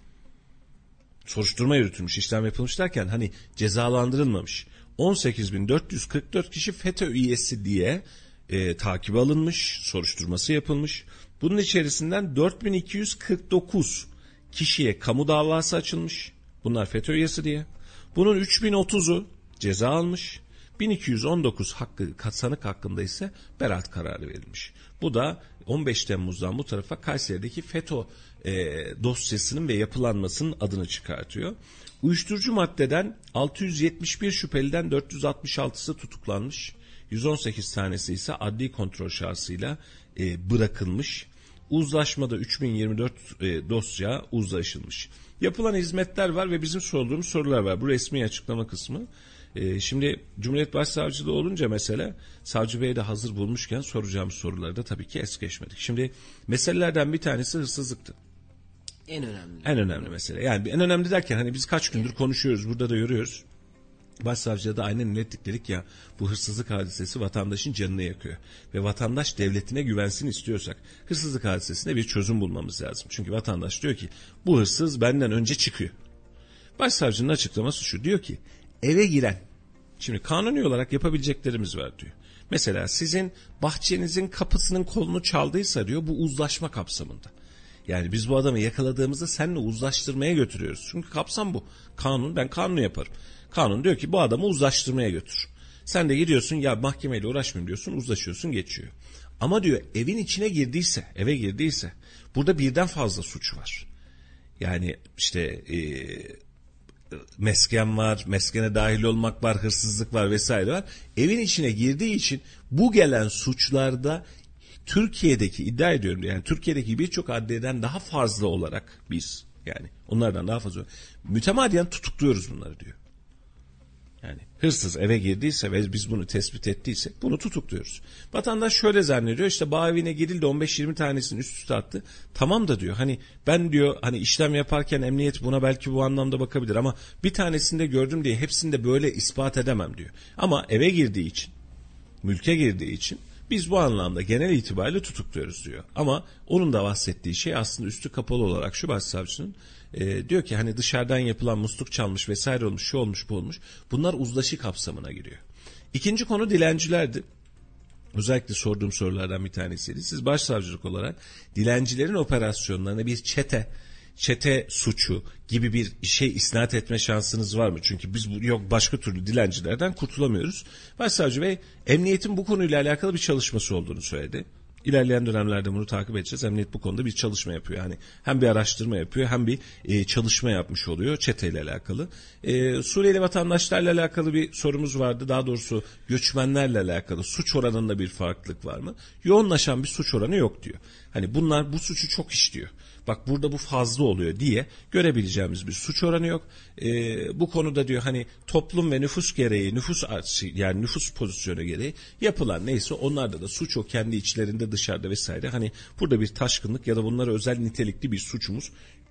Soruşturma yürütülmüş, işlem yapılmış derken hani cezalandırılmamış. on sekiz bin dört yüz kırk dört kişi FETÖ üyesi diye e, takibe alınmış, soruşturması yapılmış. Bunun içerisinden dört bin iki yüz kırk dokuz kişiye kamu davası açılmış. Bunlar FETÖ üyesi diye. Bunun üç bin otuzu ceza almış. bin iki yüz on dokuz hakkı, sanık hakkında ise beraat kararı verilmiş. Bu da on beş Temmuz'dan bu tarafa Kayseri'deki FETÖ e, dosyasının ve yapılanmasının adını çıkartıyor. Uyuşturucu maddeden altı yüz yetmiş bir şüpheliden dört yüz altmış altısı tutuklanmış. yüz on sekiz tanesi ise adli kontrol şartıyla e, bırakılmış. Uzlaşmada üç bin yirmi dört e, dosya uzlaşılmış. Yapılan hizmetler var ve bizim sorduğumuz sorular var. Bu resmi açıklama kısmı. E, şimdi Cumhuriyet Başsavcılığı olunca mesela Savcı Bey de hazır bulmuşken soracağımız soruları da tabii ki es geçmedik. Şimdi meselelerden bir tanesi hırsızlıktı. En önemli. En önemli mesele. Yani en önemli derken hani biz kaç gündür konuşuyoruz, burada da görüyoruz. Başsavcıya da aynen ilettik, dedik ya bu hırsızlık hadisesi vatandaşın canını yakıyor. Ve vatandaş devletine güvensin istiyorsak hırsızlık hadisesine bir çözüm bulmamız lazım. Çünkü vatandaş diyor ki bu hırsız benden önce çıkıyor. Başsavcının açıklaması şu, diyor ki eve giren, şimdi kanuni olarak yapabileceklerimiz var diyor. Mesela sizin bahçenizin kapısının kolunu çaldıysa diyor bu uzlaşma kapsamında. Yani biz bu adamı yakaladığımızda seninle uzlaştırmaya götürüyoruz. Çünkü kapsam bu. Kanun, ben kanunu yaparım. Kanun diyor ki bu adamı uzlaştırmaya götür. Sen de gidiyorsun ya mahkemeyle uğraşmayayım diyorsun, uzlaşıyorsun, geçiyor. Ama diyor evin içine girdiyse, eve girdiyse burada birden fazla suç var. Yani işte e, mesken var, meskene dahil olmak var, hırsızlık var vesaire var. Evin içine girdiği için bu gelen suçlarda Türkiye'deki, iddia ediyorum yani Türkiye'deki birçok adliyeden daha fazla olarak biz, yani onlardan daha fazla mütemadiyen tutukluyoruz bunları diyor. Yani hırsız eve girdiyse ve biz bunu tespit ettiysek bunu tutukluyoruz. Vatandaş şöyle zannediyor, işte bağ evine girildi on beş yirmi tanesini üst üste attı. Tamam da diyor hani ben diyor hani işlem yaparken emniyet buna belki bu anlamda bakabilir ama bir tanesinde gördüm diye hepsini de böyle ispat edemem diyor. Ama eve girdiği için, mülke girdiği için biz bu anlamda genel itibariyle tutukluyoruz diyor. Ama onun da bahsettiği şey aslında üstü kapalı olarak şu başsavcının e, diyor ki hani dışarıdan yapılan musluk çalmış vesaire olmuş, şu olmuş, bu olmuş. Bunlar uzlaşı kapsamına giriyor. İkinci konu dilencilerdi. Özellikle sorduğum sorulardan bir tanesiydi. Siz başsavcılık olarak dilencilerin operasyonlarına bir çete, çete suçu gibi bir şey isnat etme şansınız var mı? Çünkü biz bu, yok başka türlü dilencilerden kurtulamıyoruz. Başsavcı Bey emniyetin bu konuyla alakalı bir çalışması olduğunu söyledi. İlerleyen dönemlerde bunu takip edeceğiz. Emniyet bu konuda bir çalışma yapıyor. Yani hem bir araştırma yapıyor hem bir e, çalışma yapmış oluyor çeteyle alakalı. E, Suriyeli vatandaşlarla alakalı bir sorumuz vardı. Daha doğrusu göçmenlerle alakalı suç oranında bir farklılık var mı? Yoğunlaşan bir suç oranı yok diyor. Hani bunlar bu suçu çok işliyor. Bak burada bu fazla oluyor diye görebileceğimiz bir suç oranı yok. Ee, bu konuda diyor hani toplum ve nüfus gereği, nüfus artışı yani nüfus pozisyonu gereği yapılan neyse onlarda da suç o kendi içlerinde dışarıda vesaire. Hani burada bir taşkınlık ya da bunlara özel nitelikli bir suçumuz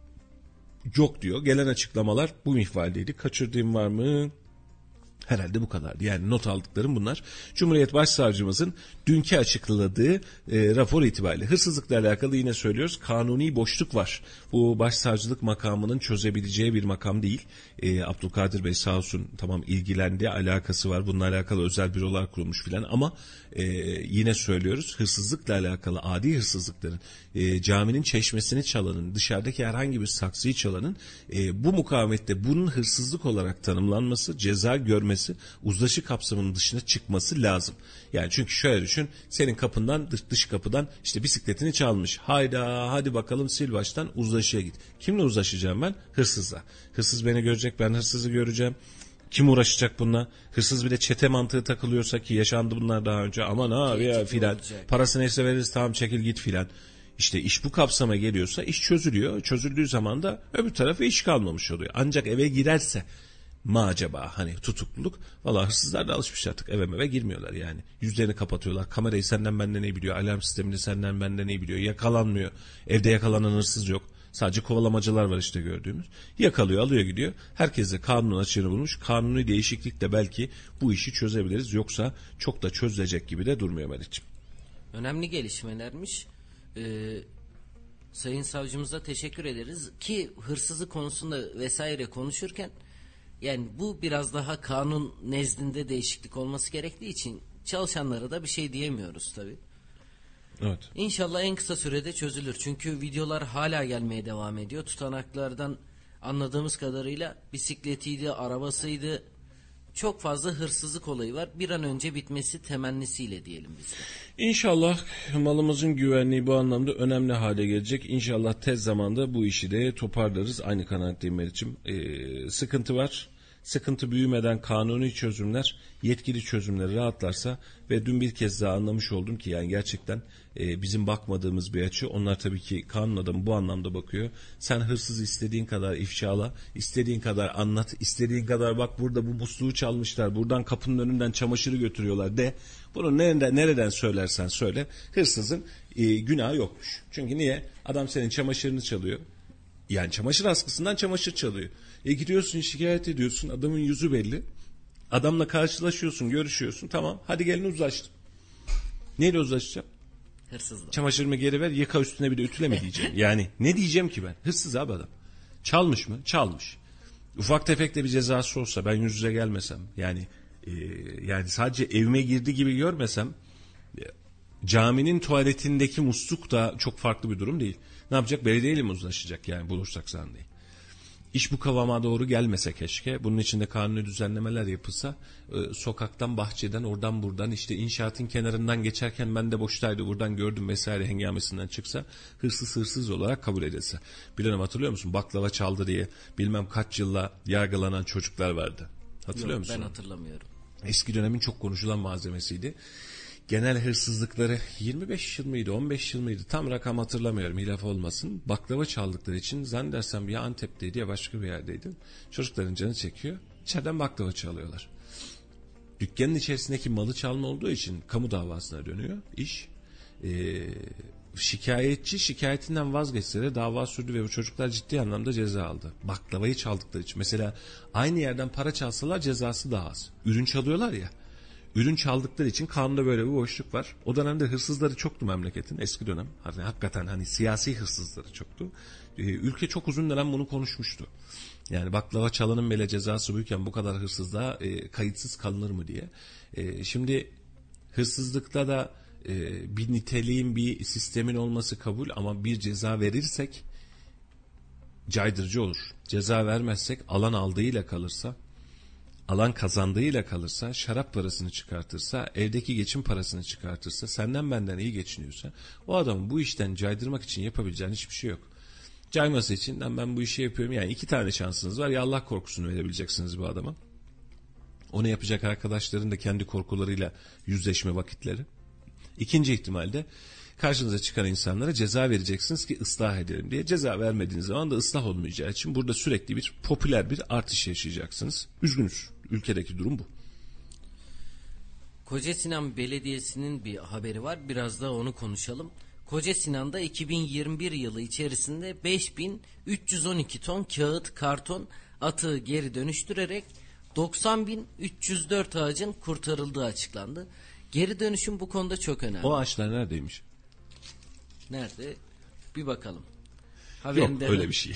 yok diyor. Gelen açıklamalar bu minvaldeydi. Kaçırdığım var mı? Herhalde bu kadardı. Yani not aldıklarım bunlar. Cumhuriyet Başsavcımızın dünkü açıkladığı e, rapor itibariyle hırsızlıkla alakalı yine söylüyoruz. Kanuni boşluk var. Bu başsavcılık makamının çözebileceği bir makam değil. E, Abdülkadir Bey sağ olsun tamam ilgilendi, alakası var. Bununla alakalı özel bürolar kurulmuş filan ama e, yine söylüyoruz. Hırsızlıkla alakalı adi hırsızlıkların e, caminin çeşmesini çalanın, dışarıdaki herhangi bir saksıyı çalanın e, bu mukavemette bunun hırsızlık olarak tanımlanması, ceza görmesi, uzlaşı kapsamının dışına çıkması lazım. Yani çünkü şöyle düşün, senin kapından dış, dış kapıdan işte bisikletini çalmış. Hayda hadi bakalım sil baştan uzlaşıya git. Kimle uzlaşacağım ben? Hırsızla. Hırsız beni görecek, ben hırsızı göreceğim. Kim uğraşacak bununla? Hırsız bir de çete mantığı takılıyorsa ki yaşandı bunlar daha önce. Aman abi ya filan. Parası neyse veririz tamam çekil git filan. İşte iş bu kapsama geliyorsa iş çözülüyor. Çözüldüğü zaman da öbür tarafa iş kalmamış oluyor. Ancak eve girerse ma acaba hani tutukluluk. Valla hırsızlar da alışmış artık eve eve girmiyorlar yani. Yüzlerini kapatıyorlar. Kamerayı senden benden ne biliyor. Alarm sistemini senden benden ne biliyor. Yakalanmıyor. Evde yakalanan hırsız yok. Sadece kovalamacılar var işte gördüğümüz. Yakalıyor alıyor gidiyor. Herkes de kanunun açığını bulmuş. Kanuni değişiklikle belki bu işi çözebiliriz. Yoksa çok da çözülecek gibi de durmuyor Melih'ciğim. Önemli gelişmelermiş. Ee, Sayın Savcımıza teşekkür ederiz. Ki hırsızlık konusunda vesaire konuşurken yani bu biraz daha kanun nezdinde değişiklik olması gerektiği için çalışanlara da bir şey diyemiyoruz tabii. Evet. İnşallah en kısa sürede çözülür. Çünkü videolar hala gelmeye devam ediyor. Tutanaklardan anladığımız kadarıyla bisikletiydi, arabasıydı. Çok fazla hırsızlık olayı var. Bir an önce bitmesi temennisiyle diyelim biz de. İnşallah malımızın güvenliği bu anlamda önemli hale gelecek. İnşallah tez zamanda bu işi de toparlarız. Aynı kanaatteyim Meriç'im. Ee, sıkıntı var. Sıkıntı büyümeden kanuni çözümler, yetkili çözümleri rahatlarsa ve dün bir kez daha anlamış oldum ki yani gerçekten e, bizim bakmadığımız bir açı. Onlar tabii ki kanun adamı bu anlamda bakıyor. Sen hırsızı istediğin kadar ifşala, istediğin kadar anlat, istediğin kadar bak burada bu musluğu çalmışlar, buradan kapının önünden çamaşırı götürüyorlar de. Bunu nereden, nereden söylersen söyle hırsızın e, günahı yokmuş. Çünkü niye? Adam senin çamaşırını çalıyor. Yani çamaşır askısından çamaşır çalıyor. E gidiyorsun şikayet ediyorsun adamın yüzü belli. Adamla karşılaşıyorsun görüşüyorsun tamam hadi gelin uzlaştım. Neyle uzlaşacağım? Hırsızla. Çamaşırımı geri ver yıka üstüne bir de ütüleme diyeceğim. Yani ne diyeceğim ki ben? Hırsız abi adam. Çalmış mı? Çalmış. Ufak tefek de bir cezası olsa ben yüz yüze gelmesem yani e, yani sadece evime girdi gibi görmesem e, caminin tuvaletindeki musluk da çok farklı bir durum değil. Ne yapacak? Belediyeyle mi uzlaşacak yani bulursak sahneyi? İş bu kıvama doğru gelmese keşke. Bunun için de kanuni düzenlemeler yapılsa e, sokaktan, bahçeden, oradan buradan işte inşaatın kenarından geçerken ben de boştaydı buradan gördüm vesaire hengamesinden çıksa hırsız hırsız olarak kabul edilse. Bir dönem hatırlıyor musun? Baklava çaldı diye bilmem kaç yılla yargılanan çocuklar vardı. Hatırlıyor Yok, musun? Ben hatırlamıyorum. Eski dönemin çok konuşulan malzemesiydi. Genel hırsızlıkları yirmi beş yıl mıydı on beş yıl mıydı tam rakam hatırlamıyorum hilaf olmasın. Baklava çaldıkları için zannedersem ya Antep'teydi ya başka bir yerdeydi. Çocukların canı çekiyor. İçeriden baklava çalıyorlar. Dükkanın içerisindeki malı çalma olduğu için kamu davasına dönüyor iş. Ee, şikayetçi şikayetinden vazgeçse de dava sürdü ve bu çocuklar ciddi anlamda ceza aldı. Baklavayı çaldıkları için. Mesela aynı yerden para çalsalar cezası daha az. Ürün çalıyorlar ya. Ürün çaldıkları için kanunda böyle bir boşluk var. O dönemde hırsızları çoktu memleketin eski dönem. Hani hakikaten hani siyasi hırsızları çoktu. Ee, ülke çok uzun dönem bunu konuşmuştu. Yani baklava çalanın bile cezası büyükken bu kadar hırsızlığa e, kayıtsız kalınır mı diye. E, şimdi hırsızlıkta da e, bir niteliğin bir sistemin olması kabul ama bir ceza verirsek caydırıcı olur. Ceza vermezsek alan aldığıyla kalırsa alan kazandığıyla kalırsa, şarap parasını çıkartırsa, evdeki geçim parasını çıkartırsa, senden benden iyi geçiniyorsa, o adamın bu işten caydırmak için yapabileceğin hiçbir şey yok. Cayması için ben bu işi yapıyorum. Yani iki tane şansınız var. Ya Allah korkusunu verebileceksiniz bu adama. Onu yapacak arkadaşların da kendi korkularıyla yüzleşme vakitleri. İkinci ihtimalde karşınıza çıkan insanlara ceza vereceksiniz ki ıslah edelim diye. Ceza vermediğiniz zaman da ıslah olmayacağı için burada sürekli bir popüler bir artış yaşayacaksınız. Üzgünüz. Ülkedeki durum bu. Kocasinan Belediyesi'nin bir haberi var. Biraz da onu konuşalım. Kocasinan'da iki bin yirmi bir yılı içerisinde beş bin üç yüz on iki ton kağıt, karton atığı geri dönüştürerek doksan bin üç yüz dört ağacın kurtarıldığı açıklandı. Geri dönüşüm bu konuda çok önemli. O ağaçlar neredeymiş? Nerede? Bir bakalım. Haberinde yok öyle bir şey.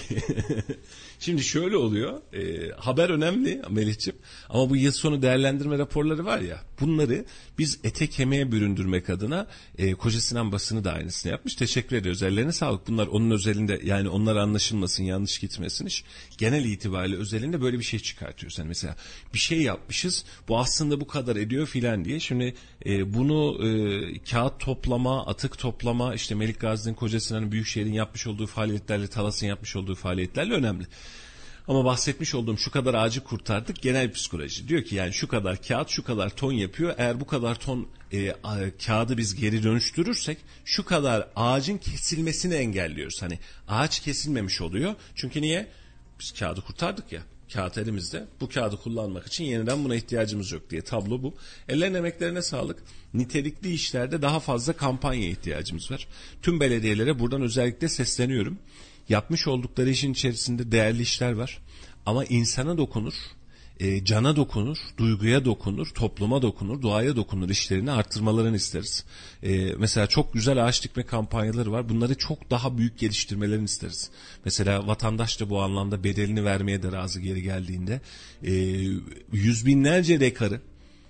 Şimdi şöyle oluyor. E, haber önemli Melih'ciğim. Ama bu yıl sonu değerlendirme raporları var ya. Bunları biz ete kemiğe büründürmek adına e, Kocasinan basını da aynısını yapmış. Teşekkür ediyoruz. Ellerine sağlık. Bunlar onun özelinde, yani onlar anlaşılmasın, yanlış gitmesin iş. Genel itibariyle özelinde böyle bir şey çıkartıyoruz. Yani mesela bir şey yapmışız. Bu aslında bu kadar ediyor filan diye. Şimdi e, bunu e, kağıt toplama, atık toplama, işte Melik Gazi'nin, Kocasinan'ın, Büyükşehir'in yapmış olduğu faaliyetlerle, Talas'ın yapmış olduğu faaliyetlerle önemli. Ama bahsetmiş olduğum şu kadar ağacı kurtardık genel psikoloji. Diyor ki yani şu kadar kağıt şu kadar ton yapıyor. Eğer bu kadar ton e, a, kağıdı biz geri dönüştürürsek şu kadar ağacın kesilmesini engelliyoruz. Hani ağaç kesilmemiş oluyor. Çünkü niye? Biz kağıdı kurtardık ya. Kağıt elimizde. Bu kağıdı kullanmak için yeniden buna ihtiyacımız yok diye. Tablo bu. Ellerine emeklerine sağlık. Nitelikli işlerde daha fazla kampanya ihtiyacımız var. Tüm belediyelere buradan özellikle sesleniyorum. Yapmış oldukları işin içerisinde değerli işler var. Ama insana dokunur, e, cana dokunur, duyguya dokunur, topluma dokunur, doğaya dokunur işlerini arttırmalarını isteriz. E, mesela çok güzel ağaç dikme kampanyaları var. Bunları çok daha büyük geliştirmelerini isteriz. Mesela vatandaş da bu anlamda bedelini vermeye de razı geri geldiğinde e, yüz binlerce dekarı,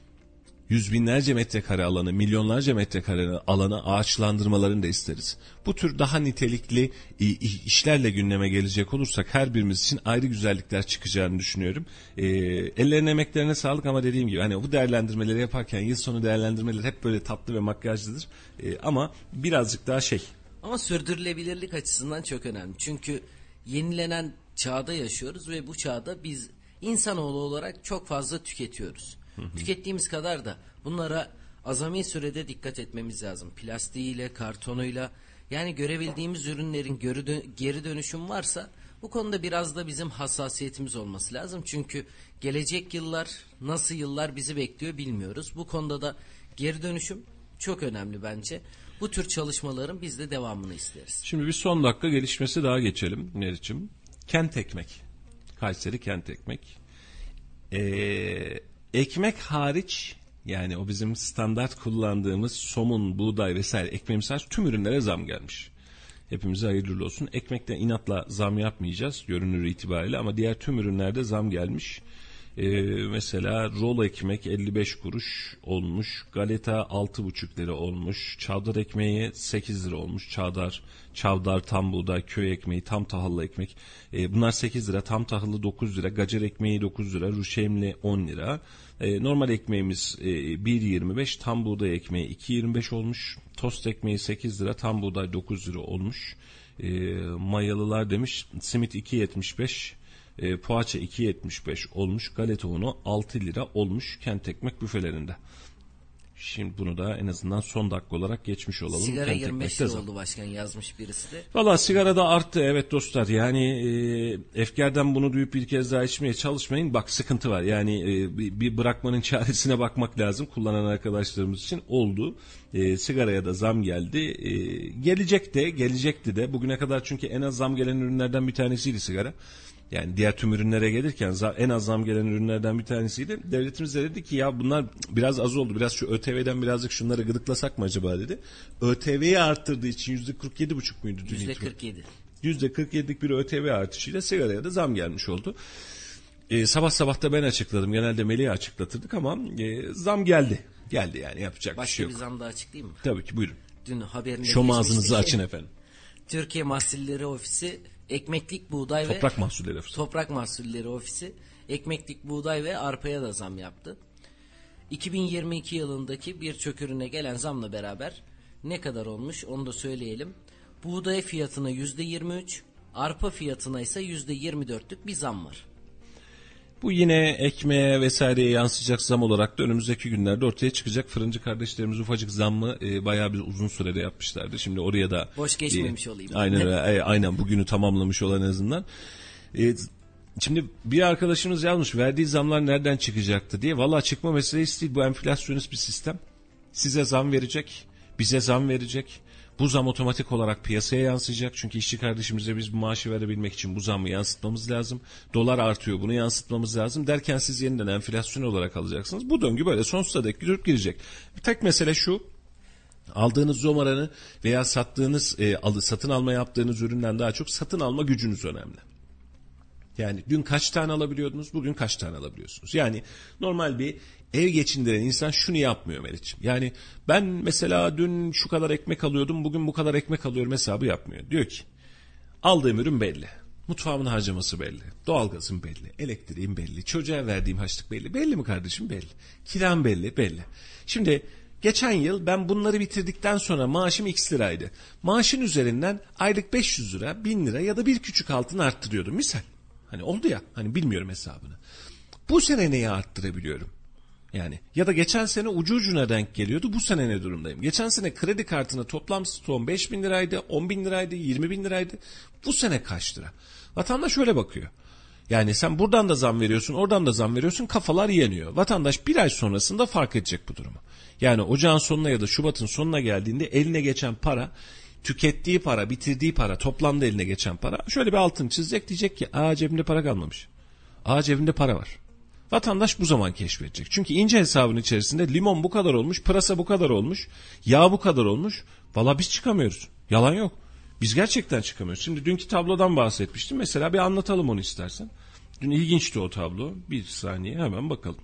yüz binlerce metrekare alanı, milyonlarca metrekare alanı ağaçlandırmalarını da isteriz. Bu tür daha nitelikli işlerle gündeme gelecek olursak her birimiz için ayrı güzellikler çıkacağını düşünüyorum. E, ellerine emeklerine sağlık ama dediğim gibi hani bu değerlendirmeleri yaparken yıl sonu değerlendirmeleri hep böyle tatlı ve makyajlıdır. E, ama birazcık daha şey. Ama sürdürülebilirlik açısından çok önemli. Çünkü yenilenen çağda yaşıyoruz ve bu çağda biz insanoğlu olarak çok fazla tüketiyoruz. Hı hı. Tükettiğimiz kadar da bunlara azami sürede dikkat etmemiz lazım. Plastiğiyle, kartonuyla, yani görebildiğimiz ürünlerin geri dönüşüm varsa bu konuda biraz da bizim hassasiyetimiz olması lazım. Çünkü gelecek yıllar, nasıl yıllar bizi bekliyor bilmiyoruz. Bu konuda da geri dönüşüm çok önemli bence. Bu tür çalışmaların biz de devamını isteriz. Şimdi bir son dakika gelişmesi daha geçelim Meriç'im. Kent ekmek. Kayseri kent ekmek. Eee... Ekmek hariç, yani o bizim standart kullandığımız somun, buğday vesaire ekmeğimiz hariç tüm ürünlere zam gelmiş. Hepimize hayırlı olsun. Ekmekte inatla zam yapmayacağız görünür itibariyle ama diğer tüm ürünlerde zam gelmiş. Ee, mesela rol ekmek elli beş kuruş olmuş. Galeta altı buçuk lira olmuş. Çavdar ekmeği sekiz lira olmuş. Çavdar, çavdar tam buğday, köy ekmeği, tam tahıllı ekmek. Ee, bunlar sekiz lira. Tam tahıllı dokuz lira. Gacar ekmeği dokuz lira. Ruşemli on lira. Ee, normal ekmeğimiz e, bir yirmi beş. Tam buğday ekmeği iki yirmi beş olmuş. Tost ekmeği sekiz lira. Tam buğday dokuz lira olmuş. Ee, mayalılar demiş. Simit iki yetmiş beş. E, poğaça iki yetmiş beş olmuş. Galeta unu altı lira olmuş kent ekmek büfelerinde. Şimdi bunu da en azından son dakika olarak geçmiş olalım. Sigara yirmi beş lira oldu başkan, yazmış birisi de. Valla sigara da arttı evet dostlar. Yani e, efkardan bunu duyup bir kez daha içmeye çalışmayın. Bak sıkıntı var. Yani e, bir, bir bırakmanın çaresine bakmak lazım. Kullanan arkadaşlarımız için oldu. E, sigaraya da zam geldi. E, gelecek de gelecekti de. Bugüne kadar çünkü en az zam gelen ürünlerden bir tanesiydi sigara. Yani diğer tüm ürünlere gelirken en az zam gelen ürünlerden bir tanesiydi. Devletimiz de dedi ki ya bunlar biraz az oldu. Biraz şu ÖTV'den birazcık şunları gıdıklasak mı acaba dedi. ÖTV'yi arttırdığı için yüzde kırk yedi buçuk muydu? Yüzde kırk yedi. Yüzde kırk yedilik bir ÖTV artışıyla sigaraya da zam gelmiş oldu. Ee, sabah sabah da ben açıkladım. Genelde Melih'e açıklatırdık ama e, zam geldi. Geldi yani yapacak Başka bir şey yok. Başka bir zam da açıklayayım mı? Tabii ki buyurun. Dün haberinde şom ağzınızı açın efendim. Türkiye Mahsulleri Ofisi ekmeklik buğday Toprak ve Toprak Mahsulleri Ofisi. Toprak Mahsulleri Ofisi ekmeklik buğday ve arpaya da zam yaptı. iki bin yirmi iki yılındaki birçok ürüne gelen zamla beraber ne kadar olmuş onu da söyleyelim. Buğday fiyatına yüzde yirmi üç, arpa fiyatına ise yüzde yirmi dörtlük bir zam var. Bu yine ekmeğe vesaireye yansıyacak zam olarak da önümüzdeki günlerde ortaya çıkacak. Fırıncı kardeşlerimiz ufacık zammı e, bayağı bir uzun sürede yapmışlardı. Şimdi oraya da... Boş geçmemiş e, olayım. Aynen öyle, e, aynen bugünü tamamlamış olan en azından. E, şimdi bir arkadaşımız yazmış, verdiği zamlar nereden çıkacaktı diye. Vallahi çıkma meselesi değil, bu enflasyonist bir sistem. Size zam verecek, bize zam verecek. Bu zam otomatik olarak piyasaya yansıyacak. Çünkü işçi kardeşimize biz bu maaşı verebilmek için bu zammı yansıtmamız lazım. Dolar artıyor, bunu yansıtmamız lazım. Derken siz yeniden enflasyon olarak alacaksınız. Bu döngü böyle sonsuza dek yürüp girecek. Bir tek mesele şu. Aldığınız zam oranı veya sattığınız, e, alı, satın alma yaptığınız üründen daha çok satın alma gücünüz önemli. Yani dün kaç tane alabiliyordunuz, bugün kaç tane alabiliyorsunuz? Yani normal bir ev geçindiren insan şunu yapmıyor Meriç'im. Yani ben mesela dün şu kadar ekmek alıyordum, bugün bu kadar ekmek alıyorum hesabı yapmıyor. Diyor ki aldığım ürün belli, mutfağımın harcaması belli, doğalgazım belli, elektriğim belli, çocuğa verdiğim harçlık belli. Belli mi kardeşim? Belli. Kiram belli, belli. Şimdi geçen yıl ben bunları bitirdikten sonra maaşım X liraydı. Maaşın üzerinden aylık beş yüz lira, bin lira ya da bir küçük altın arttırıyordum misal. Hani oldu ya, hani bilmiyorum hesabını. Bu sene neyi arttırabiliyorum? Yani ya da geçen sene ucu ucuna denk geliyordu, bu sene ne durumdayım? Geçen sene kredi kartına toplam stoğum beş bin liraydı, on bin liraydı, yirmi bin liraydı. Bu sene kaç lira? Vatandaş şöyle bakıyor. Yani sen buradan da zam veriyorsun, oradan da zam veriyorsun, kafalar yeniyor. Vatandaş bir ay sonrasında fark edecek bu durumu. Yani ocağın sonuna ya da Şubat'ın sonuna geldiğinde eline geçen para, tükettiği para, bitirdiği para, toplamda eline geçen para, şöyle bir altını çizecek, diyecek ki aa cebimde para kalmamış. Aa cebimde para var. Vatandaş bu zaman keşfedecek. Çünkü ince hesabın içerisinde limon bu kadar olmuş, pırasa bu kadar olmuş, yağ bu kadar olmuş. Valla biz çıkamıyoruz. Yalan yok. Biz gerçekten çıkamıyoruz. Şimdi dünkü tablodan bahsetmiştim. Mesela bir anlatalım onu istersen. Dün ilginçti o tablo. Bir saniye hemen bakalım.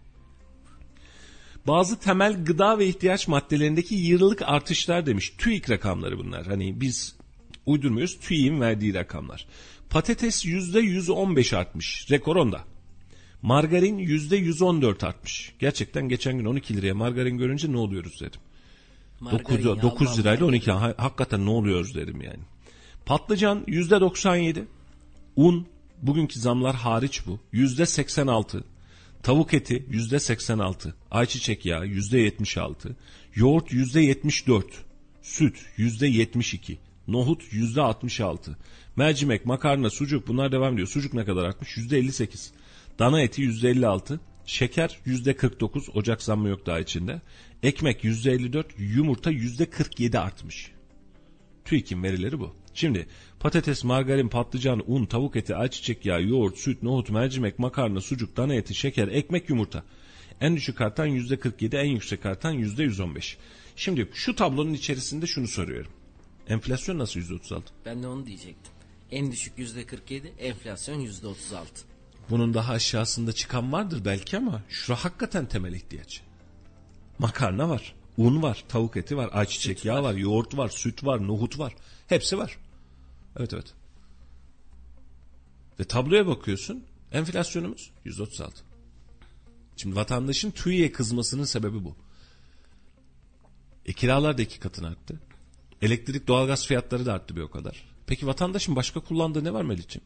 Bazı temel gıda ve ihtiyaç maddelerindeki yıllık artışlar demiş. TÜİK rakamları bunlar. Hani biz uydurmuyoruz. TÜİK'in verdiği rakamlar. Patates yüzde yüz on beş artmış. Rekor onda. Margarin yüzde yüz on dört artmış. Gerçekten geçen gün on iki liraya margarin görünce ne oluyoruz dedim. dokuz lirayla on iki. Hakikaten ne oluyoruz dedim yani. Patlıcan yüzde doksan yedi. Un, bugünkü zamlar hariç bu, yüzde seksen altı. Tavuk eti yüzde seksen altı. Ayçiçek yağı yüzde yetmiş altı. Yoğurt yüzde yetmiş dört. Süt yüzde yetmiş iki. Nohut yüzde altmış altı. Mercimek, makarna, sucuk, bunlar devam ediyor. Sucuk ne kadar artmış? yüzde elli sekiz. Dana eti yüzde elli altı. Şeker yüzde kırk dokuz. Ocak zammı yok daha içinde. Ekmek yüzde elli dört. Yumurta yüzde kırk yedi artmış. TÜİK'in verileri bu. Şimdi patates, margarin, patlıcan, un, tavuk eti, ayçiçek yağı, yoğurt, süt, nohut, mercimek, makarna, sucuk, dana eti, şeker, ekmek, yumurta. En düşük artan yüzde kırk yedi, en yüksek artan yüzde yüz on beş. Şimdi şu tablonun içerisinde şunu soruyorum. Enflasyon nasıl yüzde otuz altı? Ben de onu diyecektim. En düşük yüzde kırk yedi, enflasyon yüzde otuz altı. Bunun daha aşağısında çıkan vardır belki ama şura hakikaten temel ihtiyaç. Makarna var, un var, tavuk eti var, ayçiçek süt yağı var. var, yoğurt var, süt var, nohut var. Hepsi var. Evet evet. Ve tabloya bakıyorsun, enflasyonumuz yüzde otuz altı. Şimdi vatandaşın TÜİK'e kızmasının sebebi bu. E, kiralar da iki katına arttı. Elektrik, doğalgaz fiyatları da arttı bir o kadar. Peki vatandaşın başka kullandığı ne var Melih'ciğim?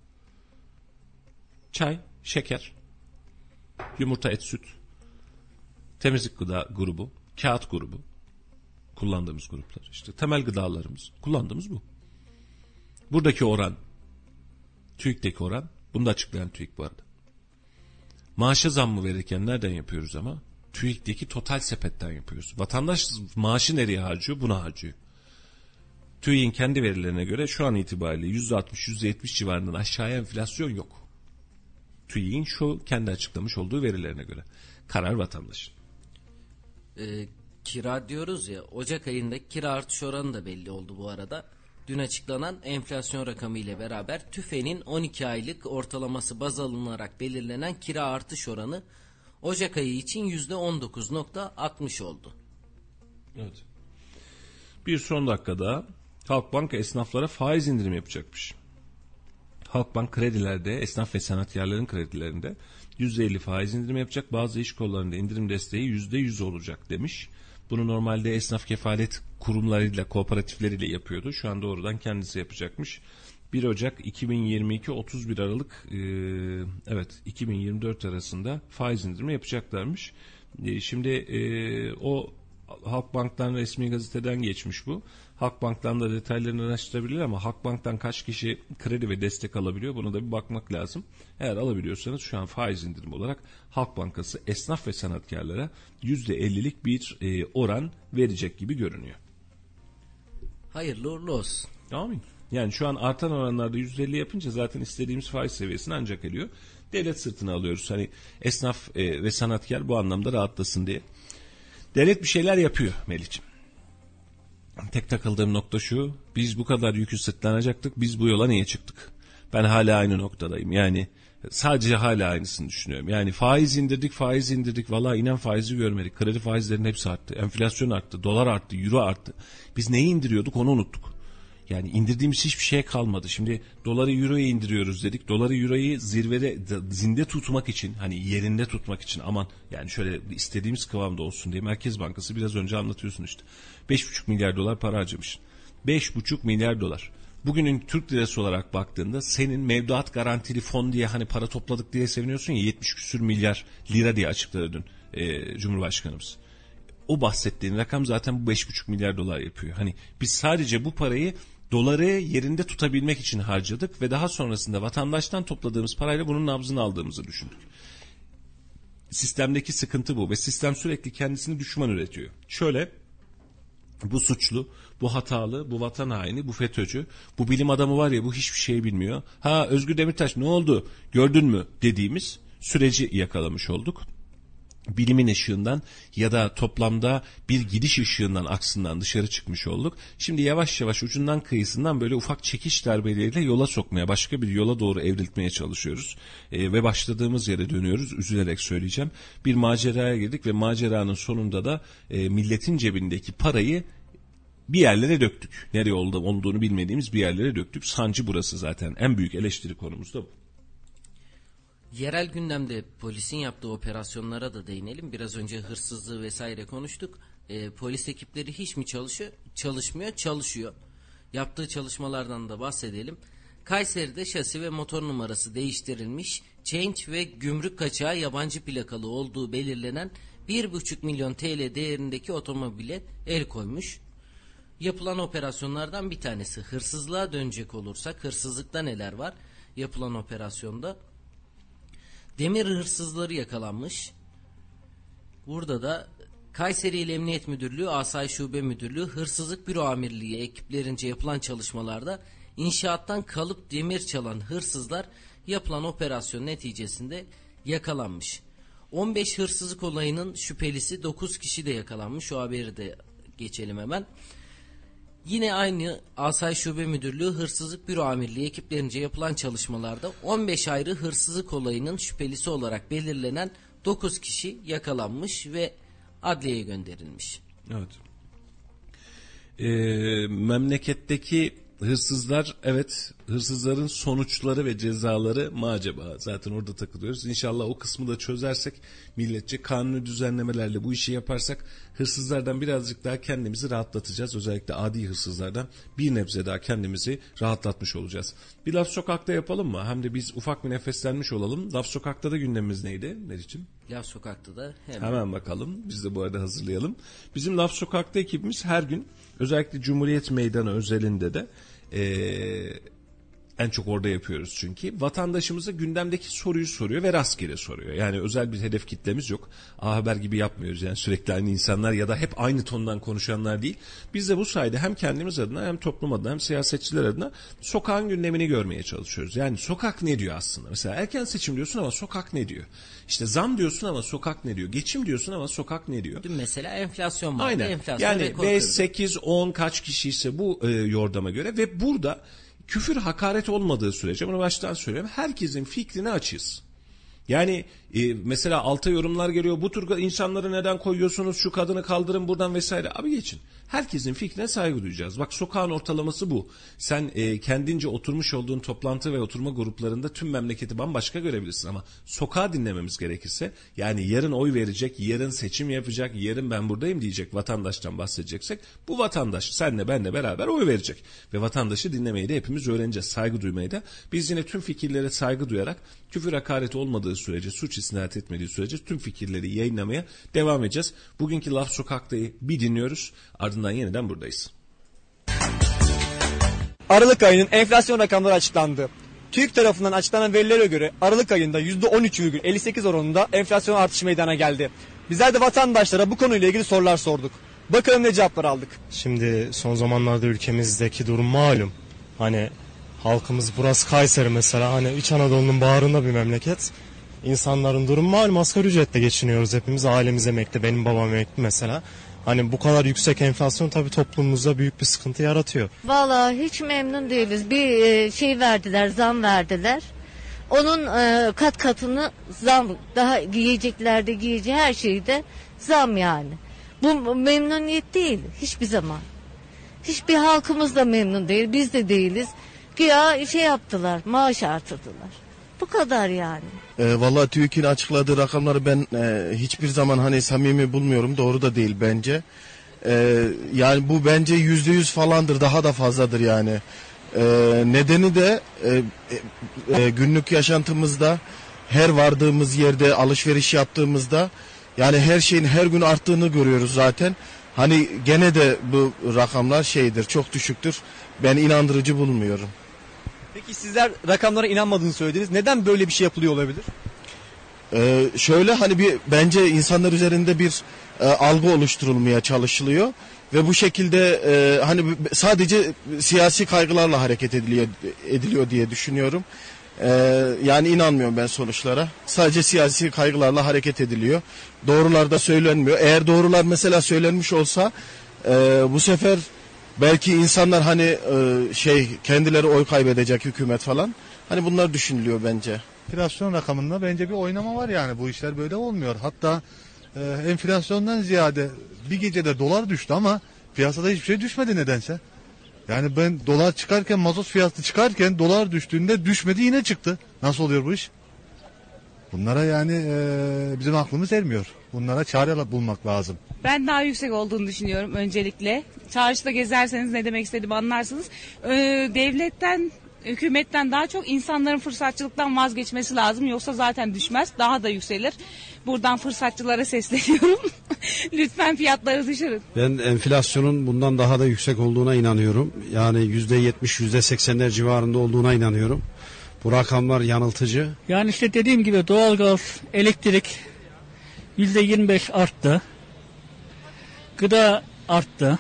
Çay, şeker, yumurta, et, süt, temizlik gıda grubu, kağıt grubu, kullandığımız gruplar. İşte temel gıdalarımız, kullandığımız bu. Buradaki oran, TÜİK'teki oran, bunu da açıklayan TÜİK bu arada. Maaşa zam mı verirken nereden yapıyoruz ama? TÜİK'teki total sepetten yapıyoruz. Vatandaş maaşı nereye harcıyor? Buna harcıyor. TÜİK'in kendi verilerine göre şu an itibariyle yüzde altmış yüzde yetmiş civarından aşağıya enflasyon yok. TÜİK'in şu kendi açıklamış olduğu verilerine göre. Karar vatandaşın. Ee, kira diyoruz ya, Ocak ayında kira artış oranı da belli oldu bu arada. Dün açıklanan enflasyon rakamı ile beraber TÜFE'nin on iki aylık ortalaması baz alınarak belirlenen kira artış oranı Ocak ayı için yüzde on dokuz nokta altmış oldu. Evet. Bir son dakikada Halkbank esnaflara faiz indirimi yapacakmış. Halkbank kredilerde, esnaf ve sanatkarların kredilerinde yüzde elli faiz indirimi yapacak. Bazı iş kollarında indirim desteği yüzde yüz olacak demiş. Bunu normalde esnaf kefalet kurumlarıyla, kooperatifleriyle yapıyordu. Şu an doğrudan kendisi yapacakmış. bir Ocak iki bin yirmi iki otuz bir Aralık e, evet iki bin yirmi dört arasında faiz indirimi yapacaklarmış. E, şimdi e, o Halkbank'tan, resmi gazeteden geçmiş bu. Halkbank'tan da detaylarını araştırabilir ama Halkbank'tan kaç kişi kredi ve destek alabiliyor, buna da bir bakmak lazım. Eğer alabiliyorsanız şu an faiz indirimi olarak Halk Bankası esnaf ve sanatkarlara yüzde ellilik bir e, oran verecek gibi görünüyor. Hayırlı uğurlu olsun. Amin. Yani şu an artan oranlarda yüzde elli yapınca zaten istediğimiz faiz seviyesini ancak geliyor. Devlet sırtına alıyoruz. Hani esnaf e, ve sanatkar bu anlamda rahatlasın diye. Devlet bir şeyler yapıyor Melih'ciğim. Tek takıldığım nokta şu: biz bu kadar yükü sırtlanacaktık, biz bu yola niye çıktık? Ben hala aynı noktadayım. Yani sadece hala aynısını düşünüyorum. Yani faiz indirdik, faiz indirdik. Vallahi inen faizi görmedik. Kredi faizlerinin hepsi arttı. Enflasyon arttı, dolar arttı, euro arttı. Biz neyi indiriyorduk onu unuttuk. Yani indirdiğimiz hiçbir şey kalmadı. Şimdi doları euroya indiriyoruz dedik. Doları euroyu zirvede, zinde tutmak için, hani yerinde tutmak için, aman yani şöyle istediğimiz kıvamda olsun diye Merkez Bankası, biraz önce anlatıyorsun işte, beş buçuk milyar dolar para harcamış. beş buçuk milyar dolar. Bugünün Türk lirası olarak baktığında senin mevduat garantili fon diye hani para topladık diye seviniyorsun ya, yetmiş küsür milyar lira diye açıkladı dün e, Cumhurbaşkanımız. O bahsettiğin rakam zaten bu beş buçuk milyar dolar yapıyor. Hani biz sadece bu parayı doları yerinde tutabilmek için harcadık ve daha sonrasında vatandaştan topladığımız parayla bunun nabzını aldığımızı düşündük. Sistemdeki sıkıntı bu ve sistem sürekli kendisini düşman üretiyor. Şöyle, bu suçlu, bu hatalı, bu vatan haini, bu FETÖ'cü, bu bilim adamı var ya, bu hiçbir şey bilmiyor. Ha Özgür Demirtaş ne oldu gördün mü dediğimiz süreci yakalamış olduk. Bilimin ışığından ya da toplamda bir gidiş ışığından, aksından dışarı çıkmış olduk. Şimdi yavaş yavaş ucundan kıyısından böyle ufak çekiş darbeleriyle yola sokmaya, başka bir yola doğru evriltmeye çalışıyoruz. E, ve başladığımız yere dönüyoruz. Üzülerek söyleyeceğim. Bir maceraya girdik ve maceranın sonunda da e, milletin cebindeki parayı bir yerlere döktük. Nereye olduğunu bilmediğimiz bir yerlere döktük. Sancı burası zaten. En büyük eleştiri konumuz da bu. Yerel gündemde polisin yaptığı operasyonlara da değinelim. Biraz önce hırsızlığı vesaire konuştuk. E, polis ekipleri hiç mi çalışıyor? Çalışmıyor, çalışıyor. Yaptığı çalışmalardan da bahsedelim. Kayseri'de şasi ve motor numarası değiştirilmiş, change ve gümrük kaçağı yabancı plakalı olduğu belirlenen bir buçuk milyon T L değerindeki otomobile el koymuş. Yapılan operasyonlardan bir tanesi. Hırsızlığa dönecek olursak, hırsızlıkta neler var? Yapılan operasyonda demir hırsızları yakalanmış. Burada da Kayseri İl Emniyet Müdürlüğü, Asayiş Şube Müdürlüğü, Hırsızlık Büro Amirliği ekiplerince yapılan çalışmalarda inşaattan kalıp demir çalan hırsızlar yapılan operasyon neticesinde yakalanmış. on beş hırsızlık olayının şüphelisi dokuz kişi de yakalanmış. O haberi de geçelim hemen. Yine aynı Asayiş Şube Müdürlüğü, Hırsızlık Büro Amirliği ekiplerince yapılan çalışmalarda on beş ayrı hırsızlık olayının şüphelisi olarak belirlenen dokuz kişi yakalanmış ve adliyeye gönderilmiş. Evet. Ee, memleketteki hırsızlar, evet, hırsızların sonuçları ve cezaları mı acaba? Zaten orada takılıyoruz. İnşallah o kısmı da çözersek, milletçe kanuni düzenlemelerle bu işi yaparsak hırsızlardan birazcık daha kendimizi rahatlatacağız. Özellikle adi hırsızlardan bir nebze daha kendimizi rahatlatmış olacağız. Bir laf sokakta yapalım mı? Hem de biz ufak bir nefeslenmiş olalım. Laf sokakta da gündemimiz neydi Meriç'im? Laf sokakta da hemen. Hemen bakalım. Biz de bu arada hazırlayalım. Bizim Laf Sokak'ta ekibimiz her gün, özellikle Cumhuriyet Meydanı özelinde de Ee, en çok orada yapıyoruz çünkü. Vatandaşımıza gündemdeki soruyu soruyor ve rastgele soruyor. Yani özel bir hedef kitlemiz yok. A Haber gibi yapmıyoruz yani, sürekli aynı insanlar ya da hep aynı tondan konuşanlar değil. Biz de bu sayede hem kendimiz adına hem toplum adına hem siyasetçiler adına sokağın gündemini görmeye çalışıyoruz. Yani sokak ne diyor aslında? Mesela erken seçim diyorsun ama sokak ne diyor? İşte zam diyorsun ama sokak ne diyor? Geçim diyorsun ama sokak ne diyor? Dün mesela enflasyon vardı. Aynen. Enflasyon yani beş, sekiz, on kaç kişi ise bu e, yordama göre ve burada küfür, hakaret olmadığı sürece, bunu baştan söylüyorum, herkesin fikrine açığız. Yani e, mesela alta yorumlar geliyor. Bu tür insanları neden koyuyorsunuz? Şu kadını kaldırın buradan vesaire. Abi geçin. Herkesin fikrine saygı duyacağız. Bak sokağın ortalaması bu. Sen e, kendince oturmuş olduğun toplantı ve oturma gruplarında tüm memleketi bambaşka görebilirsin. Ama sokağı dinlememiz gerekirse, yani yarın oy verecek, yarın seçim yapacak, yarın ben buradayım diyecek vatandaştan bahsedeceksek, bu vatandaş senle benle beraber oy verecek. Ve vatandaşı dinlemeyi de hepimiz öğreneceğiz. Saygı duymayı da. Biz yine tüm fikirlere saygı duyarak, küfür hakaret olmadığı sürece, suç isnat etmediği sürece tüm fikirleri yayınlamaya devam edeceğiz. Bugünkü Laf Sokak'ta'yı bir dinliyoruz. Ardından yeniden buradayız. Aralık ayının enflasyon rakamları açıklandı. TÜİK tarafından açıklanan verilere göre Aralık ayında yüzde on üç virgül elli sekiz oranında enflasyon artışı meydana geldi. Bizler de vatandaşlara bu konuyla ilgili sorular sorduk. Bakalım ne cevaplar aldık. Şimdi son zamanlarda ülkemizdeki durum malum. Hani halkımız, burası Kayseri mesela, hani İç Anadolu'nun bağrında bir memleket. İnsanların durumu malum, asgari ücretle geçiniyoruz hepimiz. Ailemiz emekli, benim babam emekli mesela. Hani bu kadar yüksek enflasyon tabii toplumumuzda büyük bir sıkıntı yaratıyor. Vallahi hiç memnun değiliz. Bir şey verdiler, zam verdiler. Onun kat katını zam, daha giyeceklerde giyeceği her şeyde zam yani. Bu memnuniyet değil hiçbir zaman. Hiçbir halkımız da memnun değil, biz de değiliz. Güya şey yaptılar, maaş artırdılar. Bu kadar yani. E, vallahi TÜİK'in açıkladığı rakamları ben e, hiçbir zaman hani samimi bulmuyorum. Doğru da değil bence. E, yani bu bence yüzde yüz falandır, daha da fazladır yani. E, nedeni de e, e, günlük yaşantımızda, her vardığımız yerde alışveriş yaptığımızda, yani her şeyin her gün arttığını görüyoruz zaten. Hani gene de bu rakamlar şeydir, çok düşüktür. Ben inandırıcı bulmuyorum. Peki sizler rakamlara inanmadığını söylediniz. Neden böyle bir şey yapılıyor olabilir? Ee, şöyle hani bir bence insanlar üzerinde bir e, algı oluşturulmaya çalışılıyor ve bu şekilde e, hani sadece siyasi kaygılarla hareket ediliyor ediliyor diye düşünüyorum. Ee, yani inanmıyorum ben sonuçlara. Sadece siyasi kaygılarla hareket ediliyor. Doğrular da söylenmiyor. Eğer doğrular mesela söylenmiş olsa e, bu sefer belki insanlar hani e, şey kendileri oy kaybedecek, hükümet falan. Hani bunlar düşünülüyor bence. Enflasyon rakamında bence bir oynama var yani. Bu işler böyle olmuyor. Hatta e, enflasyondan ziyade bir gecede dolar düştü ama piyasada hiçbir şey düşmedi nedense. Yani ben dolar çıkarken, mazot fiyatı çıkarken dolar düştüğünde düşmedi, yine çıktı. Nasıl oluyor bu iş? Bunlara yani e, bizim aklımız ermiyor. Bunlara çare bulmak lazım. Ben daha yüksek olduğunu düşünüyorum öncelikle. Çarşıda gezerseniz ne demek istediğimi anlarsınız. Ee, devletten, hükümetten daha çok insanların fırsatçılıktan vazgeçmesi lazım. Yoksa zaten düşmez, daha da yükselir. Buradan fırsatçılara sesleniyorum. Lütfen fiyatları düşürün. Ben enflasyonun bundan daha da yüksek olduğuna inanıyorum. Yani yüzde yetmiş, yüzde seksenler civarında olduğuna inanıyorum. Bu rakamlar yanıltıcı. Yani işte dediğim gibi doğalgaz, elektrik yüzde yirmi beş arttı. Gıda arttı.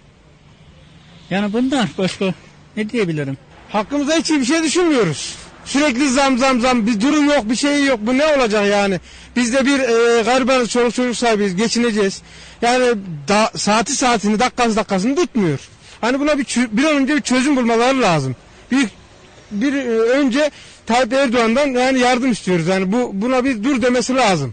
Yani bundan başka ne diyebilirim? Hakkımızda hiç bir şey düşünmüyoruz. Sürekli zam zam zam, bir durum yok, bir şey yok. Bu ne olacak yani? Biz de bir e, gariban çoluk çocuk sahibiyiz, geçineceğiz. Yani da, saati saatini, dakikası dakikasını tutmuyor. Hani buna bir, bir an önce bir çözüm bulmaları lazım. Bir, bir e, önce Tayyip Erdoğan'dan yani yardım istiyoruz. Yani bu buna bir dur demesi lazım.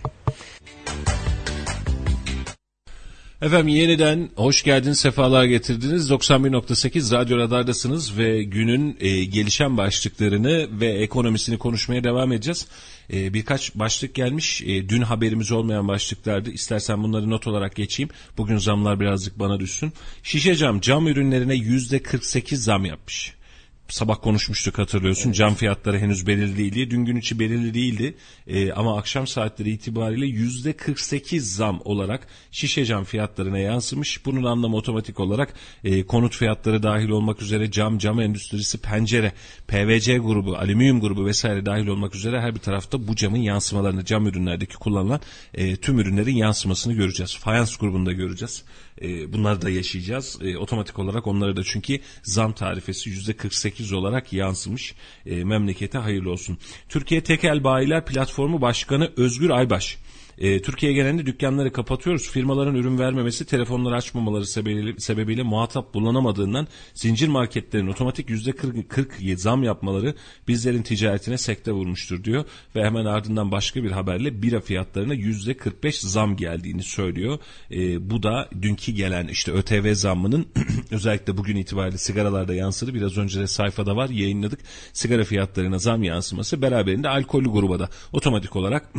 Efendim yeniden hoş geldiniz, sefalar getirdiniz. doksan bir nokta sekiz Radyo Radar'dasınız ve günün e, gelişen başlıklarını ve ekonomisini konuşmaya devam edeceğiz. E, birkaç başlık gelmiş. E, dün haberimiz olmayan başlıklardı. İstersen bunları not olarak geçeyim. Bugün zamlar birazcık bana düşsün. Şişe cam, cam ürünlerine yüzde kırk sekiz zam yapmış. Sabah konuşmuştuk, hatırlıyorsun. Evet. Cam fiyatları henüz belirli değil diye. Dün gün içi belirli değildi. Ee, ama akşam saatleri itibariyle yüzde kırk sekiz zam olarak şişe cam fiyatlarına yansımış. Bunun anlamı otomatik olarak e, konut fiyatları dahil olmak üzere cam, cam endüstrisi, pencere, P V C grubu, alüminyum grubu vesaire dahil olmak üzere her bir tarafta bu camın yansımalarını, cam ürünlerdeki kullanılan e, tüm ürünlerin yansımasını göreceğiz. Fayans grubunda göreceğiz. E, bunları da yaşayacağız. E, otomatik olarak onları da, çünkü zam tarifesi yüzde kırk sekiz olarak yansımış. E, memlekete hayırlı olsun. Türkiye Tekel Bayiler Platformu Başkanı Özgür Aybaş E, Türkiye genelinde dükkanları kapatıyoruz. Firmaların ürün vermemesi, telefonları açmamaları sebebiyle, sebebiyle muhatap bulunamadığından zincir marketlerin otomatik yüzde kırk zam yapmaları bizlerin ticaretine sekte vurmuştur diyor. Ve hemen ardından başka bir haberle bira fiyatlarına yüzde kırk beş zam geldiğini söylüyor. E, bu da dünkü gelen işte ÖTV zammının özellikle bugün itibariyle sigaralarda yansıdı. Biraz önce de sayfada var, yayınladık. Sigara fiyatlarına zam yansıması beraberinde alkollü gruba da otomatik olarak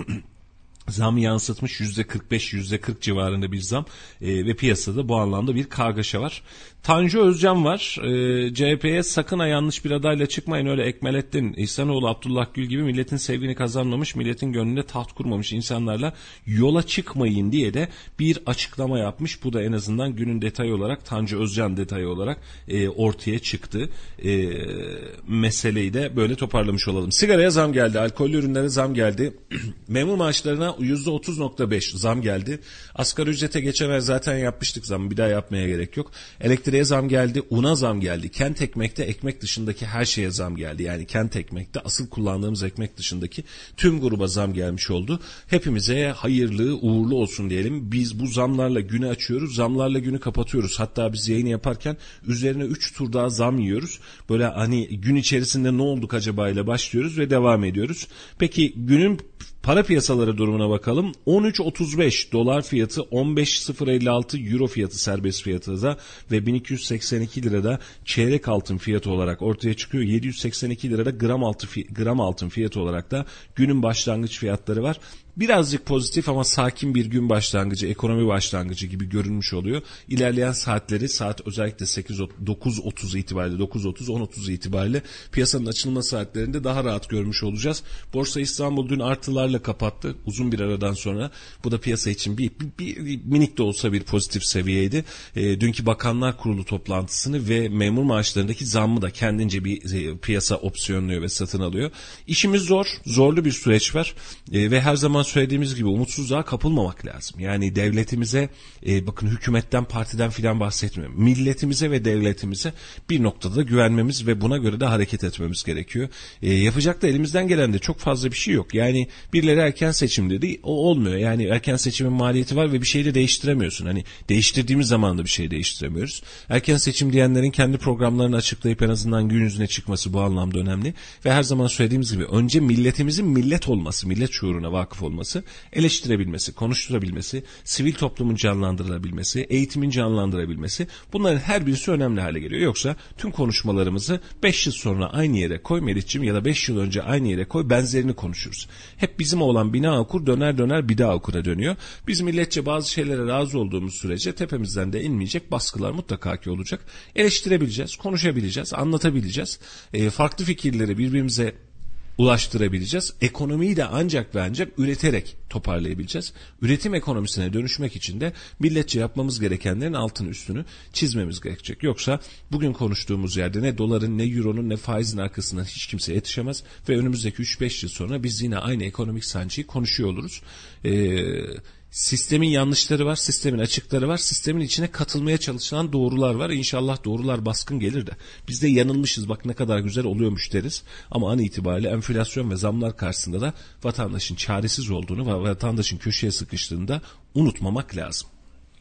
zam yansıtmış. Yüzde kırk beş yüzde kırk civarında bir zam e, ve piyasada bu anlamda bir kargaşa var. Tanju Özcan var. E, C H P'ye sakın ha yanlış bir adayla çıkmayın, öyle Ekmelettin, İhsanoğlu, Abdullah Gül gibi milletin sevgini kazanmamış, milletin gönlünde taht kurmamış insanlarla yola çıkmayın diye de bir açıklama yapmış. Bu da en azından günün detayı olarak, Tanju Özcan detayı olarak e, ortaya çıktı. E, meseleyi de böyle toparlamış olalım. Sigaraya zam geldi, alkollü ürünlere zam geldi. Memur maaşlarına yüzde otuz nokta beş zam geldi. Asgari ücrete geçen ay zaten yapmıştık zam, bir daha yapmaya gerek yok. Elektriğe zam geldi, una zam geldi. Kent ekmekte, ekmek dışındaki her şeye zam geldi. Yani kent ekmekte asıl kullandığımız ekmek dışındaki tüm gruba zam gelmiş oldu. Hepimize hayırlı, uğurlu olsun diyelim. Biz bu zamlarla günü açıyoruz, zamlarla günü kapatıyoruz. Hatta biz yayını yaparken üzerine üç tur daha zam yiyoruz. Böyle hani gün içerisinde ne olduk acaba ile başlıyoruz ve devam ediyoruz. Peki günün para piyasaları durumuna bakalım. on üç otuz beş dolar fiyatı, on beş sıfır elli altı euro fiyatı serbest fiyatı da ve bin iki yüz seksen iki lirada çeyrek altın fiyatı olarak ortaya çıkıyor. yedi yüz seksen iki lirada gram altın gram altın fiyatı olarak da günün başlangıç fiyatları var. Birazcık pozitif ama sakin bir gün başlangıcı, ekonomi başlangıcı gibi görünmüş oluyor. İlerleyen saatleri, saat özellikle sekiz dokuz otuz itibariyle, dokuz otuz on otuz itibariyle piyasanın açılma saatlerinde daha rahat görmüş olacağız. Borsa İstanbul dün artılarla kapattı uzun bir aradan sonra. Bu da piyasa için bir, bir, bir minik de olsa bir pozitif seviyeydi. E, dünkü Bakanlar Kurulu toplantısını ve memur maaşlarındaki zammı da kendince bir e, piyasa opsiyonluyor ve satın alıyor. İşimiz zor, zorlu bir süreç var e, ve her zaman söylediğimiz gibi umutsuzluğa kapılmamak lazım. Yani devletimize, e, bakın hükümetten, partiden filan bahsetmiyorum. Milletimize ve devletimize bir noktada da güvenmemiz ve buna göre de hareket etmemiz gerekiyor. E, yapacak da elimizden gelen de çok fazla bir şey yok. Yani birileri erken seçim dedi, o olmuyor. Yani erken seçimin maliyeti var ve bir şeyi de değiştiremiyorsun. Hani değiştirdiğimiz zaman da bir şey değiştiremiyoruz. Erken seçim diyenlerin kendi programlarını açıklayıp en azından gün yüzüne çıkması bu anlamda önemli. Ve her zaman söylediğimiz gibi önce milletimizin millet olması, millet şuuruna vakıf olması, eleştirebilmesi, konuşturabilmesi, sivil toplumun canlandırılabilmesi, eğitimin canlandırabilmesi, bunların her birisi önemli hale geliyor. Yoksa tüm konuşmalarımızı beş yıl sonra aynı yere koy Meriç'im ya da beş yıl önce aynı yere koy, benzerini konuşuruz. Hep bizim olan bina okur, döner döner bir daha okura dönüyor. Biz milletçe bazı şeylere razı olduğumuz sürece tepemizden de inmeyecek baskılar mutlaka ki olacak. Eleştirebileceğiz, konuşabileceğiz, anlatabileceğiz. E, farklı fikirleri birbirimize ulaştırabileceğiz. Ekonomiyi de ancak ve ancak üreterek toparlayabileceğiz. Üretim ekonomisine dönüşmek için de milletçe yapmamız gerekenlerin altını üstünü çizmemiz gerekecek. Yoksa bugün konuştuğumuz yerde ne doların, ne euronun, ne faizin arkasından hiç kimse yetişemez ve önümüzdeki üç beş yıl sonra biz yine aynı ekonomik sancıyı konuşuyor oluruz. Eee Sistemin yanlışları var, sistemin açıkları var, sistemin içine katılmaya çalışılan doğrular var. İnşallah doğrular baskın gelir de biz de yanılmışız, bak ne kadar güzel oluyormuş deriz. Ama an itibariyle enflasyon ve zamlar karşısında da vatandaşın çaresiz olduğunu ve vatandaşın köşeye sıkıştığını da unutmamak lazım.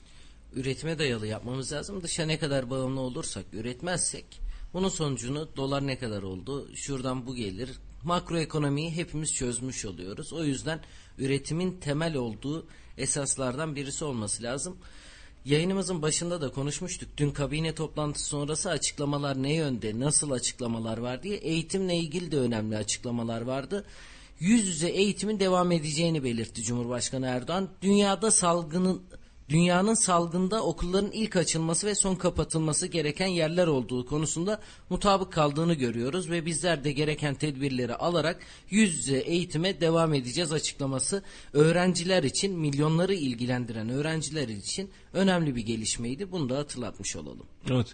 Üretime dayalı yapmamız lazım. Dışa ne kadar bağımlı olursak, üretmezsek bunun sonucunu dolar ne kadar oldu, şuradan bu gelir. Makroekonomiyi hepimiz çözmüş oluyoruz. O yüzden üretimin temel olduğu esaslardan birisi olması lazım. Yayınımızın başında da konuşmuştuk. Dün kabine toplantısı sonrası açıklamalar ne yönde, nasıl açıklamalar var diye. Eğitimle ilgili de önemli açıklamalar vardı. Yüz yüze eğitimin devam edeceğini belirtti Cumhurbaşkanı Erdoğan. Dünyada salgının Dünyanın salgında okulların ilk açılması ve son kapatılması gereken yerler olduğu konusunda mutabık kaldığını görüyoruz ve bizler de gereken tedbirleri alarak yüz yüze eğitime devam edeceğiz açıklaması öğrenciler için, milyonları ilgilendiren öğrenciler için önemli bir gelişmeydi. Bunu da hatırlatmış olalım. Evet.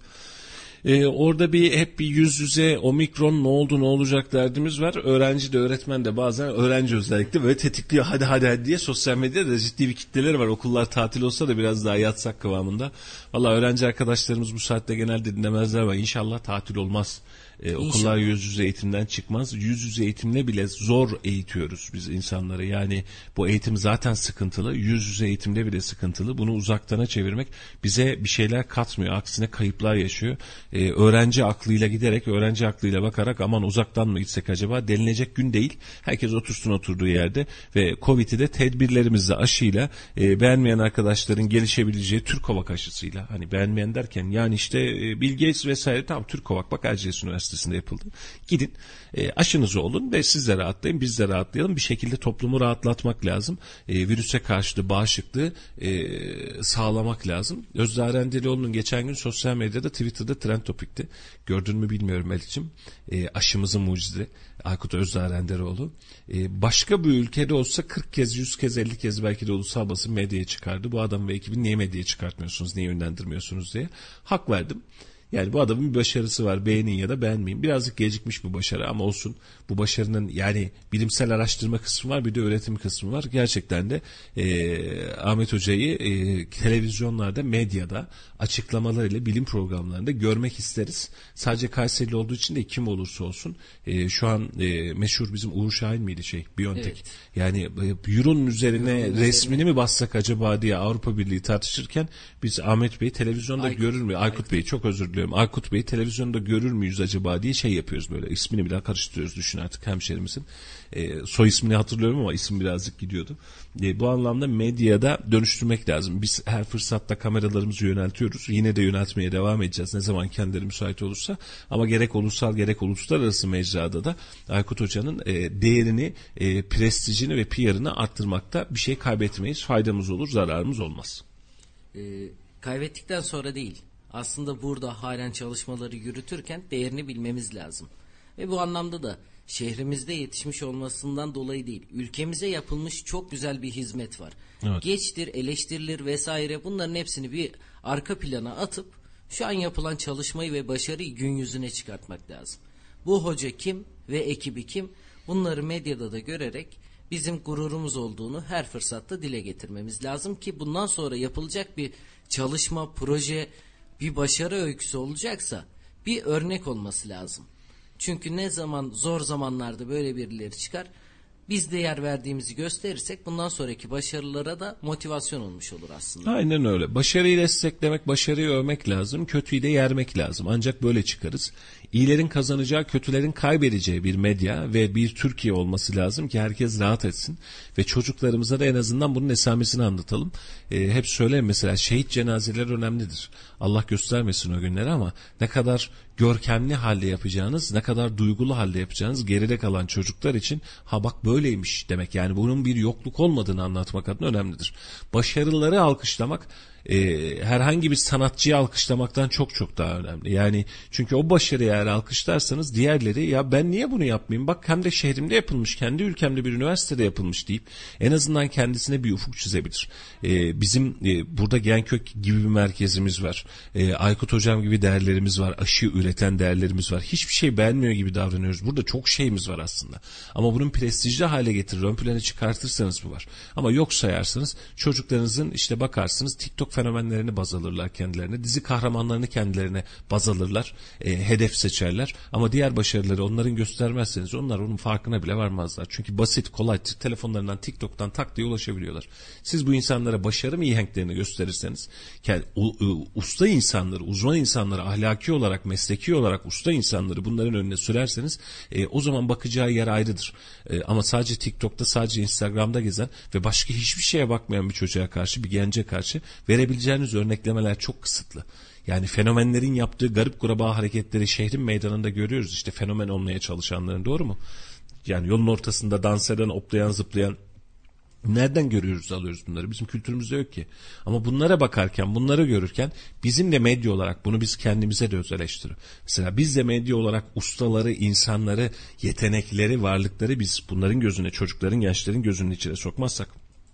Ee, orada bir hep bir yüz yüze omikron ne oldu ne olacak derdimiz var. Öğrenci de öğretmen de bazen, öğrenci özellikle böyle tetikliyor, hadi hadi hadi diye. Sosyal medyada da ciddi bir kitleleri var. Okullar tatil olsa da biraz daha yatsak kıvamında. Valla öğrenci arkadaşlarımız bu saatte genelde dinlemezler ama inşallah tatil olmaz. E, okullar yüz yüze eğitimden çıkmaz. Yüz yüze eğitimle bile zor eğitiyoruz biz insanları. Yani bu eğitim zaten sıkıntılı. Yüz yüze eğitimde bile sıkıntılı. Bunu uzaktana çevirmek bize bir şeyler katmıyor. Aksine kayıplar yaşıyor. E, öğrenci aklıyla giderek, öğrenci aklıyla bakarak aman uzaktan mı gitsek acaba denilecek gün değil. Herkes otursun oturduğu yerde ve Covid'i de tedbirlerimizle, aşıyla, e, beğenmeyen arkadaşların gelişebileceği Türkovak aşısıyla, hani beğenmeyen derken yani işte e, Bill Gates vesaire, tamam Türkovak bak Erciyes Üniversitesi'nde yapıldı. Gidin e, aşınızı olun ve siz de rahatlayın, biz de rahatlayalım. Bir şekilde toplumu rahatlatmak lazım. E, virüse karşı da bağışıklığı e, sağlamak lazım. Özda Erendelioğlu'nun geçen gün sosyal medyada, Twitter'da trend topikti. Gördün mü bilmiyorum Melih'ciğim. E, aşımızın mucize. Aykut Özda Erenderioğlu. Ee, başka bir ülkede olsa kırk kez, yüz kez, elli kez belki de ulusal basın medyaya çıkardı. Bu adam ve ekibi niye medyaya çıkartmıyorsunuz, niye yönlendirmiyorsunuz diye. Hak verdim. Yani bu adamın bir başarısı var. Beğenin ya da beğenmeyin. Birazcık gecikmiş bu başarı ama olsun. Bu başarının yani bilimsel araştırma kısmı var, bir de öğretim kısmı var. Gerçekten de e, Ahmet Hoca'yı e, televizyonlarda, medyada açıklamalarıyla, bilim programlarında görmek isteriz. Sadece Kayserili olduğu için de kim olursa olsun. E, şu an e, meşhur bizim Uğur Şahin miydi şey? Biontech. Evet. Yani e, Euro'nun üzerine Euro'nun resmini üzerine mi bassak acaba diye Avrupa Birliği tartışırken biz Ahmet Bey'i televizyonda Aykut, görür mü? Aykut, Aykut Bey'i çok özür diliyorum. Aykut Bey'i televizyonda görür müyüz acaba diye şey yapıyoruz böyle. İsmini bile karıştırıyoruz, düşün artık hemşerimizin. E, soy ismini hatırlıyorum ama isim birazcık gidiyordu. E, bu anlamda medyada dönüştürmek lazım. Biz her fırsatta kameralarımızı yöneltiyoruz. Yine de yöneltmeye devam edeceğiz ne zaman kendileri müsait olursa. Ama gerek ulusal gerek uluslararası mecrada da Aykut Hoca'nın e, değerini, e, prestijini ve P R'ını arttırmakta bir şey kaybetmeyiz. Faydamız olur, zararımız olmaz. E, kaybettikten sonra değil. Aslında burada halen çalışmaları yürütürken değerini bilmemiz lazım. Ve bu anlamda da şehrimizde yetişmiş olmasından dolayı değil, ülkemize yapılmış çok güzel bir hizmet var. Evet. Geçtir, eleştirilir vesaire, bunların hepsini bir arka plana atıp şu an yapılan çalışmayı ve başarıyı gün yüzüne çıkartmak lazım. Bu hoca kim ve ekibi kim? Bunları medyada da görerek bizim gururumuz olduğunu her fırsatta dile getirmemiz lazım ki bundan sonra yapılacak bir çalışma, proje, bir başarı öyküsü olacaksa bir örnek olması lazım. Çünkü ne zaman zor zamanlarda böyle birileri çıkar, biz de yer verdiğimizi gösterirsek bundan sonraki başarılara da motivasyon olmuş olur aslında. Aynen öyle. Başarıyı desteklemek, başarıyı övmek lazım, kötüyü de yermek lazım. Ancak böyle çıkarız. İyilerin kazanacağı, kötülerin kaybedeceği bir medya ve bir Türkiye olması lazım ki herkes rahat etsin. Ve çocuklarımıza da en azından bunun esamesini anlatalım. E, hep söyleyeyim mesela, şehit cenazeleri önemlidir. Allah göstermesin o günleri ama ne kadar görkemli halde yapacağınız, ne kadar duygulu halde yapacağınız geride kalan çocuklar için ha bak böyleymiş demek. Yani bunun bir yokluk olmadığını anlatmak adına önemlidir. Başarıları alkışlamak e, herhangi bir sanatçıyı alkışlamaktan çok çok daha önemli. Yani çünkü o başarıyı eğer alkışlarsanız diğerleri ya ben niye bunu yapmayayım, bak hem de şehrimde yapılmış, kendi ülkemde bir üniversitede yapılmış deyip en azından kendisine bir ufuk çizebilir. E, bizim e, burada Genkök gibi bir merkezimiz var. E, Aykut Hocam gibi değerlerimiz var. Aşı üreten değerlerimiz var. Hiçbir şey beğenmiyor gibi davranıyoruz. Burada çok şeyimiz var aslında. Ama bunun prestijli hale getirir, ön plana çıkartırsanız bu var. Ama yok sayarsanız çocuklarınızın işte bakarsınız TikTok fenomenlerini baz alırlar kendilerine. Dizi kahramanlarını kendilerine baz alırlar. E, hedef seçerler. Ama diğer başarıları onların göstermezseniz onlar onun farkına bile varmazlar. Çünkü basit, kolay telefonlarından, TikTok'tan tak diye ulaşabiliyorlar. Siz bu insanlara başarı mihenklerini gösterirseniz, yani, usta insanları, uzman insanları, ahlaki olarak, mesleki olarak usta insanları bunların önüne sürerseniz e, o zaman bakacağı yer ayrıdır. E, ama sadece TikTok'ta, sadece Instagram'da gezen ve başka hiçbir şeye bakmayan bir çocuğa karşı, bir gence karşı verebileceğiniz örneklemeler çok kısıtlı. Yani fenomenlerin yaptığı garip kuraba hareketleri şehrin meydanında görüyoruz. İşte fenomen olmaya çalışanların, doğru mu? Yani yolun ortasında dans eden, oplayan, zıplayan, nereden görüyoruz, alıyoruz bunları? Bizim kültürümüzde yok ki. Ama bunlara bakarken, bunları görürken bizim de medya olarak bunu biz kendimize de öz eleştiri. Mesela biz de medya olarak ustaları, insanları, yetenekleri, varlıkları biz bunların gözüne, çocukların, gençlerin gözünün içine sokmazsak,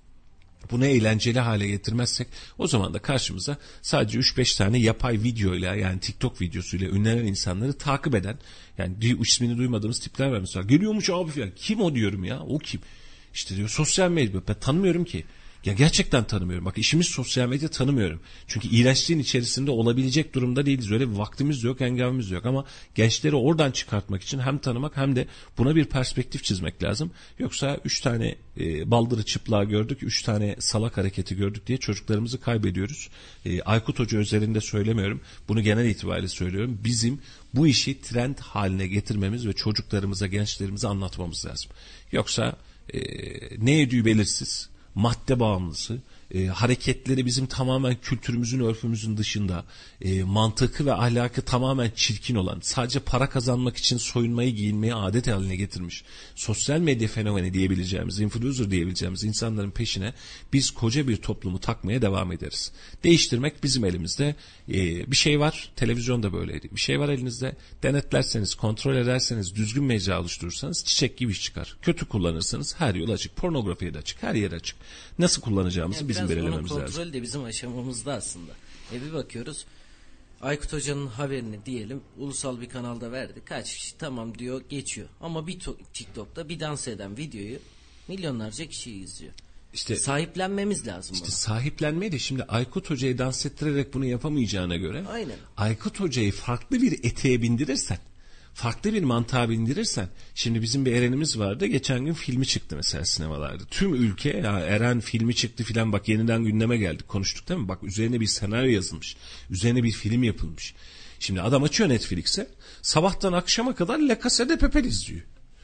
bunu eğlenceli hale getirmezsek o zaman da karşımıza sadece üç beş tane yapay videoyla, yani TikTok videosuyla ünlenen insanları takip eden, yani ismini duymadığımız tipler var mesela. Geliyormuş abi falan. Kim o diyorum ya? O kim? İşte diyor sosyal medya. Ben tanımıyorum ki. Ya gerçekten tanımıyorum. Bak işimiz sosyal medya, tanımıyorum. Çünkü iğrençliğin içerisinde olabilecek durumda değiliz. Öyle bir vaktimiz yok, engelimiz yok. Ama gençleri oradan çıkartmak için hem tanımak hem de buna bir perspektif çizmek lazım. Yoksa üç tane e, baldırı çıplağı gördük, üç tane salak hareketi gördük diye çocuklarımızı kaybediyoruz. E, Aykut Hoca özelinde söylemiyorum. Bunu genel itibariyle söylüyorum. Bizim bu işi trend haline getirmemiz ve çocuklarımıza, gençlerimize anlatmamız lazım. Yoksa e, ne ediyor belirsiz, madde bağımlısı, e, hareketleri bizim tamamen kültürümüzün, örfümüzün dışında, e, mantıkı ve ahlakı tamamen çirkin olan, sadece para kazanmak için soyunmayı, giyinmeyi adet haline getirmiş, sosyal medya fenomeni diyebileceğimiz, influencer diyebileceğimiz insanların peşine biz koca bir toplumu takmaya devam ederiz. Değiştirmek bizim elimizde. E, bir şey var, televizyonda böyleydi. Bir şey var elinizde, denetlerseniz, kontrol ederseniz, düzgün mecra oluşturursanız çiçek gibi iş çıkar. Kötü kullanırsanız her yol açık, pornografiye de açık, her yer açık. Nasıl kullanacağımızı yani bizim belirlememiz lazım. Kontrol de bizim aşamamızda aslında. E bir bakıyoruz, Aykut Hoca'nın haberini diyelim ulusal bir kanalda verdi. Kaç kişi tamam diyor, geçiyor. Ama bir TikTok'ta bir dans eden videoyu milyonlarca kişi izliyor. İşte sahiplenmemiz lazım. İşte buna. Sahiplenmeyi de şimdi Aykut Hoca'yı dans ettirerek bunu yapamayacağına göre, aynen, Aykut Hoca'yı farklı bir eteğe bindirirsen, farklı bir mantığa bindirirsen, şimdi bizim bir Eren'imiz vardı, geçen gün filmi çıktı mesela sinemalarda. Tüm ülke ya Eren filmi çıktı filan, bak yeniden gündeme geldik, konuştuk değil mi? Bak üzerine bir senaryo yazılmış, üzerine bir film yapılmış. Şimdi adam açıyor Netflix'e, sabahtan akşama kadar La Casa de Papel izliyor.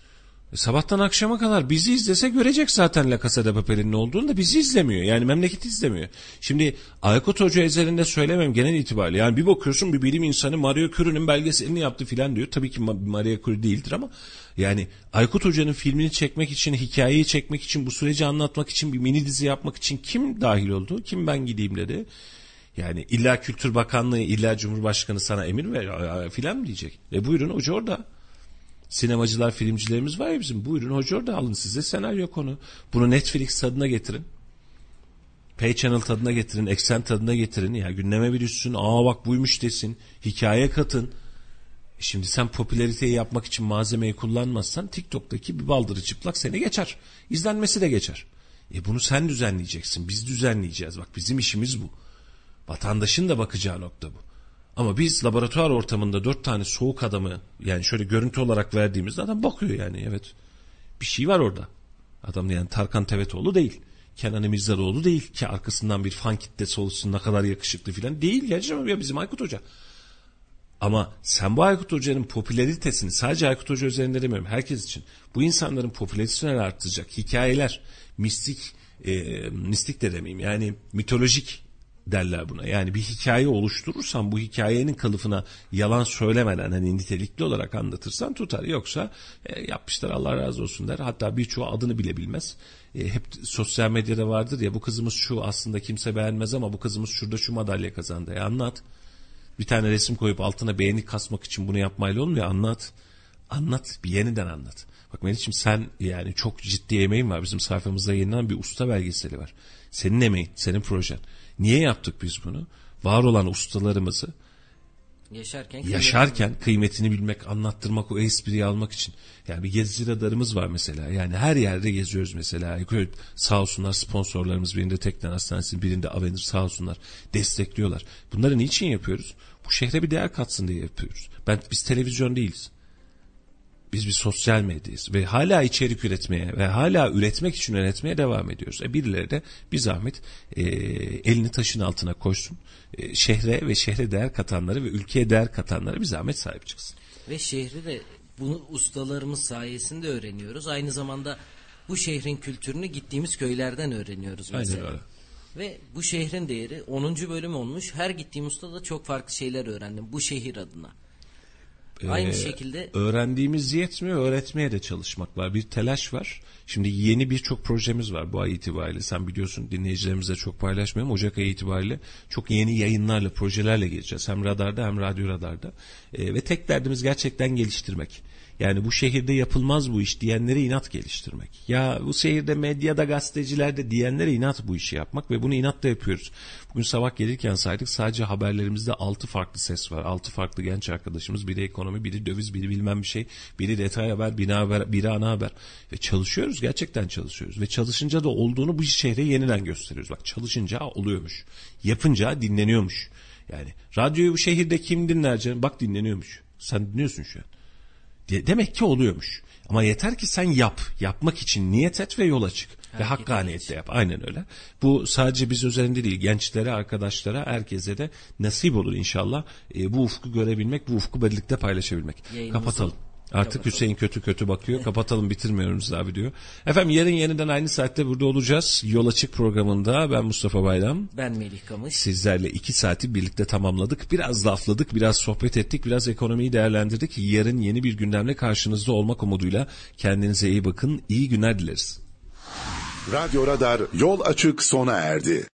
E, sabahtan akşama kadar bizi izlese görecek zaten La Casa de Papel'in ne olduğunu, da bizi izlemiyor. Yani memleketi izlemiyor. Şimdi Aykut Hoca ezelinde söylemem genel itibariyle. Yani bir bakıyorsun bir bilim insanı Marie Curie'nin belgeselini yaptı filan diyor. Tabii ki Marie Curie değildir ama yani Aykut Hoca'nın filmini çekmek için, hikayeyi çekmek için, bu süreci anlatmak için, bir mini dizi yapmak için kim dahil oldu? Kim ben gideyim dedi. Yani illa Kültür Bakanlığı, illa Cumhurbaşkanı sana emir ver filan mı diyecek? E buyurun hoca orada. Sinemacılar, filmcilerimiz var ya bizim. Buyurun hoca orada, alın size senaryo konu. Bunu Netflix tadına getirin. Pay Channel tadına getirin. Eksen tadına getirin. Ya gündeme bir düşsün. Aa bak buymuş desin. Hikaye katın. Şimdi sen popülariteyi yapmak için malzemeyi kullanmazsan TikTok'taki bir baldırı çıplak seni geçer. İzlenmesi de geçer. E bunu sen düzenleyeceksin. Biz düzenleyeceğiz. Bak bizim işimiz bu. Vatandaşın da bakacağı nokta bu. Ama biz laboratuvar ortamında dört tane soğuk adamı yani şöyle görüntü olarak verdiğimizde adam bakıyor yani, evet bir şey var orada. Adam yani Tarkan Tevetoğlu değil. Kenan İmirzalıoğlu değil ki arkasından bir fan kitlesi olsun, ne kadar yakışıklı filan değil gerçekten ya bizim Aykut Hoca. Ama sen bu Aykut Hoca'nın popülaritesini sadece Aykut Hoca üzerinde demiyorum, herkes için bu insanların popülaritesini arttıracak hikayeler, mistik e, mistik de demeyeyim yani mitolojik derler buna. Yani bir hikaye oluşturursan bu hikayenin kılıfına yalan söylemeden hani nitelikli olarak anlatırsan tutar. Yoksa e, yapmışlar Allah razı olsun der. Hatta birçoğu adını bile bilmez. E, hep sosyal medyada vardır ya, bu kızımız şu aslında kimse beğenmez ama bu kızımız şurada şu madalya kazandı. E, anlat. Bir tane resim koyup altına beğeni kasmak için bunu yapmayla olmuyor. Anlat. Anlat. Bir yeniden anlat. Bak Melih'ciğim sen yani çok ciddi emeğin var. Bizim sayfamızda yayınlanan bir usta belgeseli var. Senin emeğin, senin projen. Niye yaptık biz bunu? Var olan ustalarımızı yaşarken, yaşarken kıymetini bilmek, anlattırmak, o espriyi almak için. Yani bir gezi radarımız var mesela. Yani her yerde geziyoruz mesela. Sağ olsunlar sponsorlarımız, birinde Teknen Hastanesi, birinde Avenir, sağ olsunlar destekliyorlar. Bunları niçin yapıyoruz? Bu şehre bir değer katsın diye yapıyoruz. Ben biz televizyon değiliz. Biz bir sosyal medyayız ve hala içerik üretmeye ve hala üretmek için üretmeye devam ediyoruz. E birileri de bir zahmet e, elini taşın altına koysun. E, şehre ve şehre değer katanları ve ülkeye değer katanlara bir zahmet sahip çıksın. Ve şehri de bunu ustalarımız sayesinde öğreniyoruz. Aynı zamanda bu şehrin kültürünü gittiğimiz köylerden öğreniyoruz mesela. Aynen öyle. Ve bu şehrin değeri onuncu bölüm olmuş. Her gittiğim ustada çok farklı şeyler öğrendim bu şehir adına. Aynı ee, şekilde öğrendiğimiz yetmiyor, öğretmeye de çalışmak var. Bir telaş var. Şimdi yeni birçok projemiz var bu ay itibariyle. Sen biliyorsun, dinleyicilerimizle çok paylaşmıyorum. Ocak ayı itibariyle çok yeni yayınlarla, projelerle geleceğiz. Hem radarda hem radyo radarda. Ee, ve tek derdimiz gerçekten geliştirmek. Yani bu şehirde yapılmaz bu iş diyenlere inat geliştirmek. Ya bu şehirde medyada, gazetecilerde diyenlere inat bu işi yapmak ve bunu inatla yapıyoruz. Bugün sabah gelirken saydık, sadece haberlerimizde altı farklı ses var. altı farklı genç arkadaşımız, biri ekonomi, biri döviz, biri bilmem bir şey, biri detay haber, biri haber, biri ana haber. Ve çalışıyoruz, gerçekten çalışıyoruz. Ve çalışınca da olduğunu bu şehre yeniden gösteriyoruz. Bak, çalışınca oluyormuş. Yapınca dinleniyormuş. Yani radyoyu bu şehirde kim dinler canım? Bak, dinleniyormuş. Sen dinliyorsun şu an. De- demek ki oluyormuş. Ama yeter ki sen yap. Yapmak için niyet et ve yola çık. Ve hakkaniyetle yap. Aynen öyle. Bu sadece biz üzerinde değil. Gençlere, arkadaşlara, herkese de nasip olur inşallah. E, bu ufku görebilmek, bu ufku birlikte paylaşabilmek. Yayınımızı kapatalım. Artık kapatalım. Hüseyin kötü kötü bakıyor. Kapatalım, bitirmiyoruz abi diyor. Efendim, yarın yeniden aynı saatte burada olacağız. Yol Açık programında ben Mustafa Bayram. Ben Melih Kamış. Sizlerle iki saati birlikte tamamladık. Biraz lafladık, biraz sohbet ettik, biraz ekonomiyi değerlendirdik. Yarın yeni bir gündemle karşınızda olmak umuduyla kendinize iyi bakın. İyi günler dileriz. Radyo Radar Yol Açık sona erdi.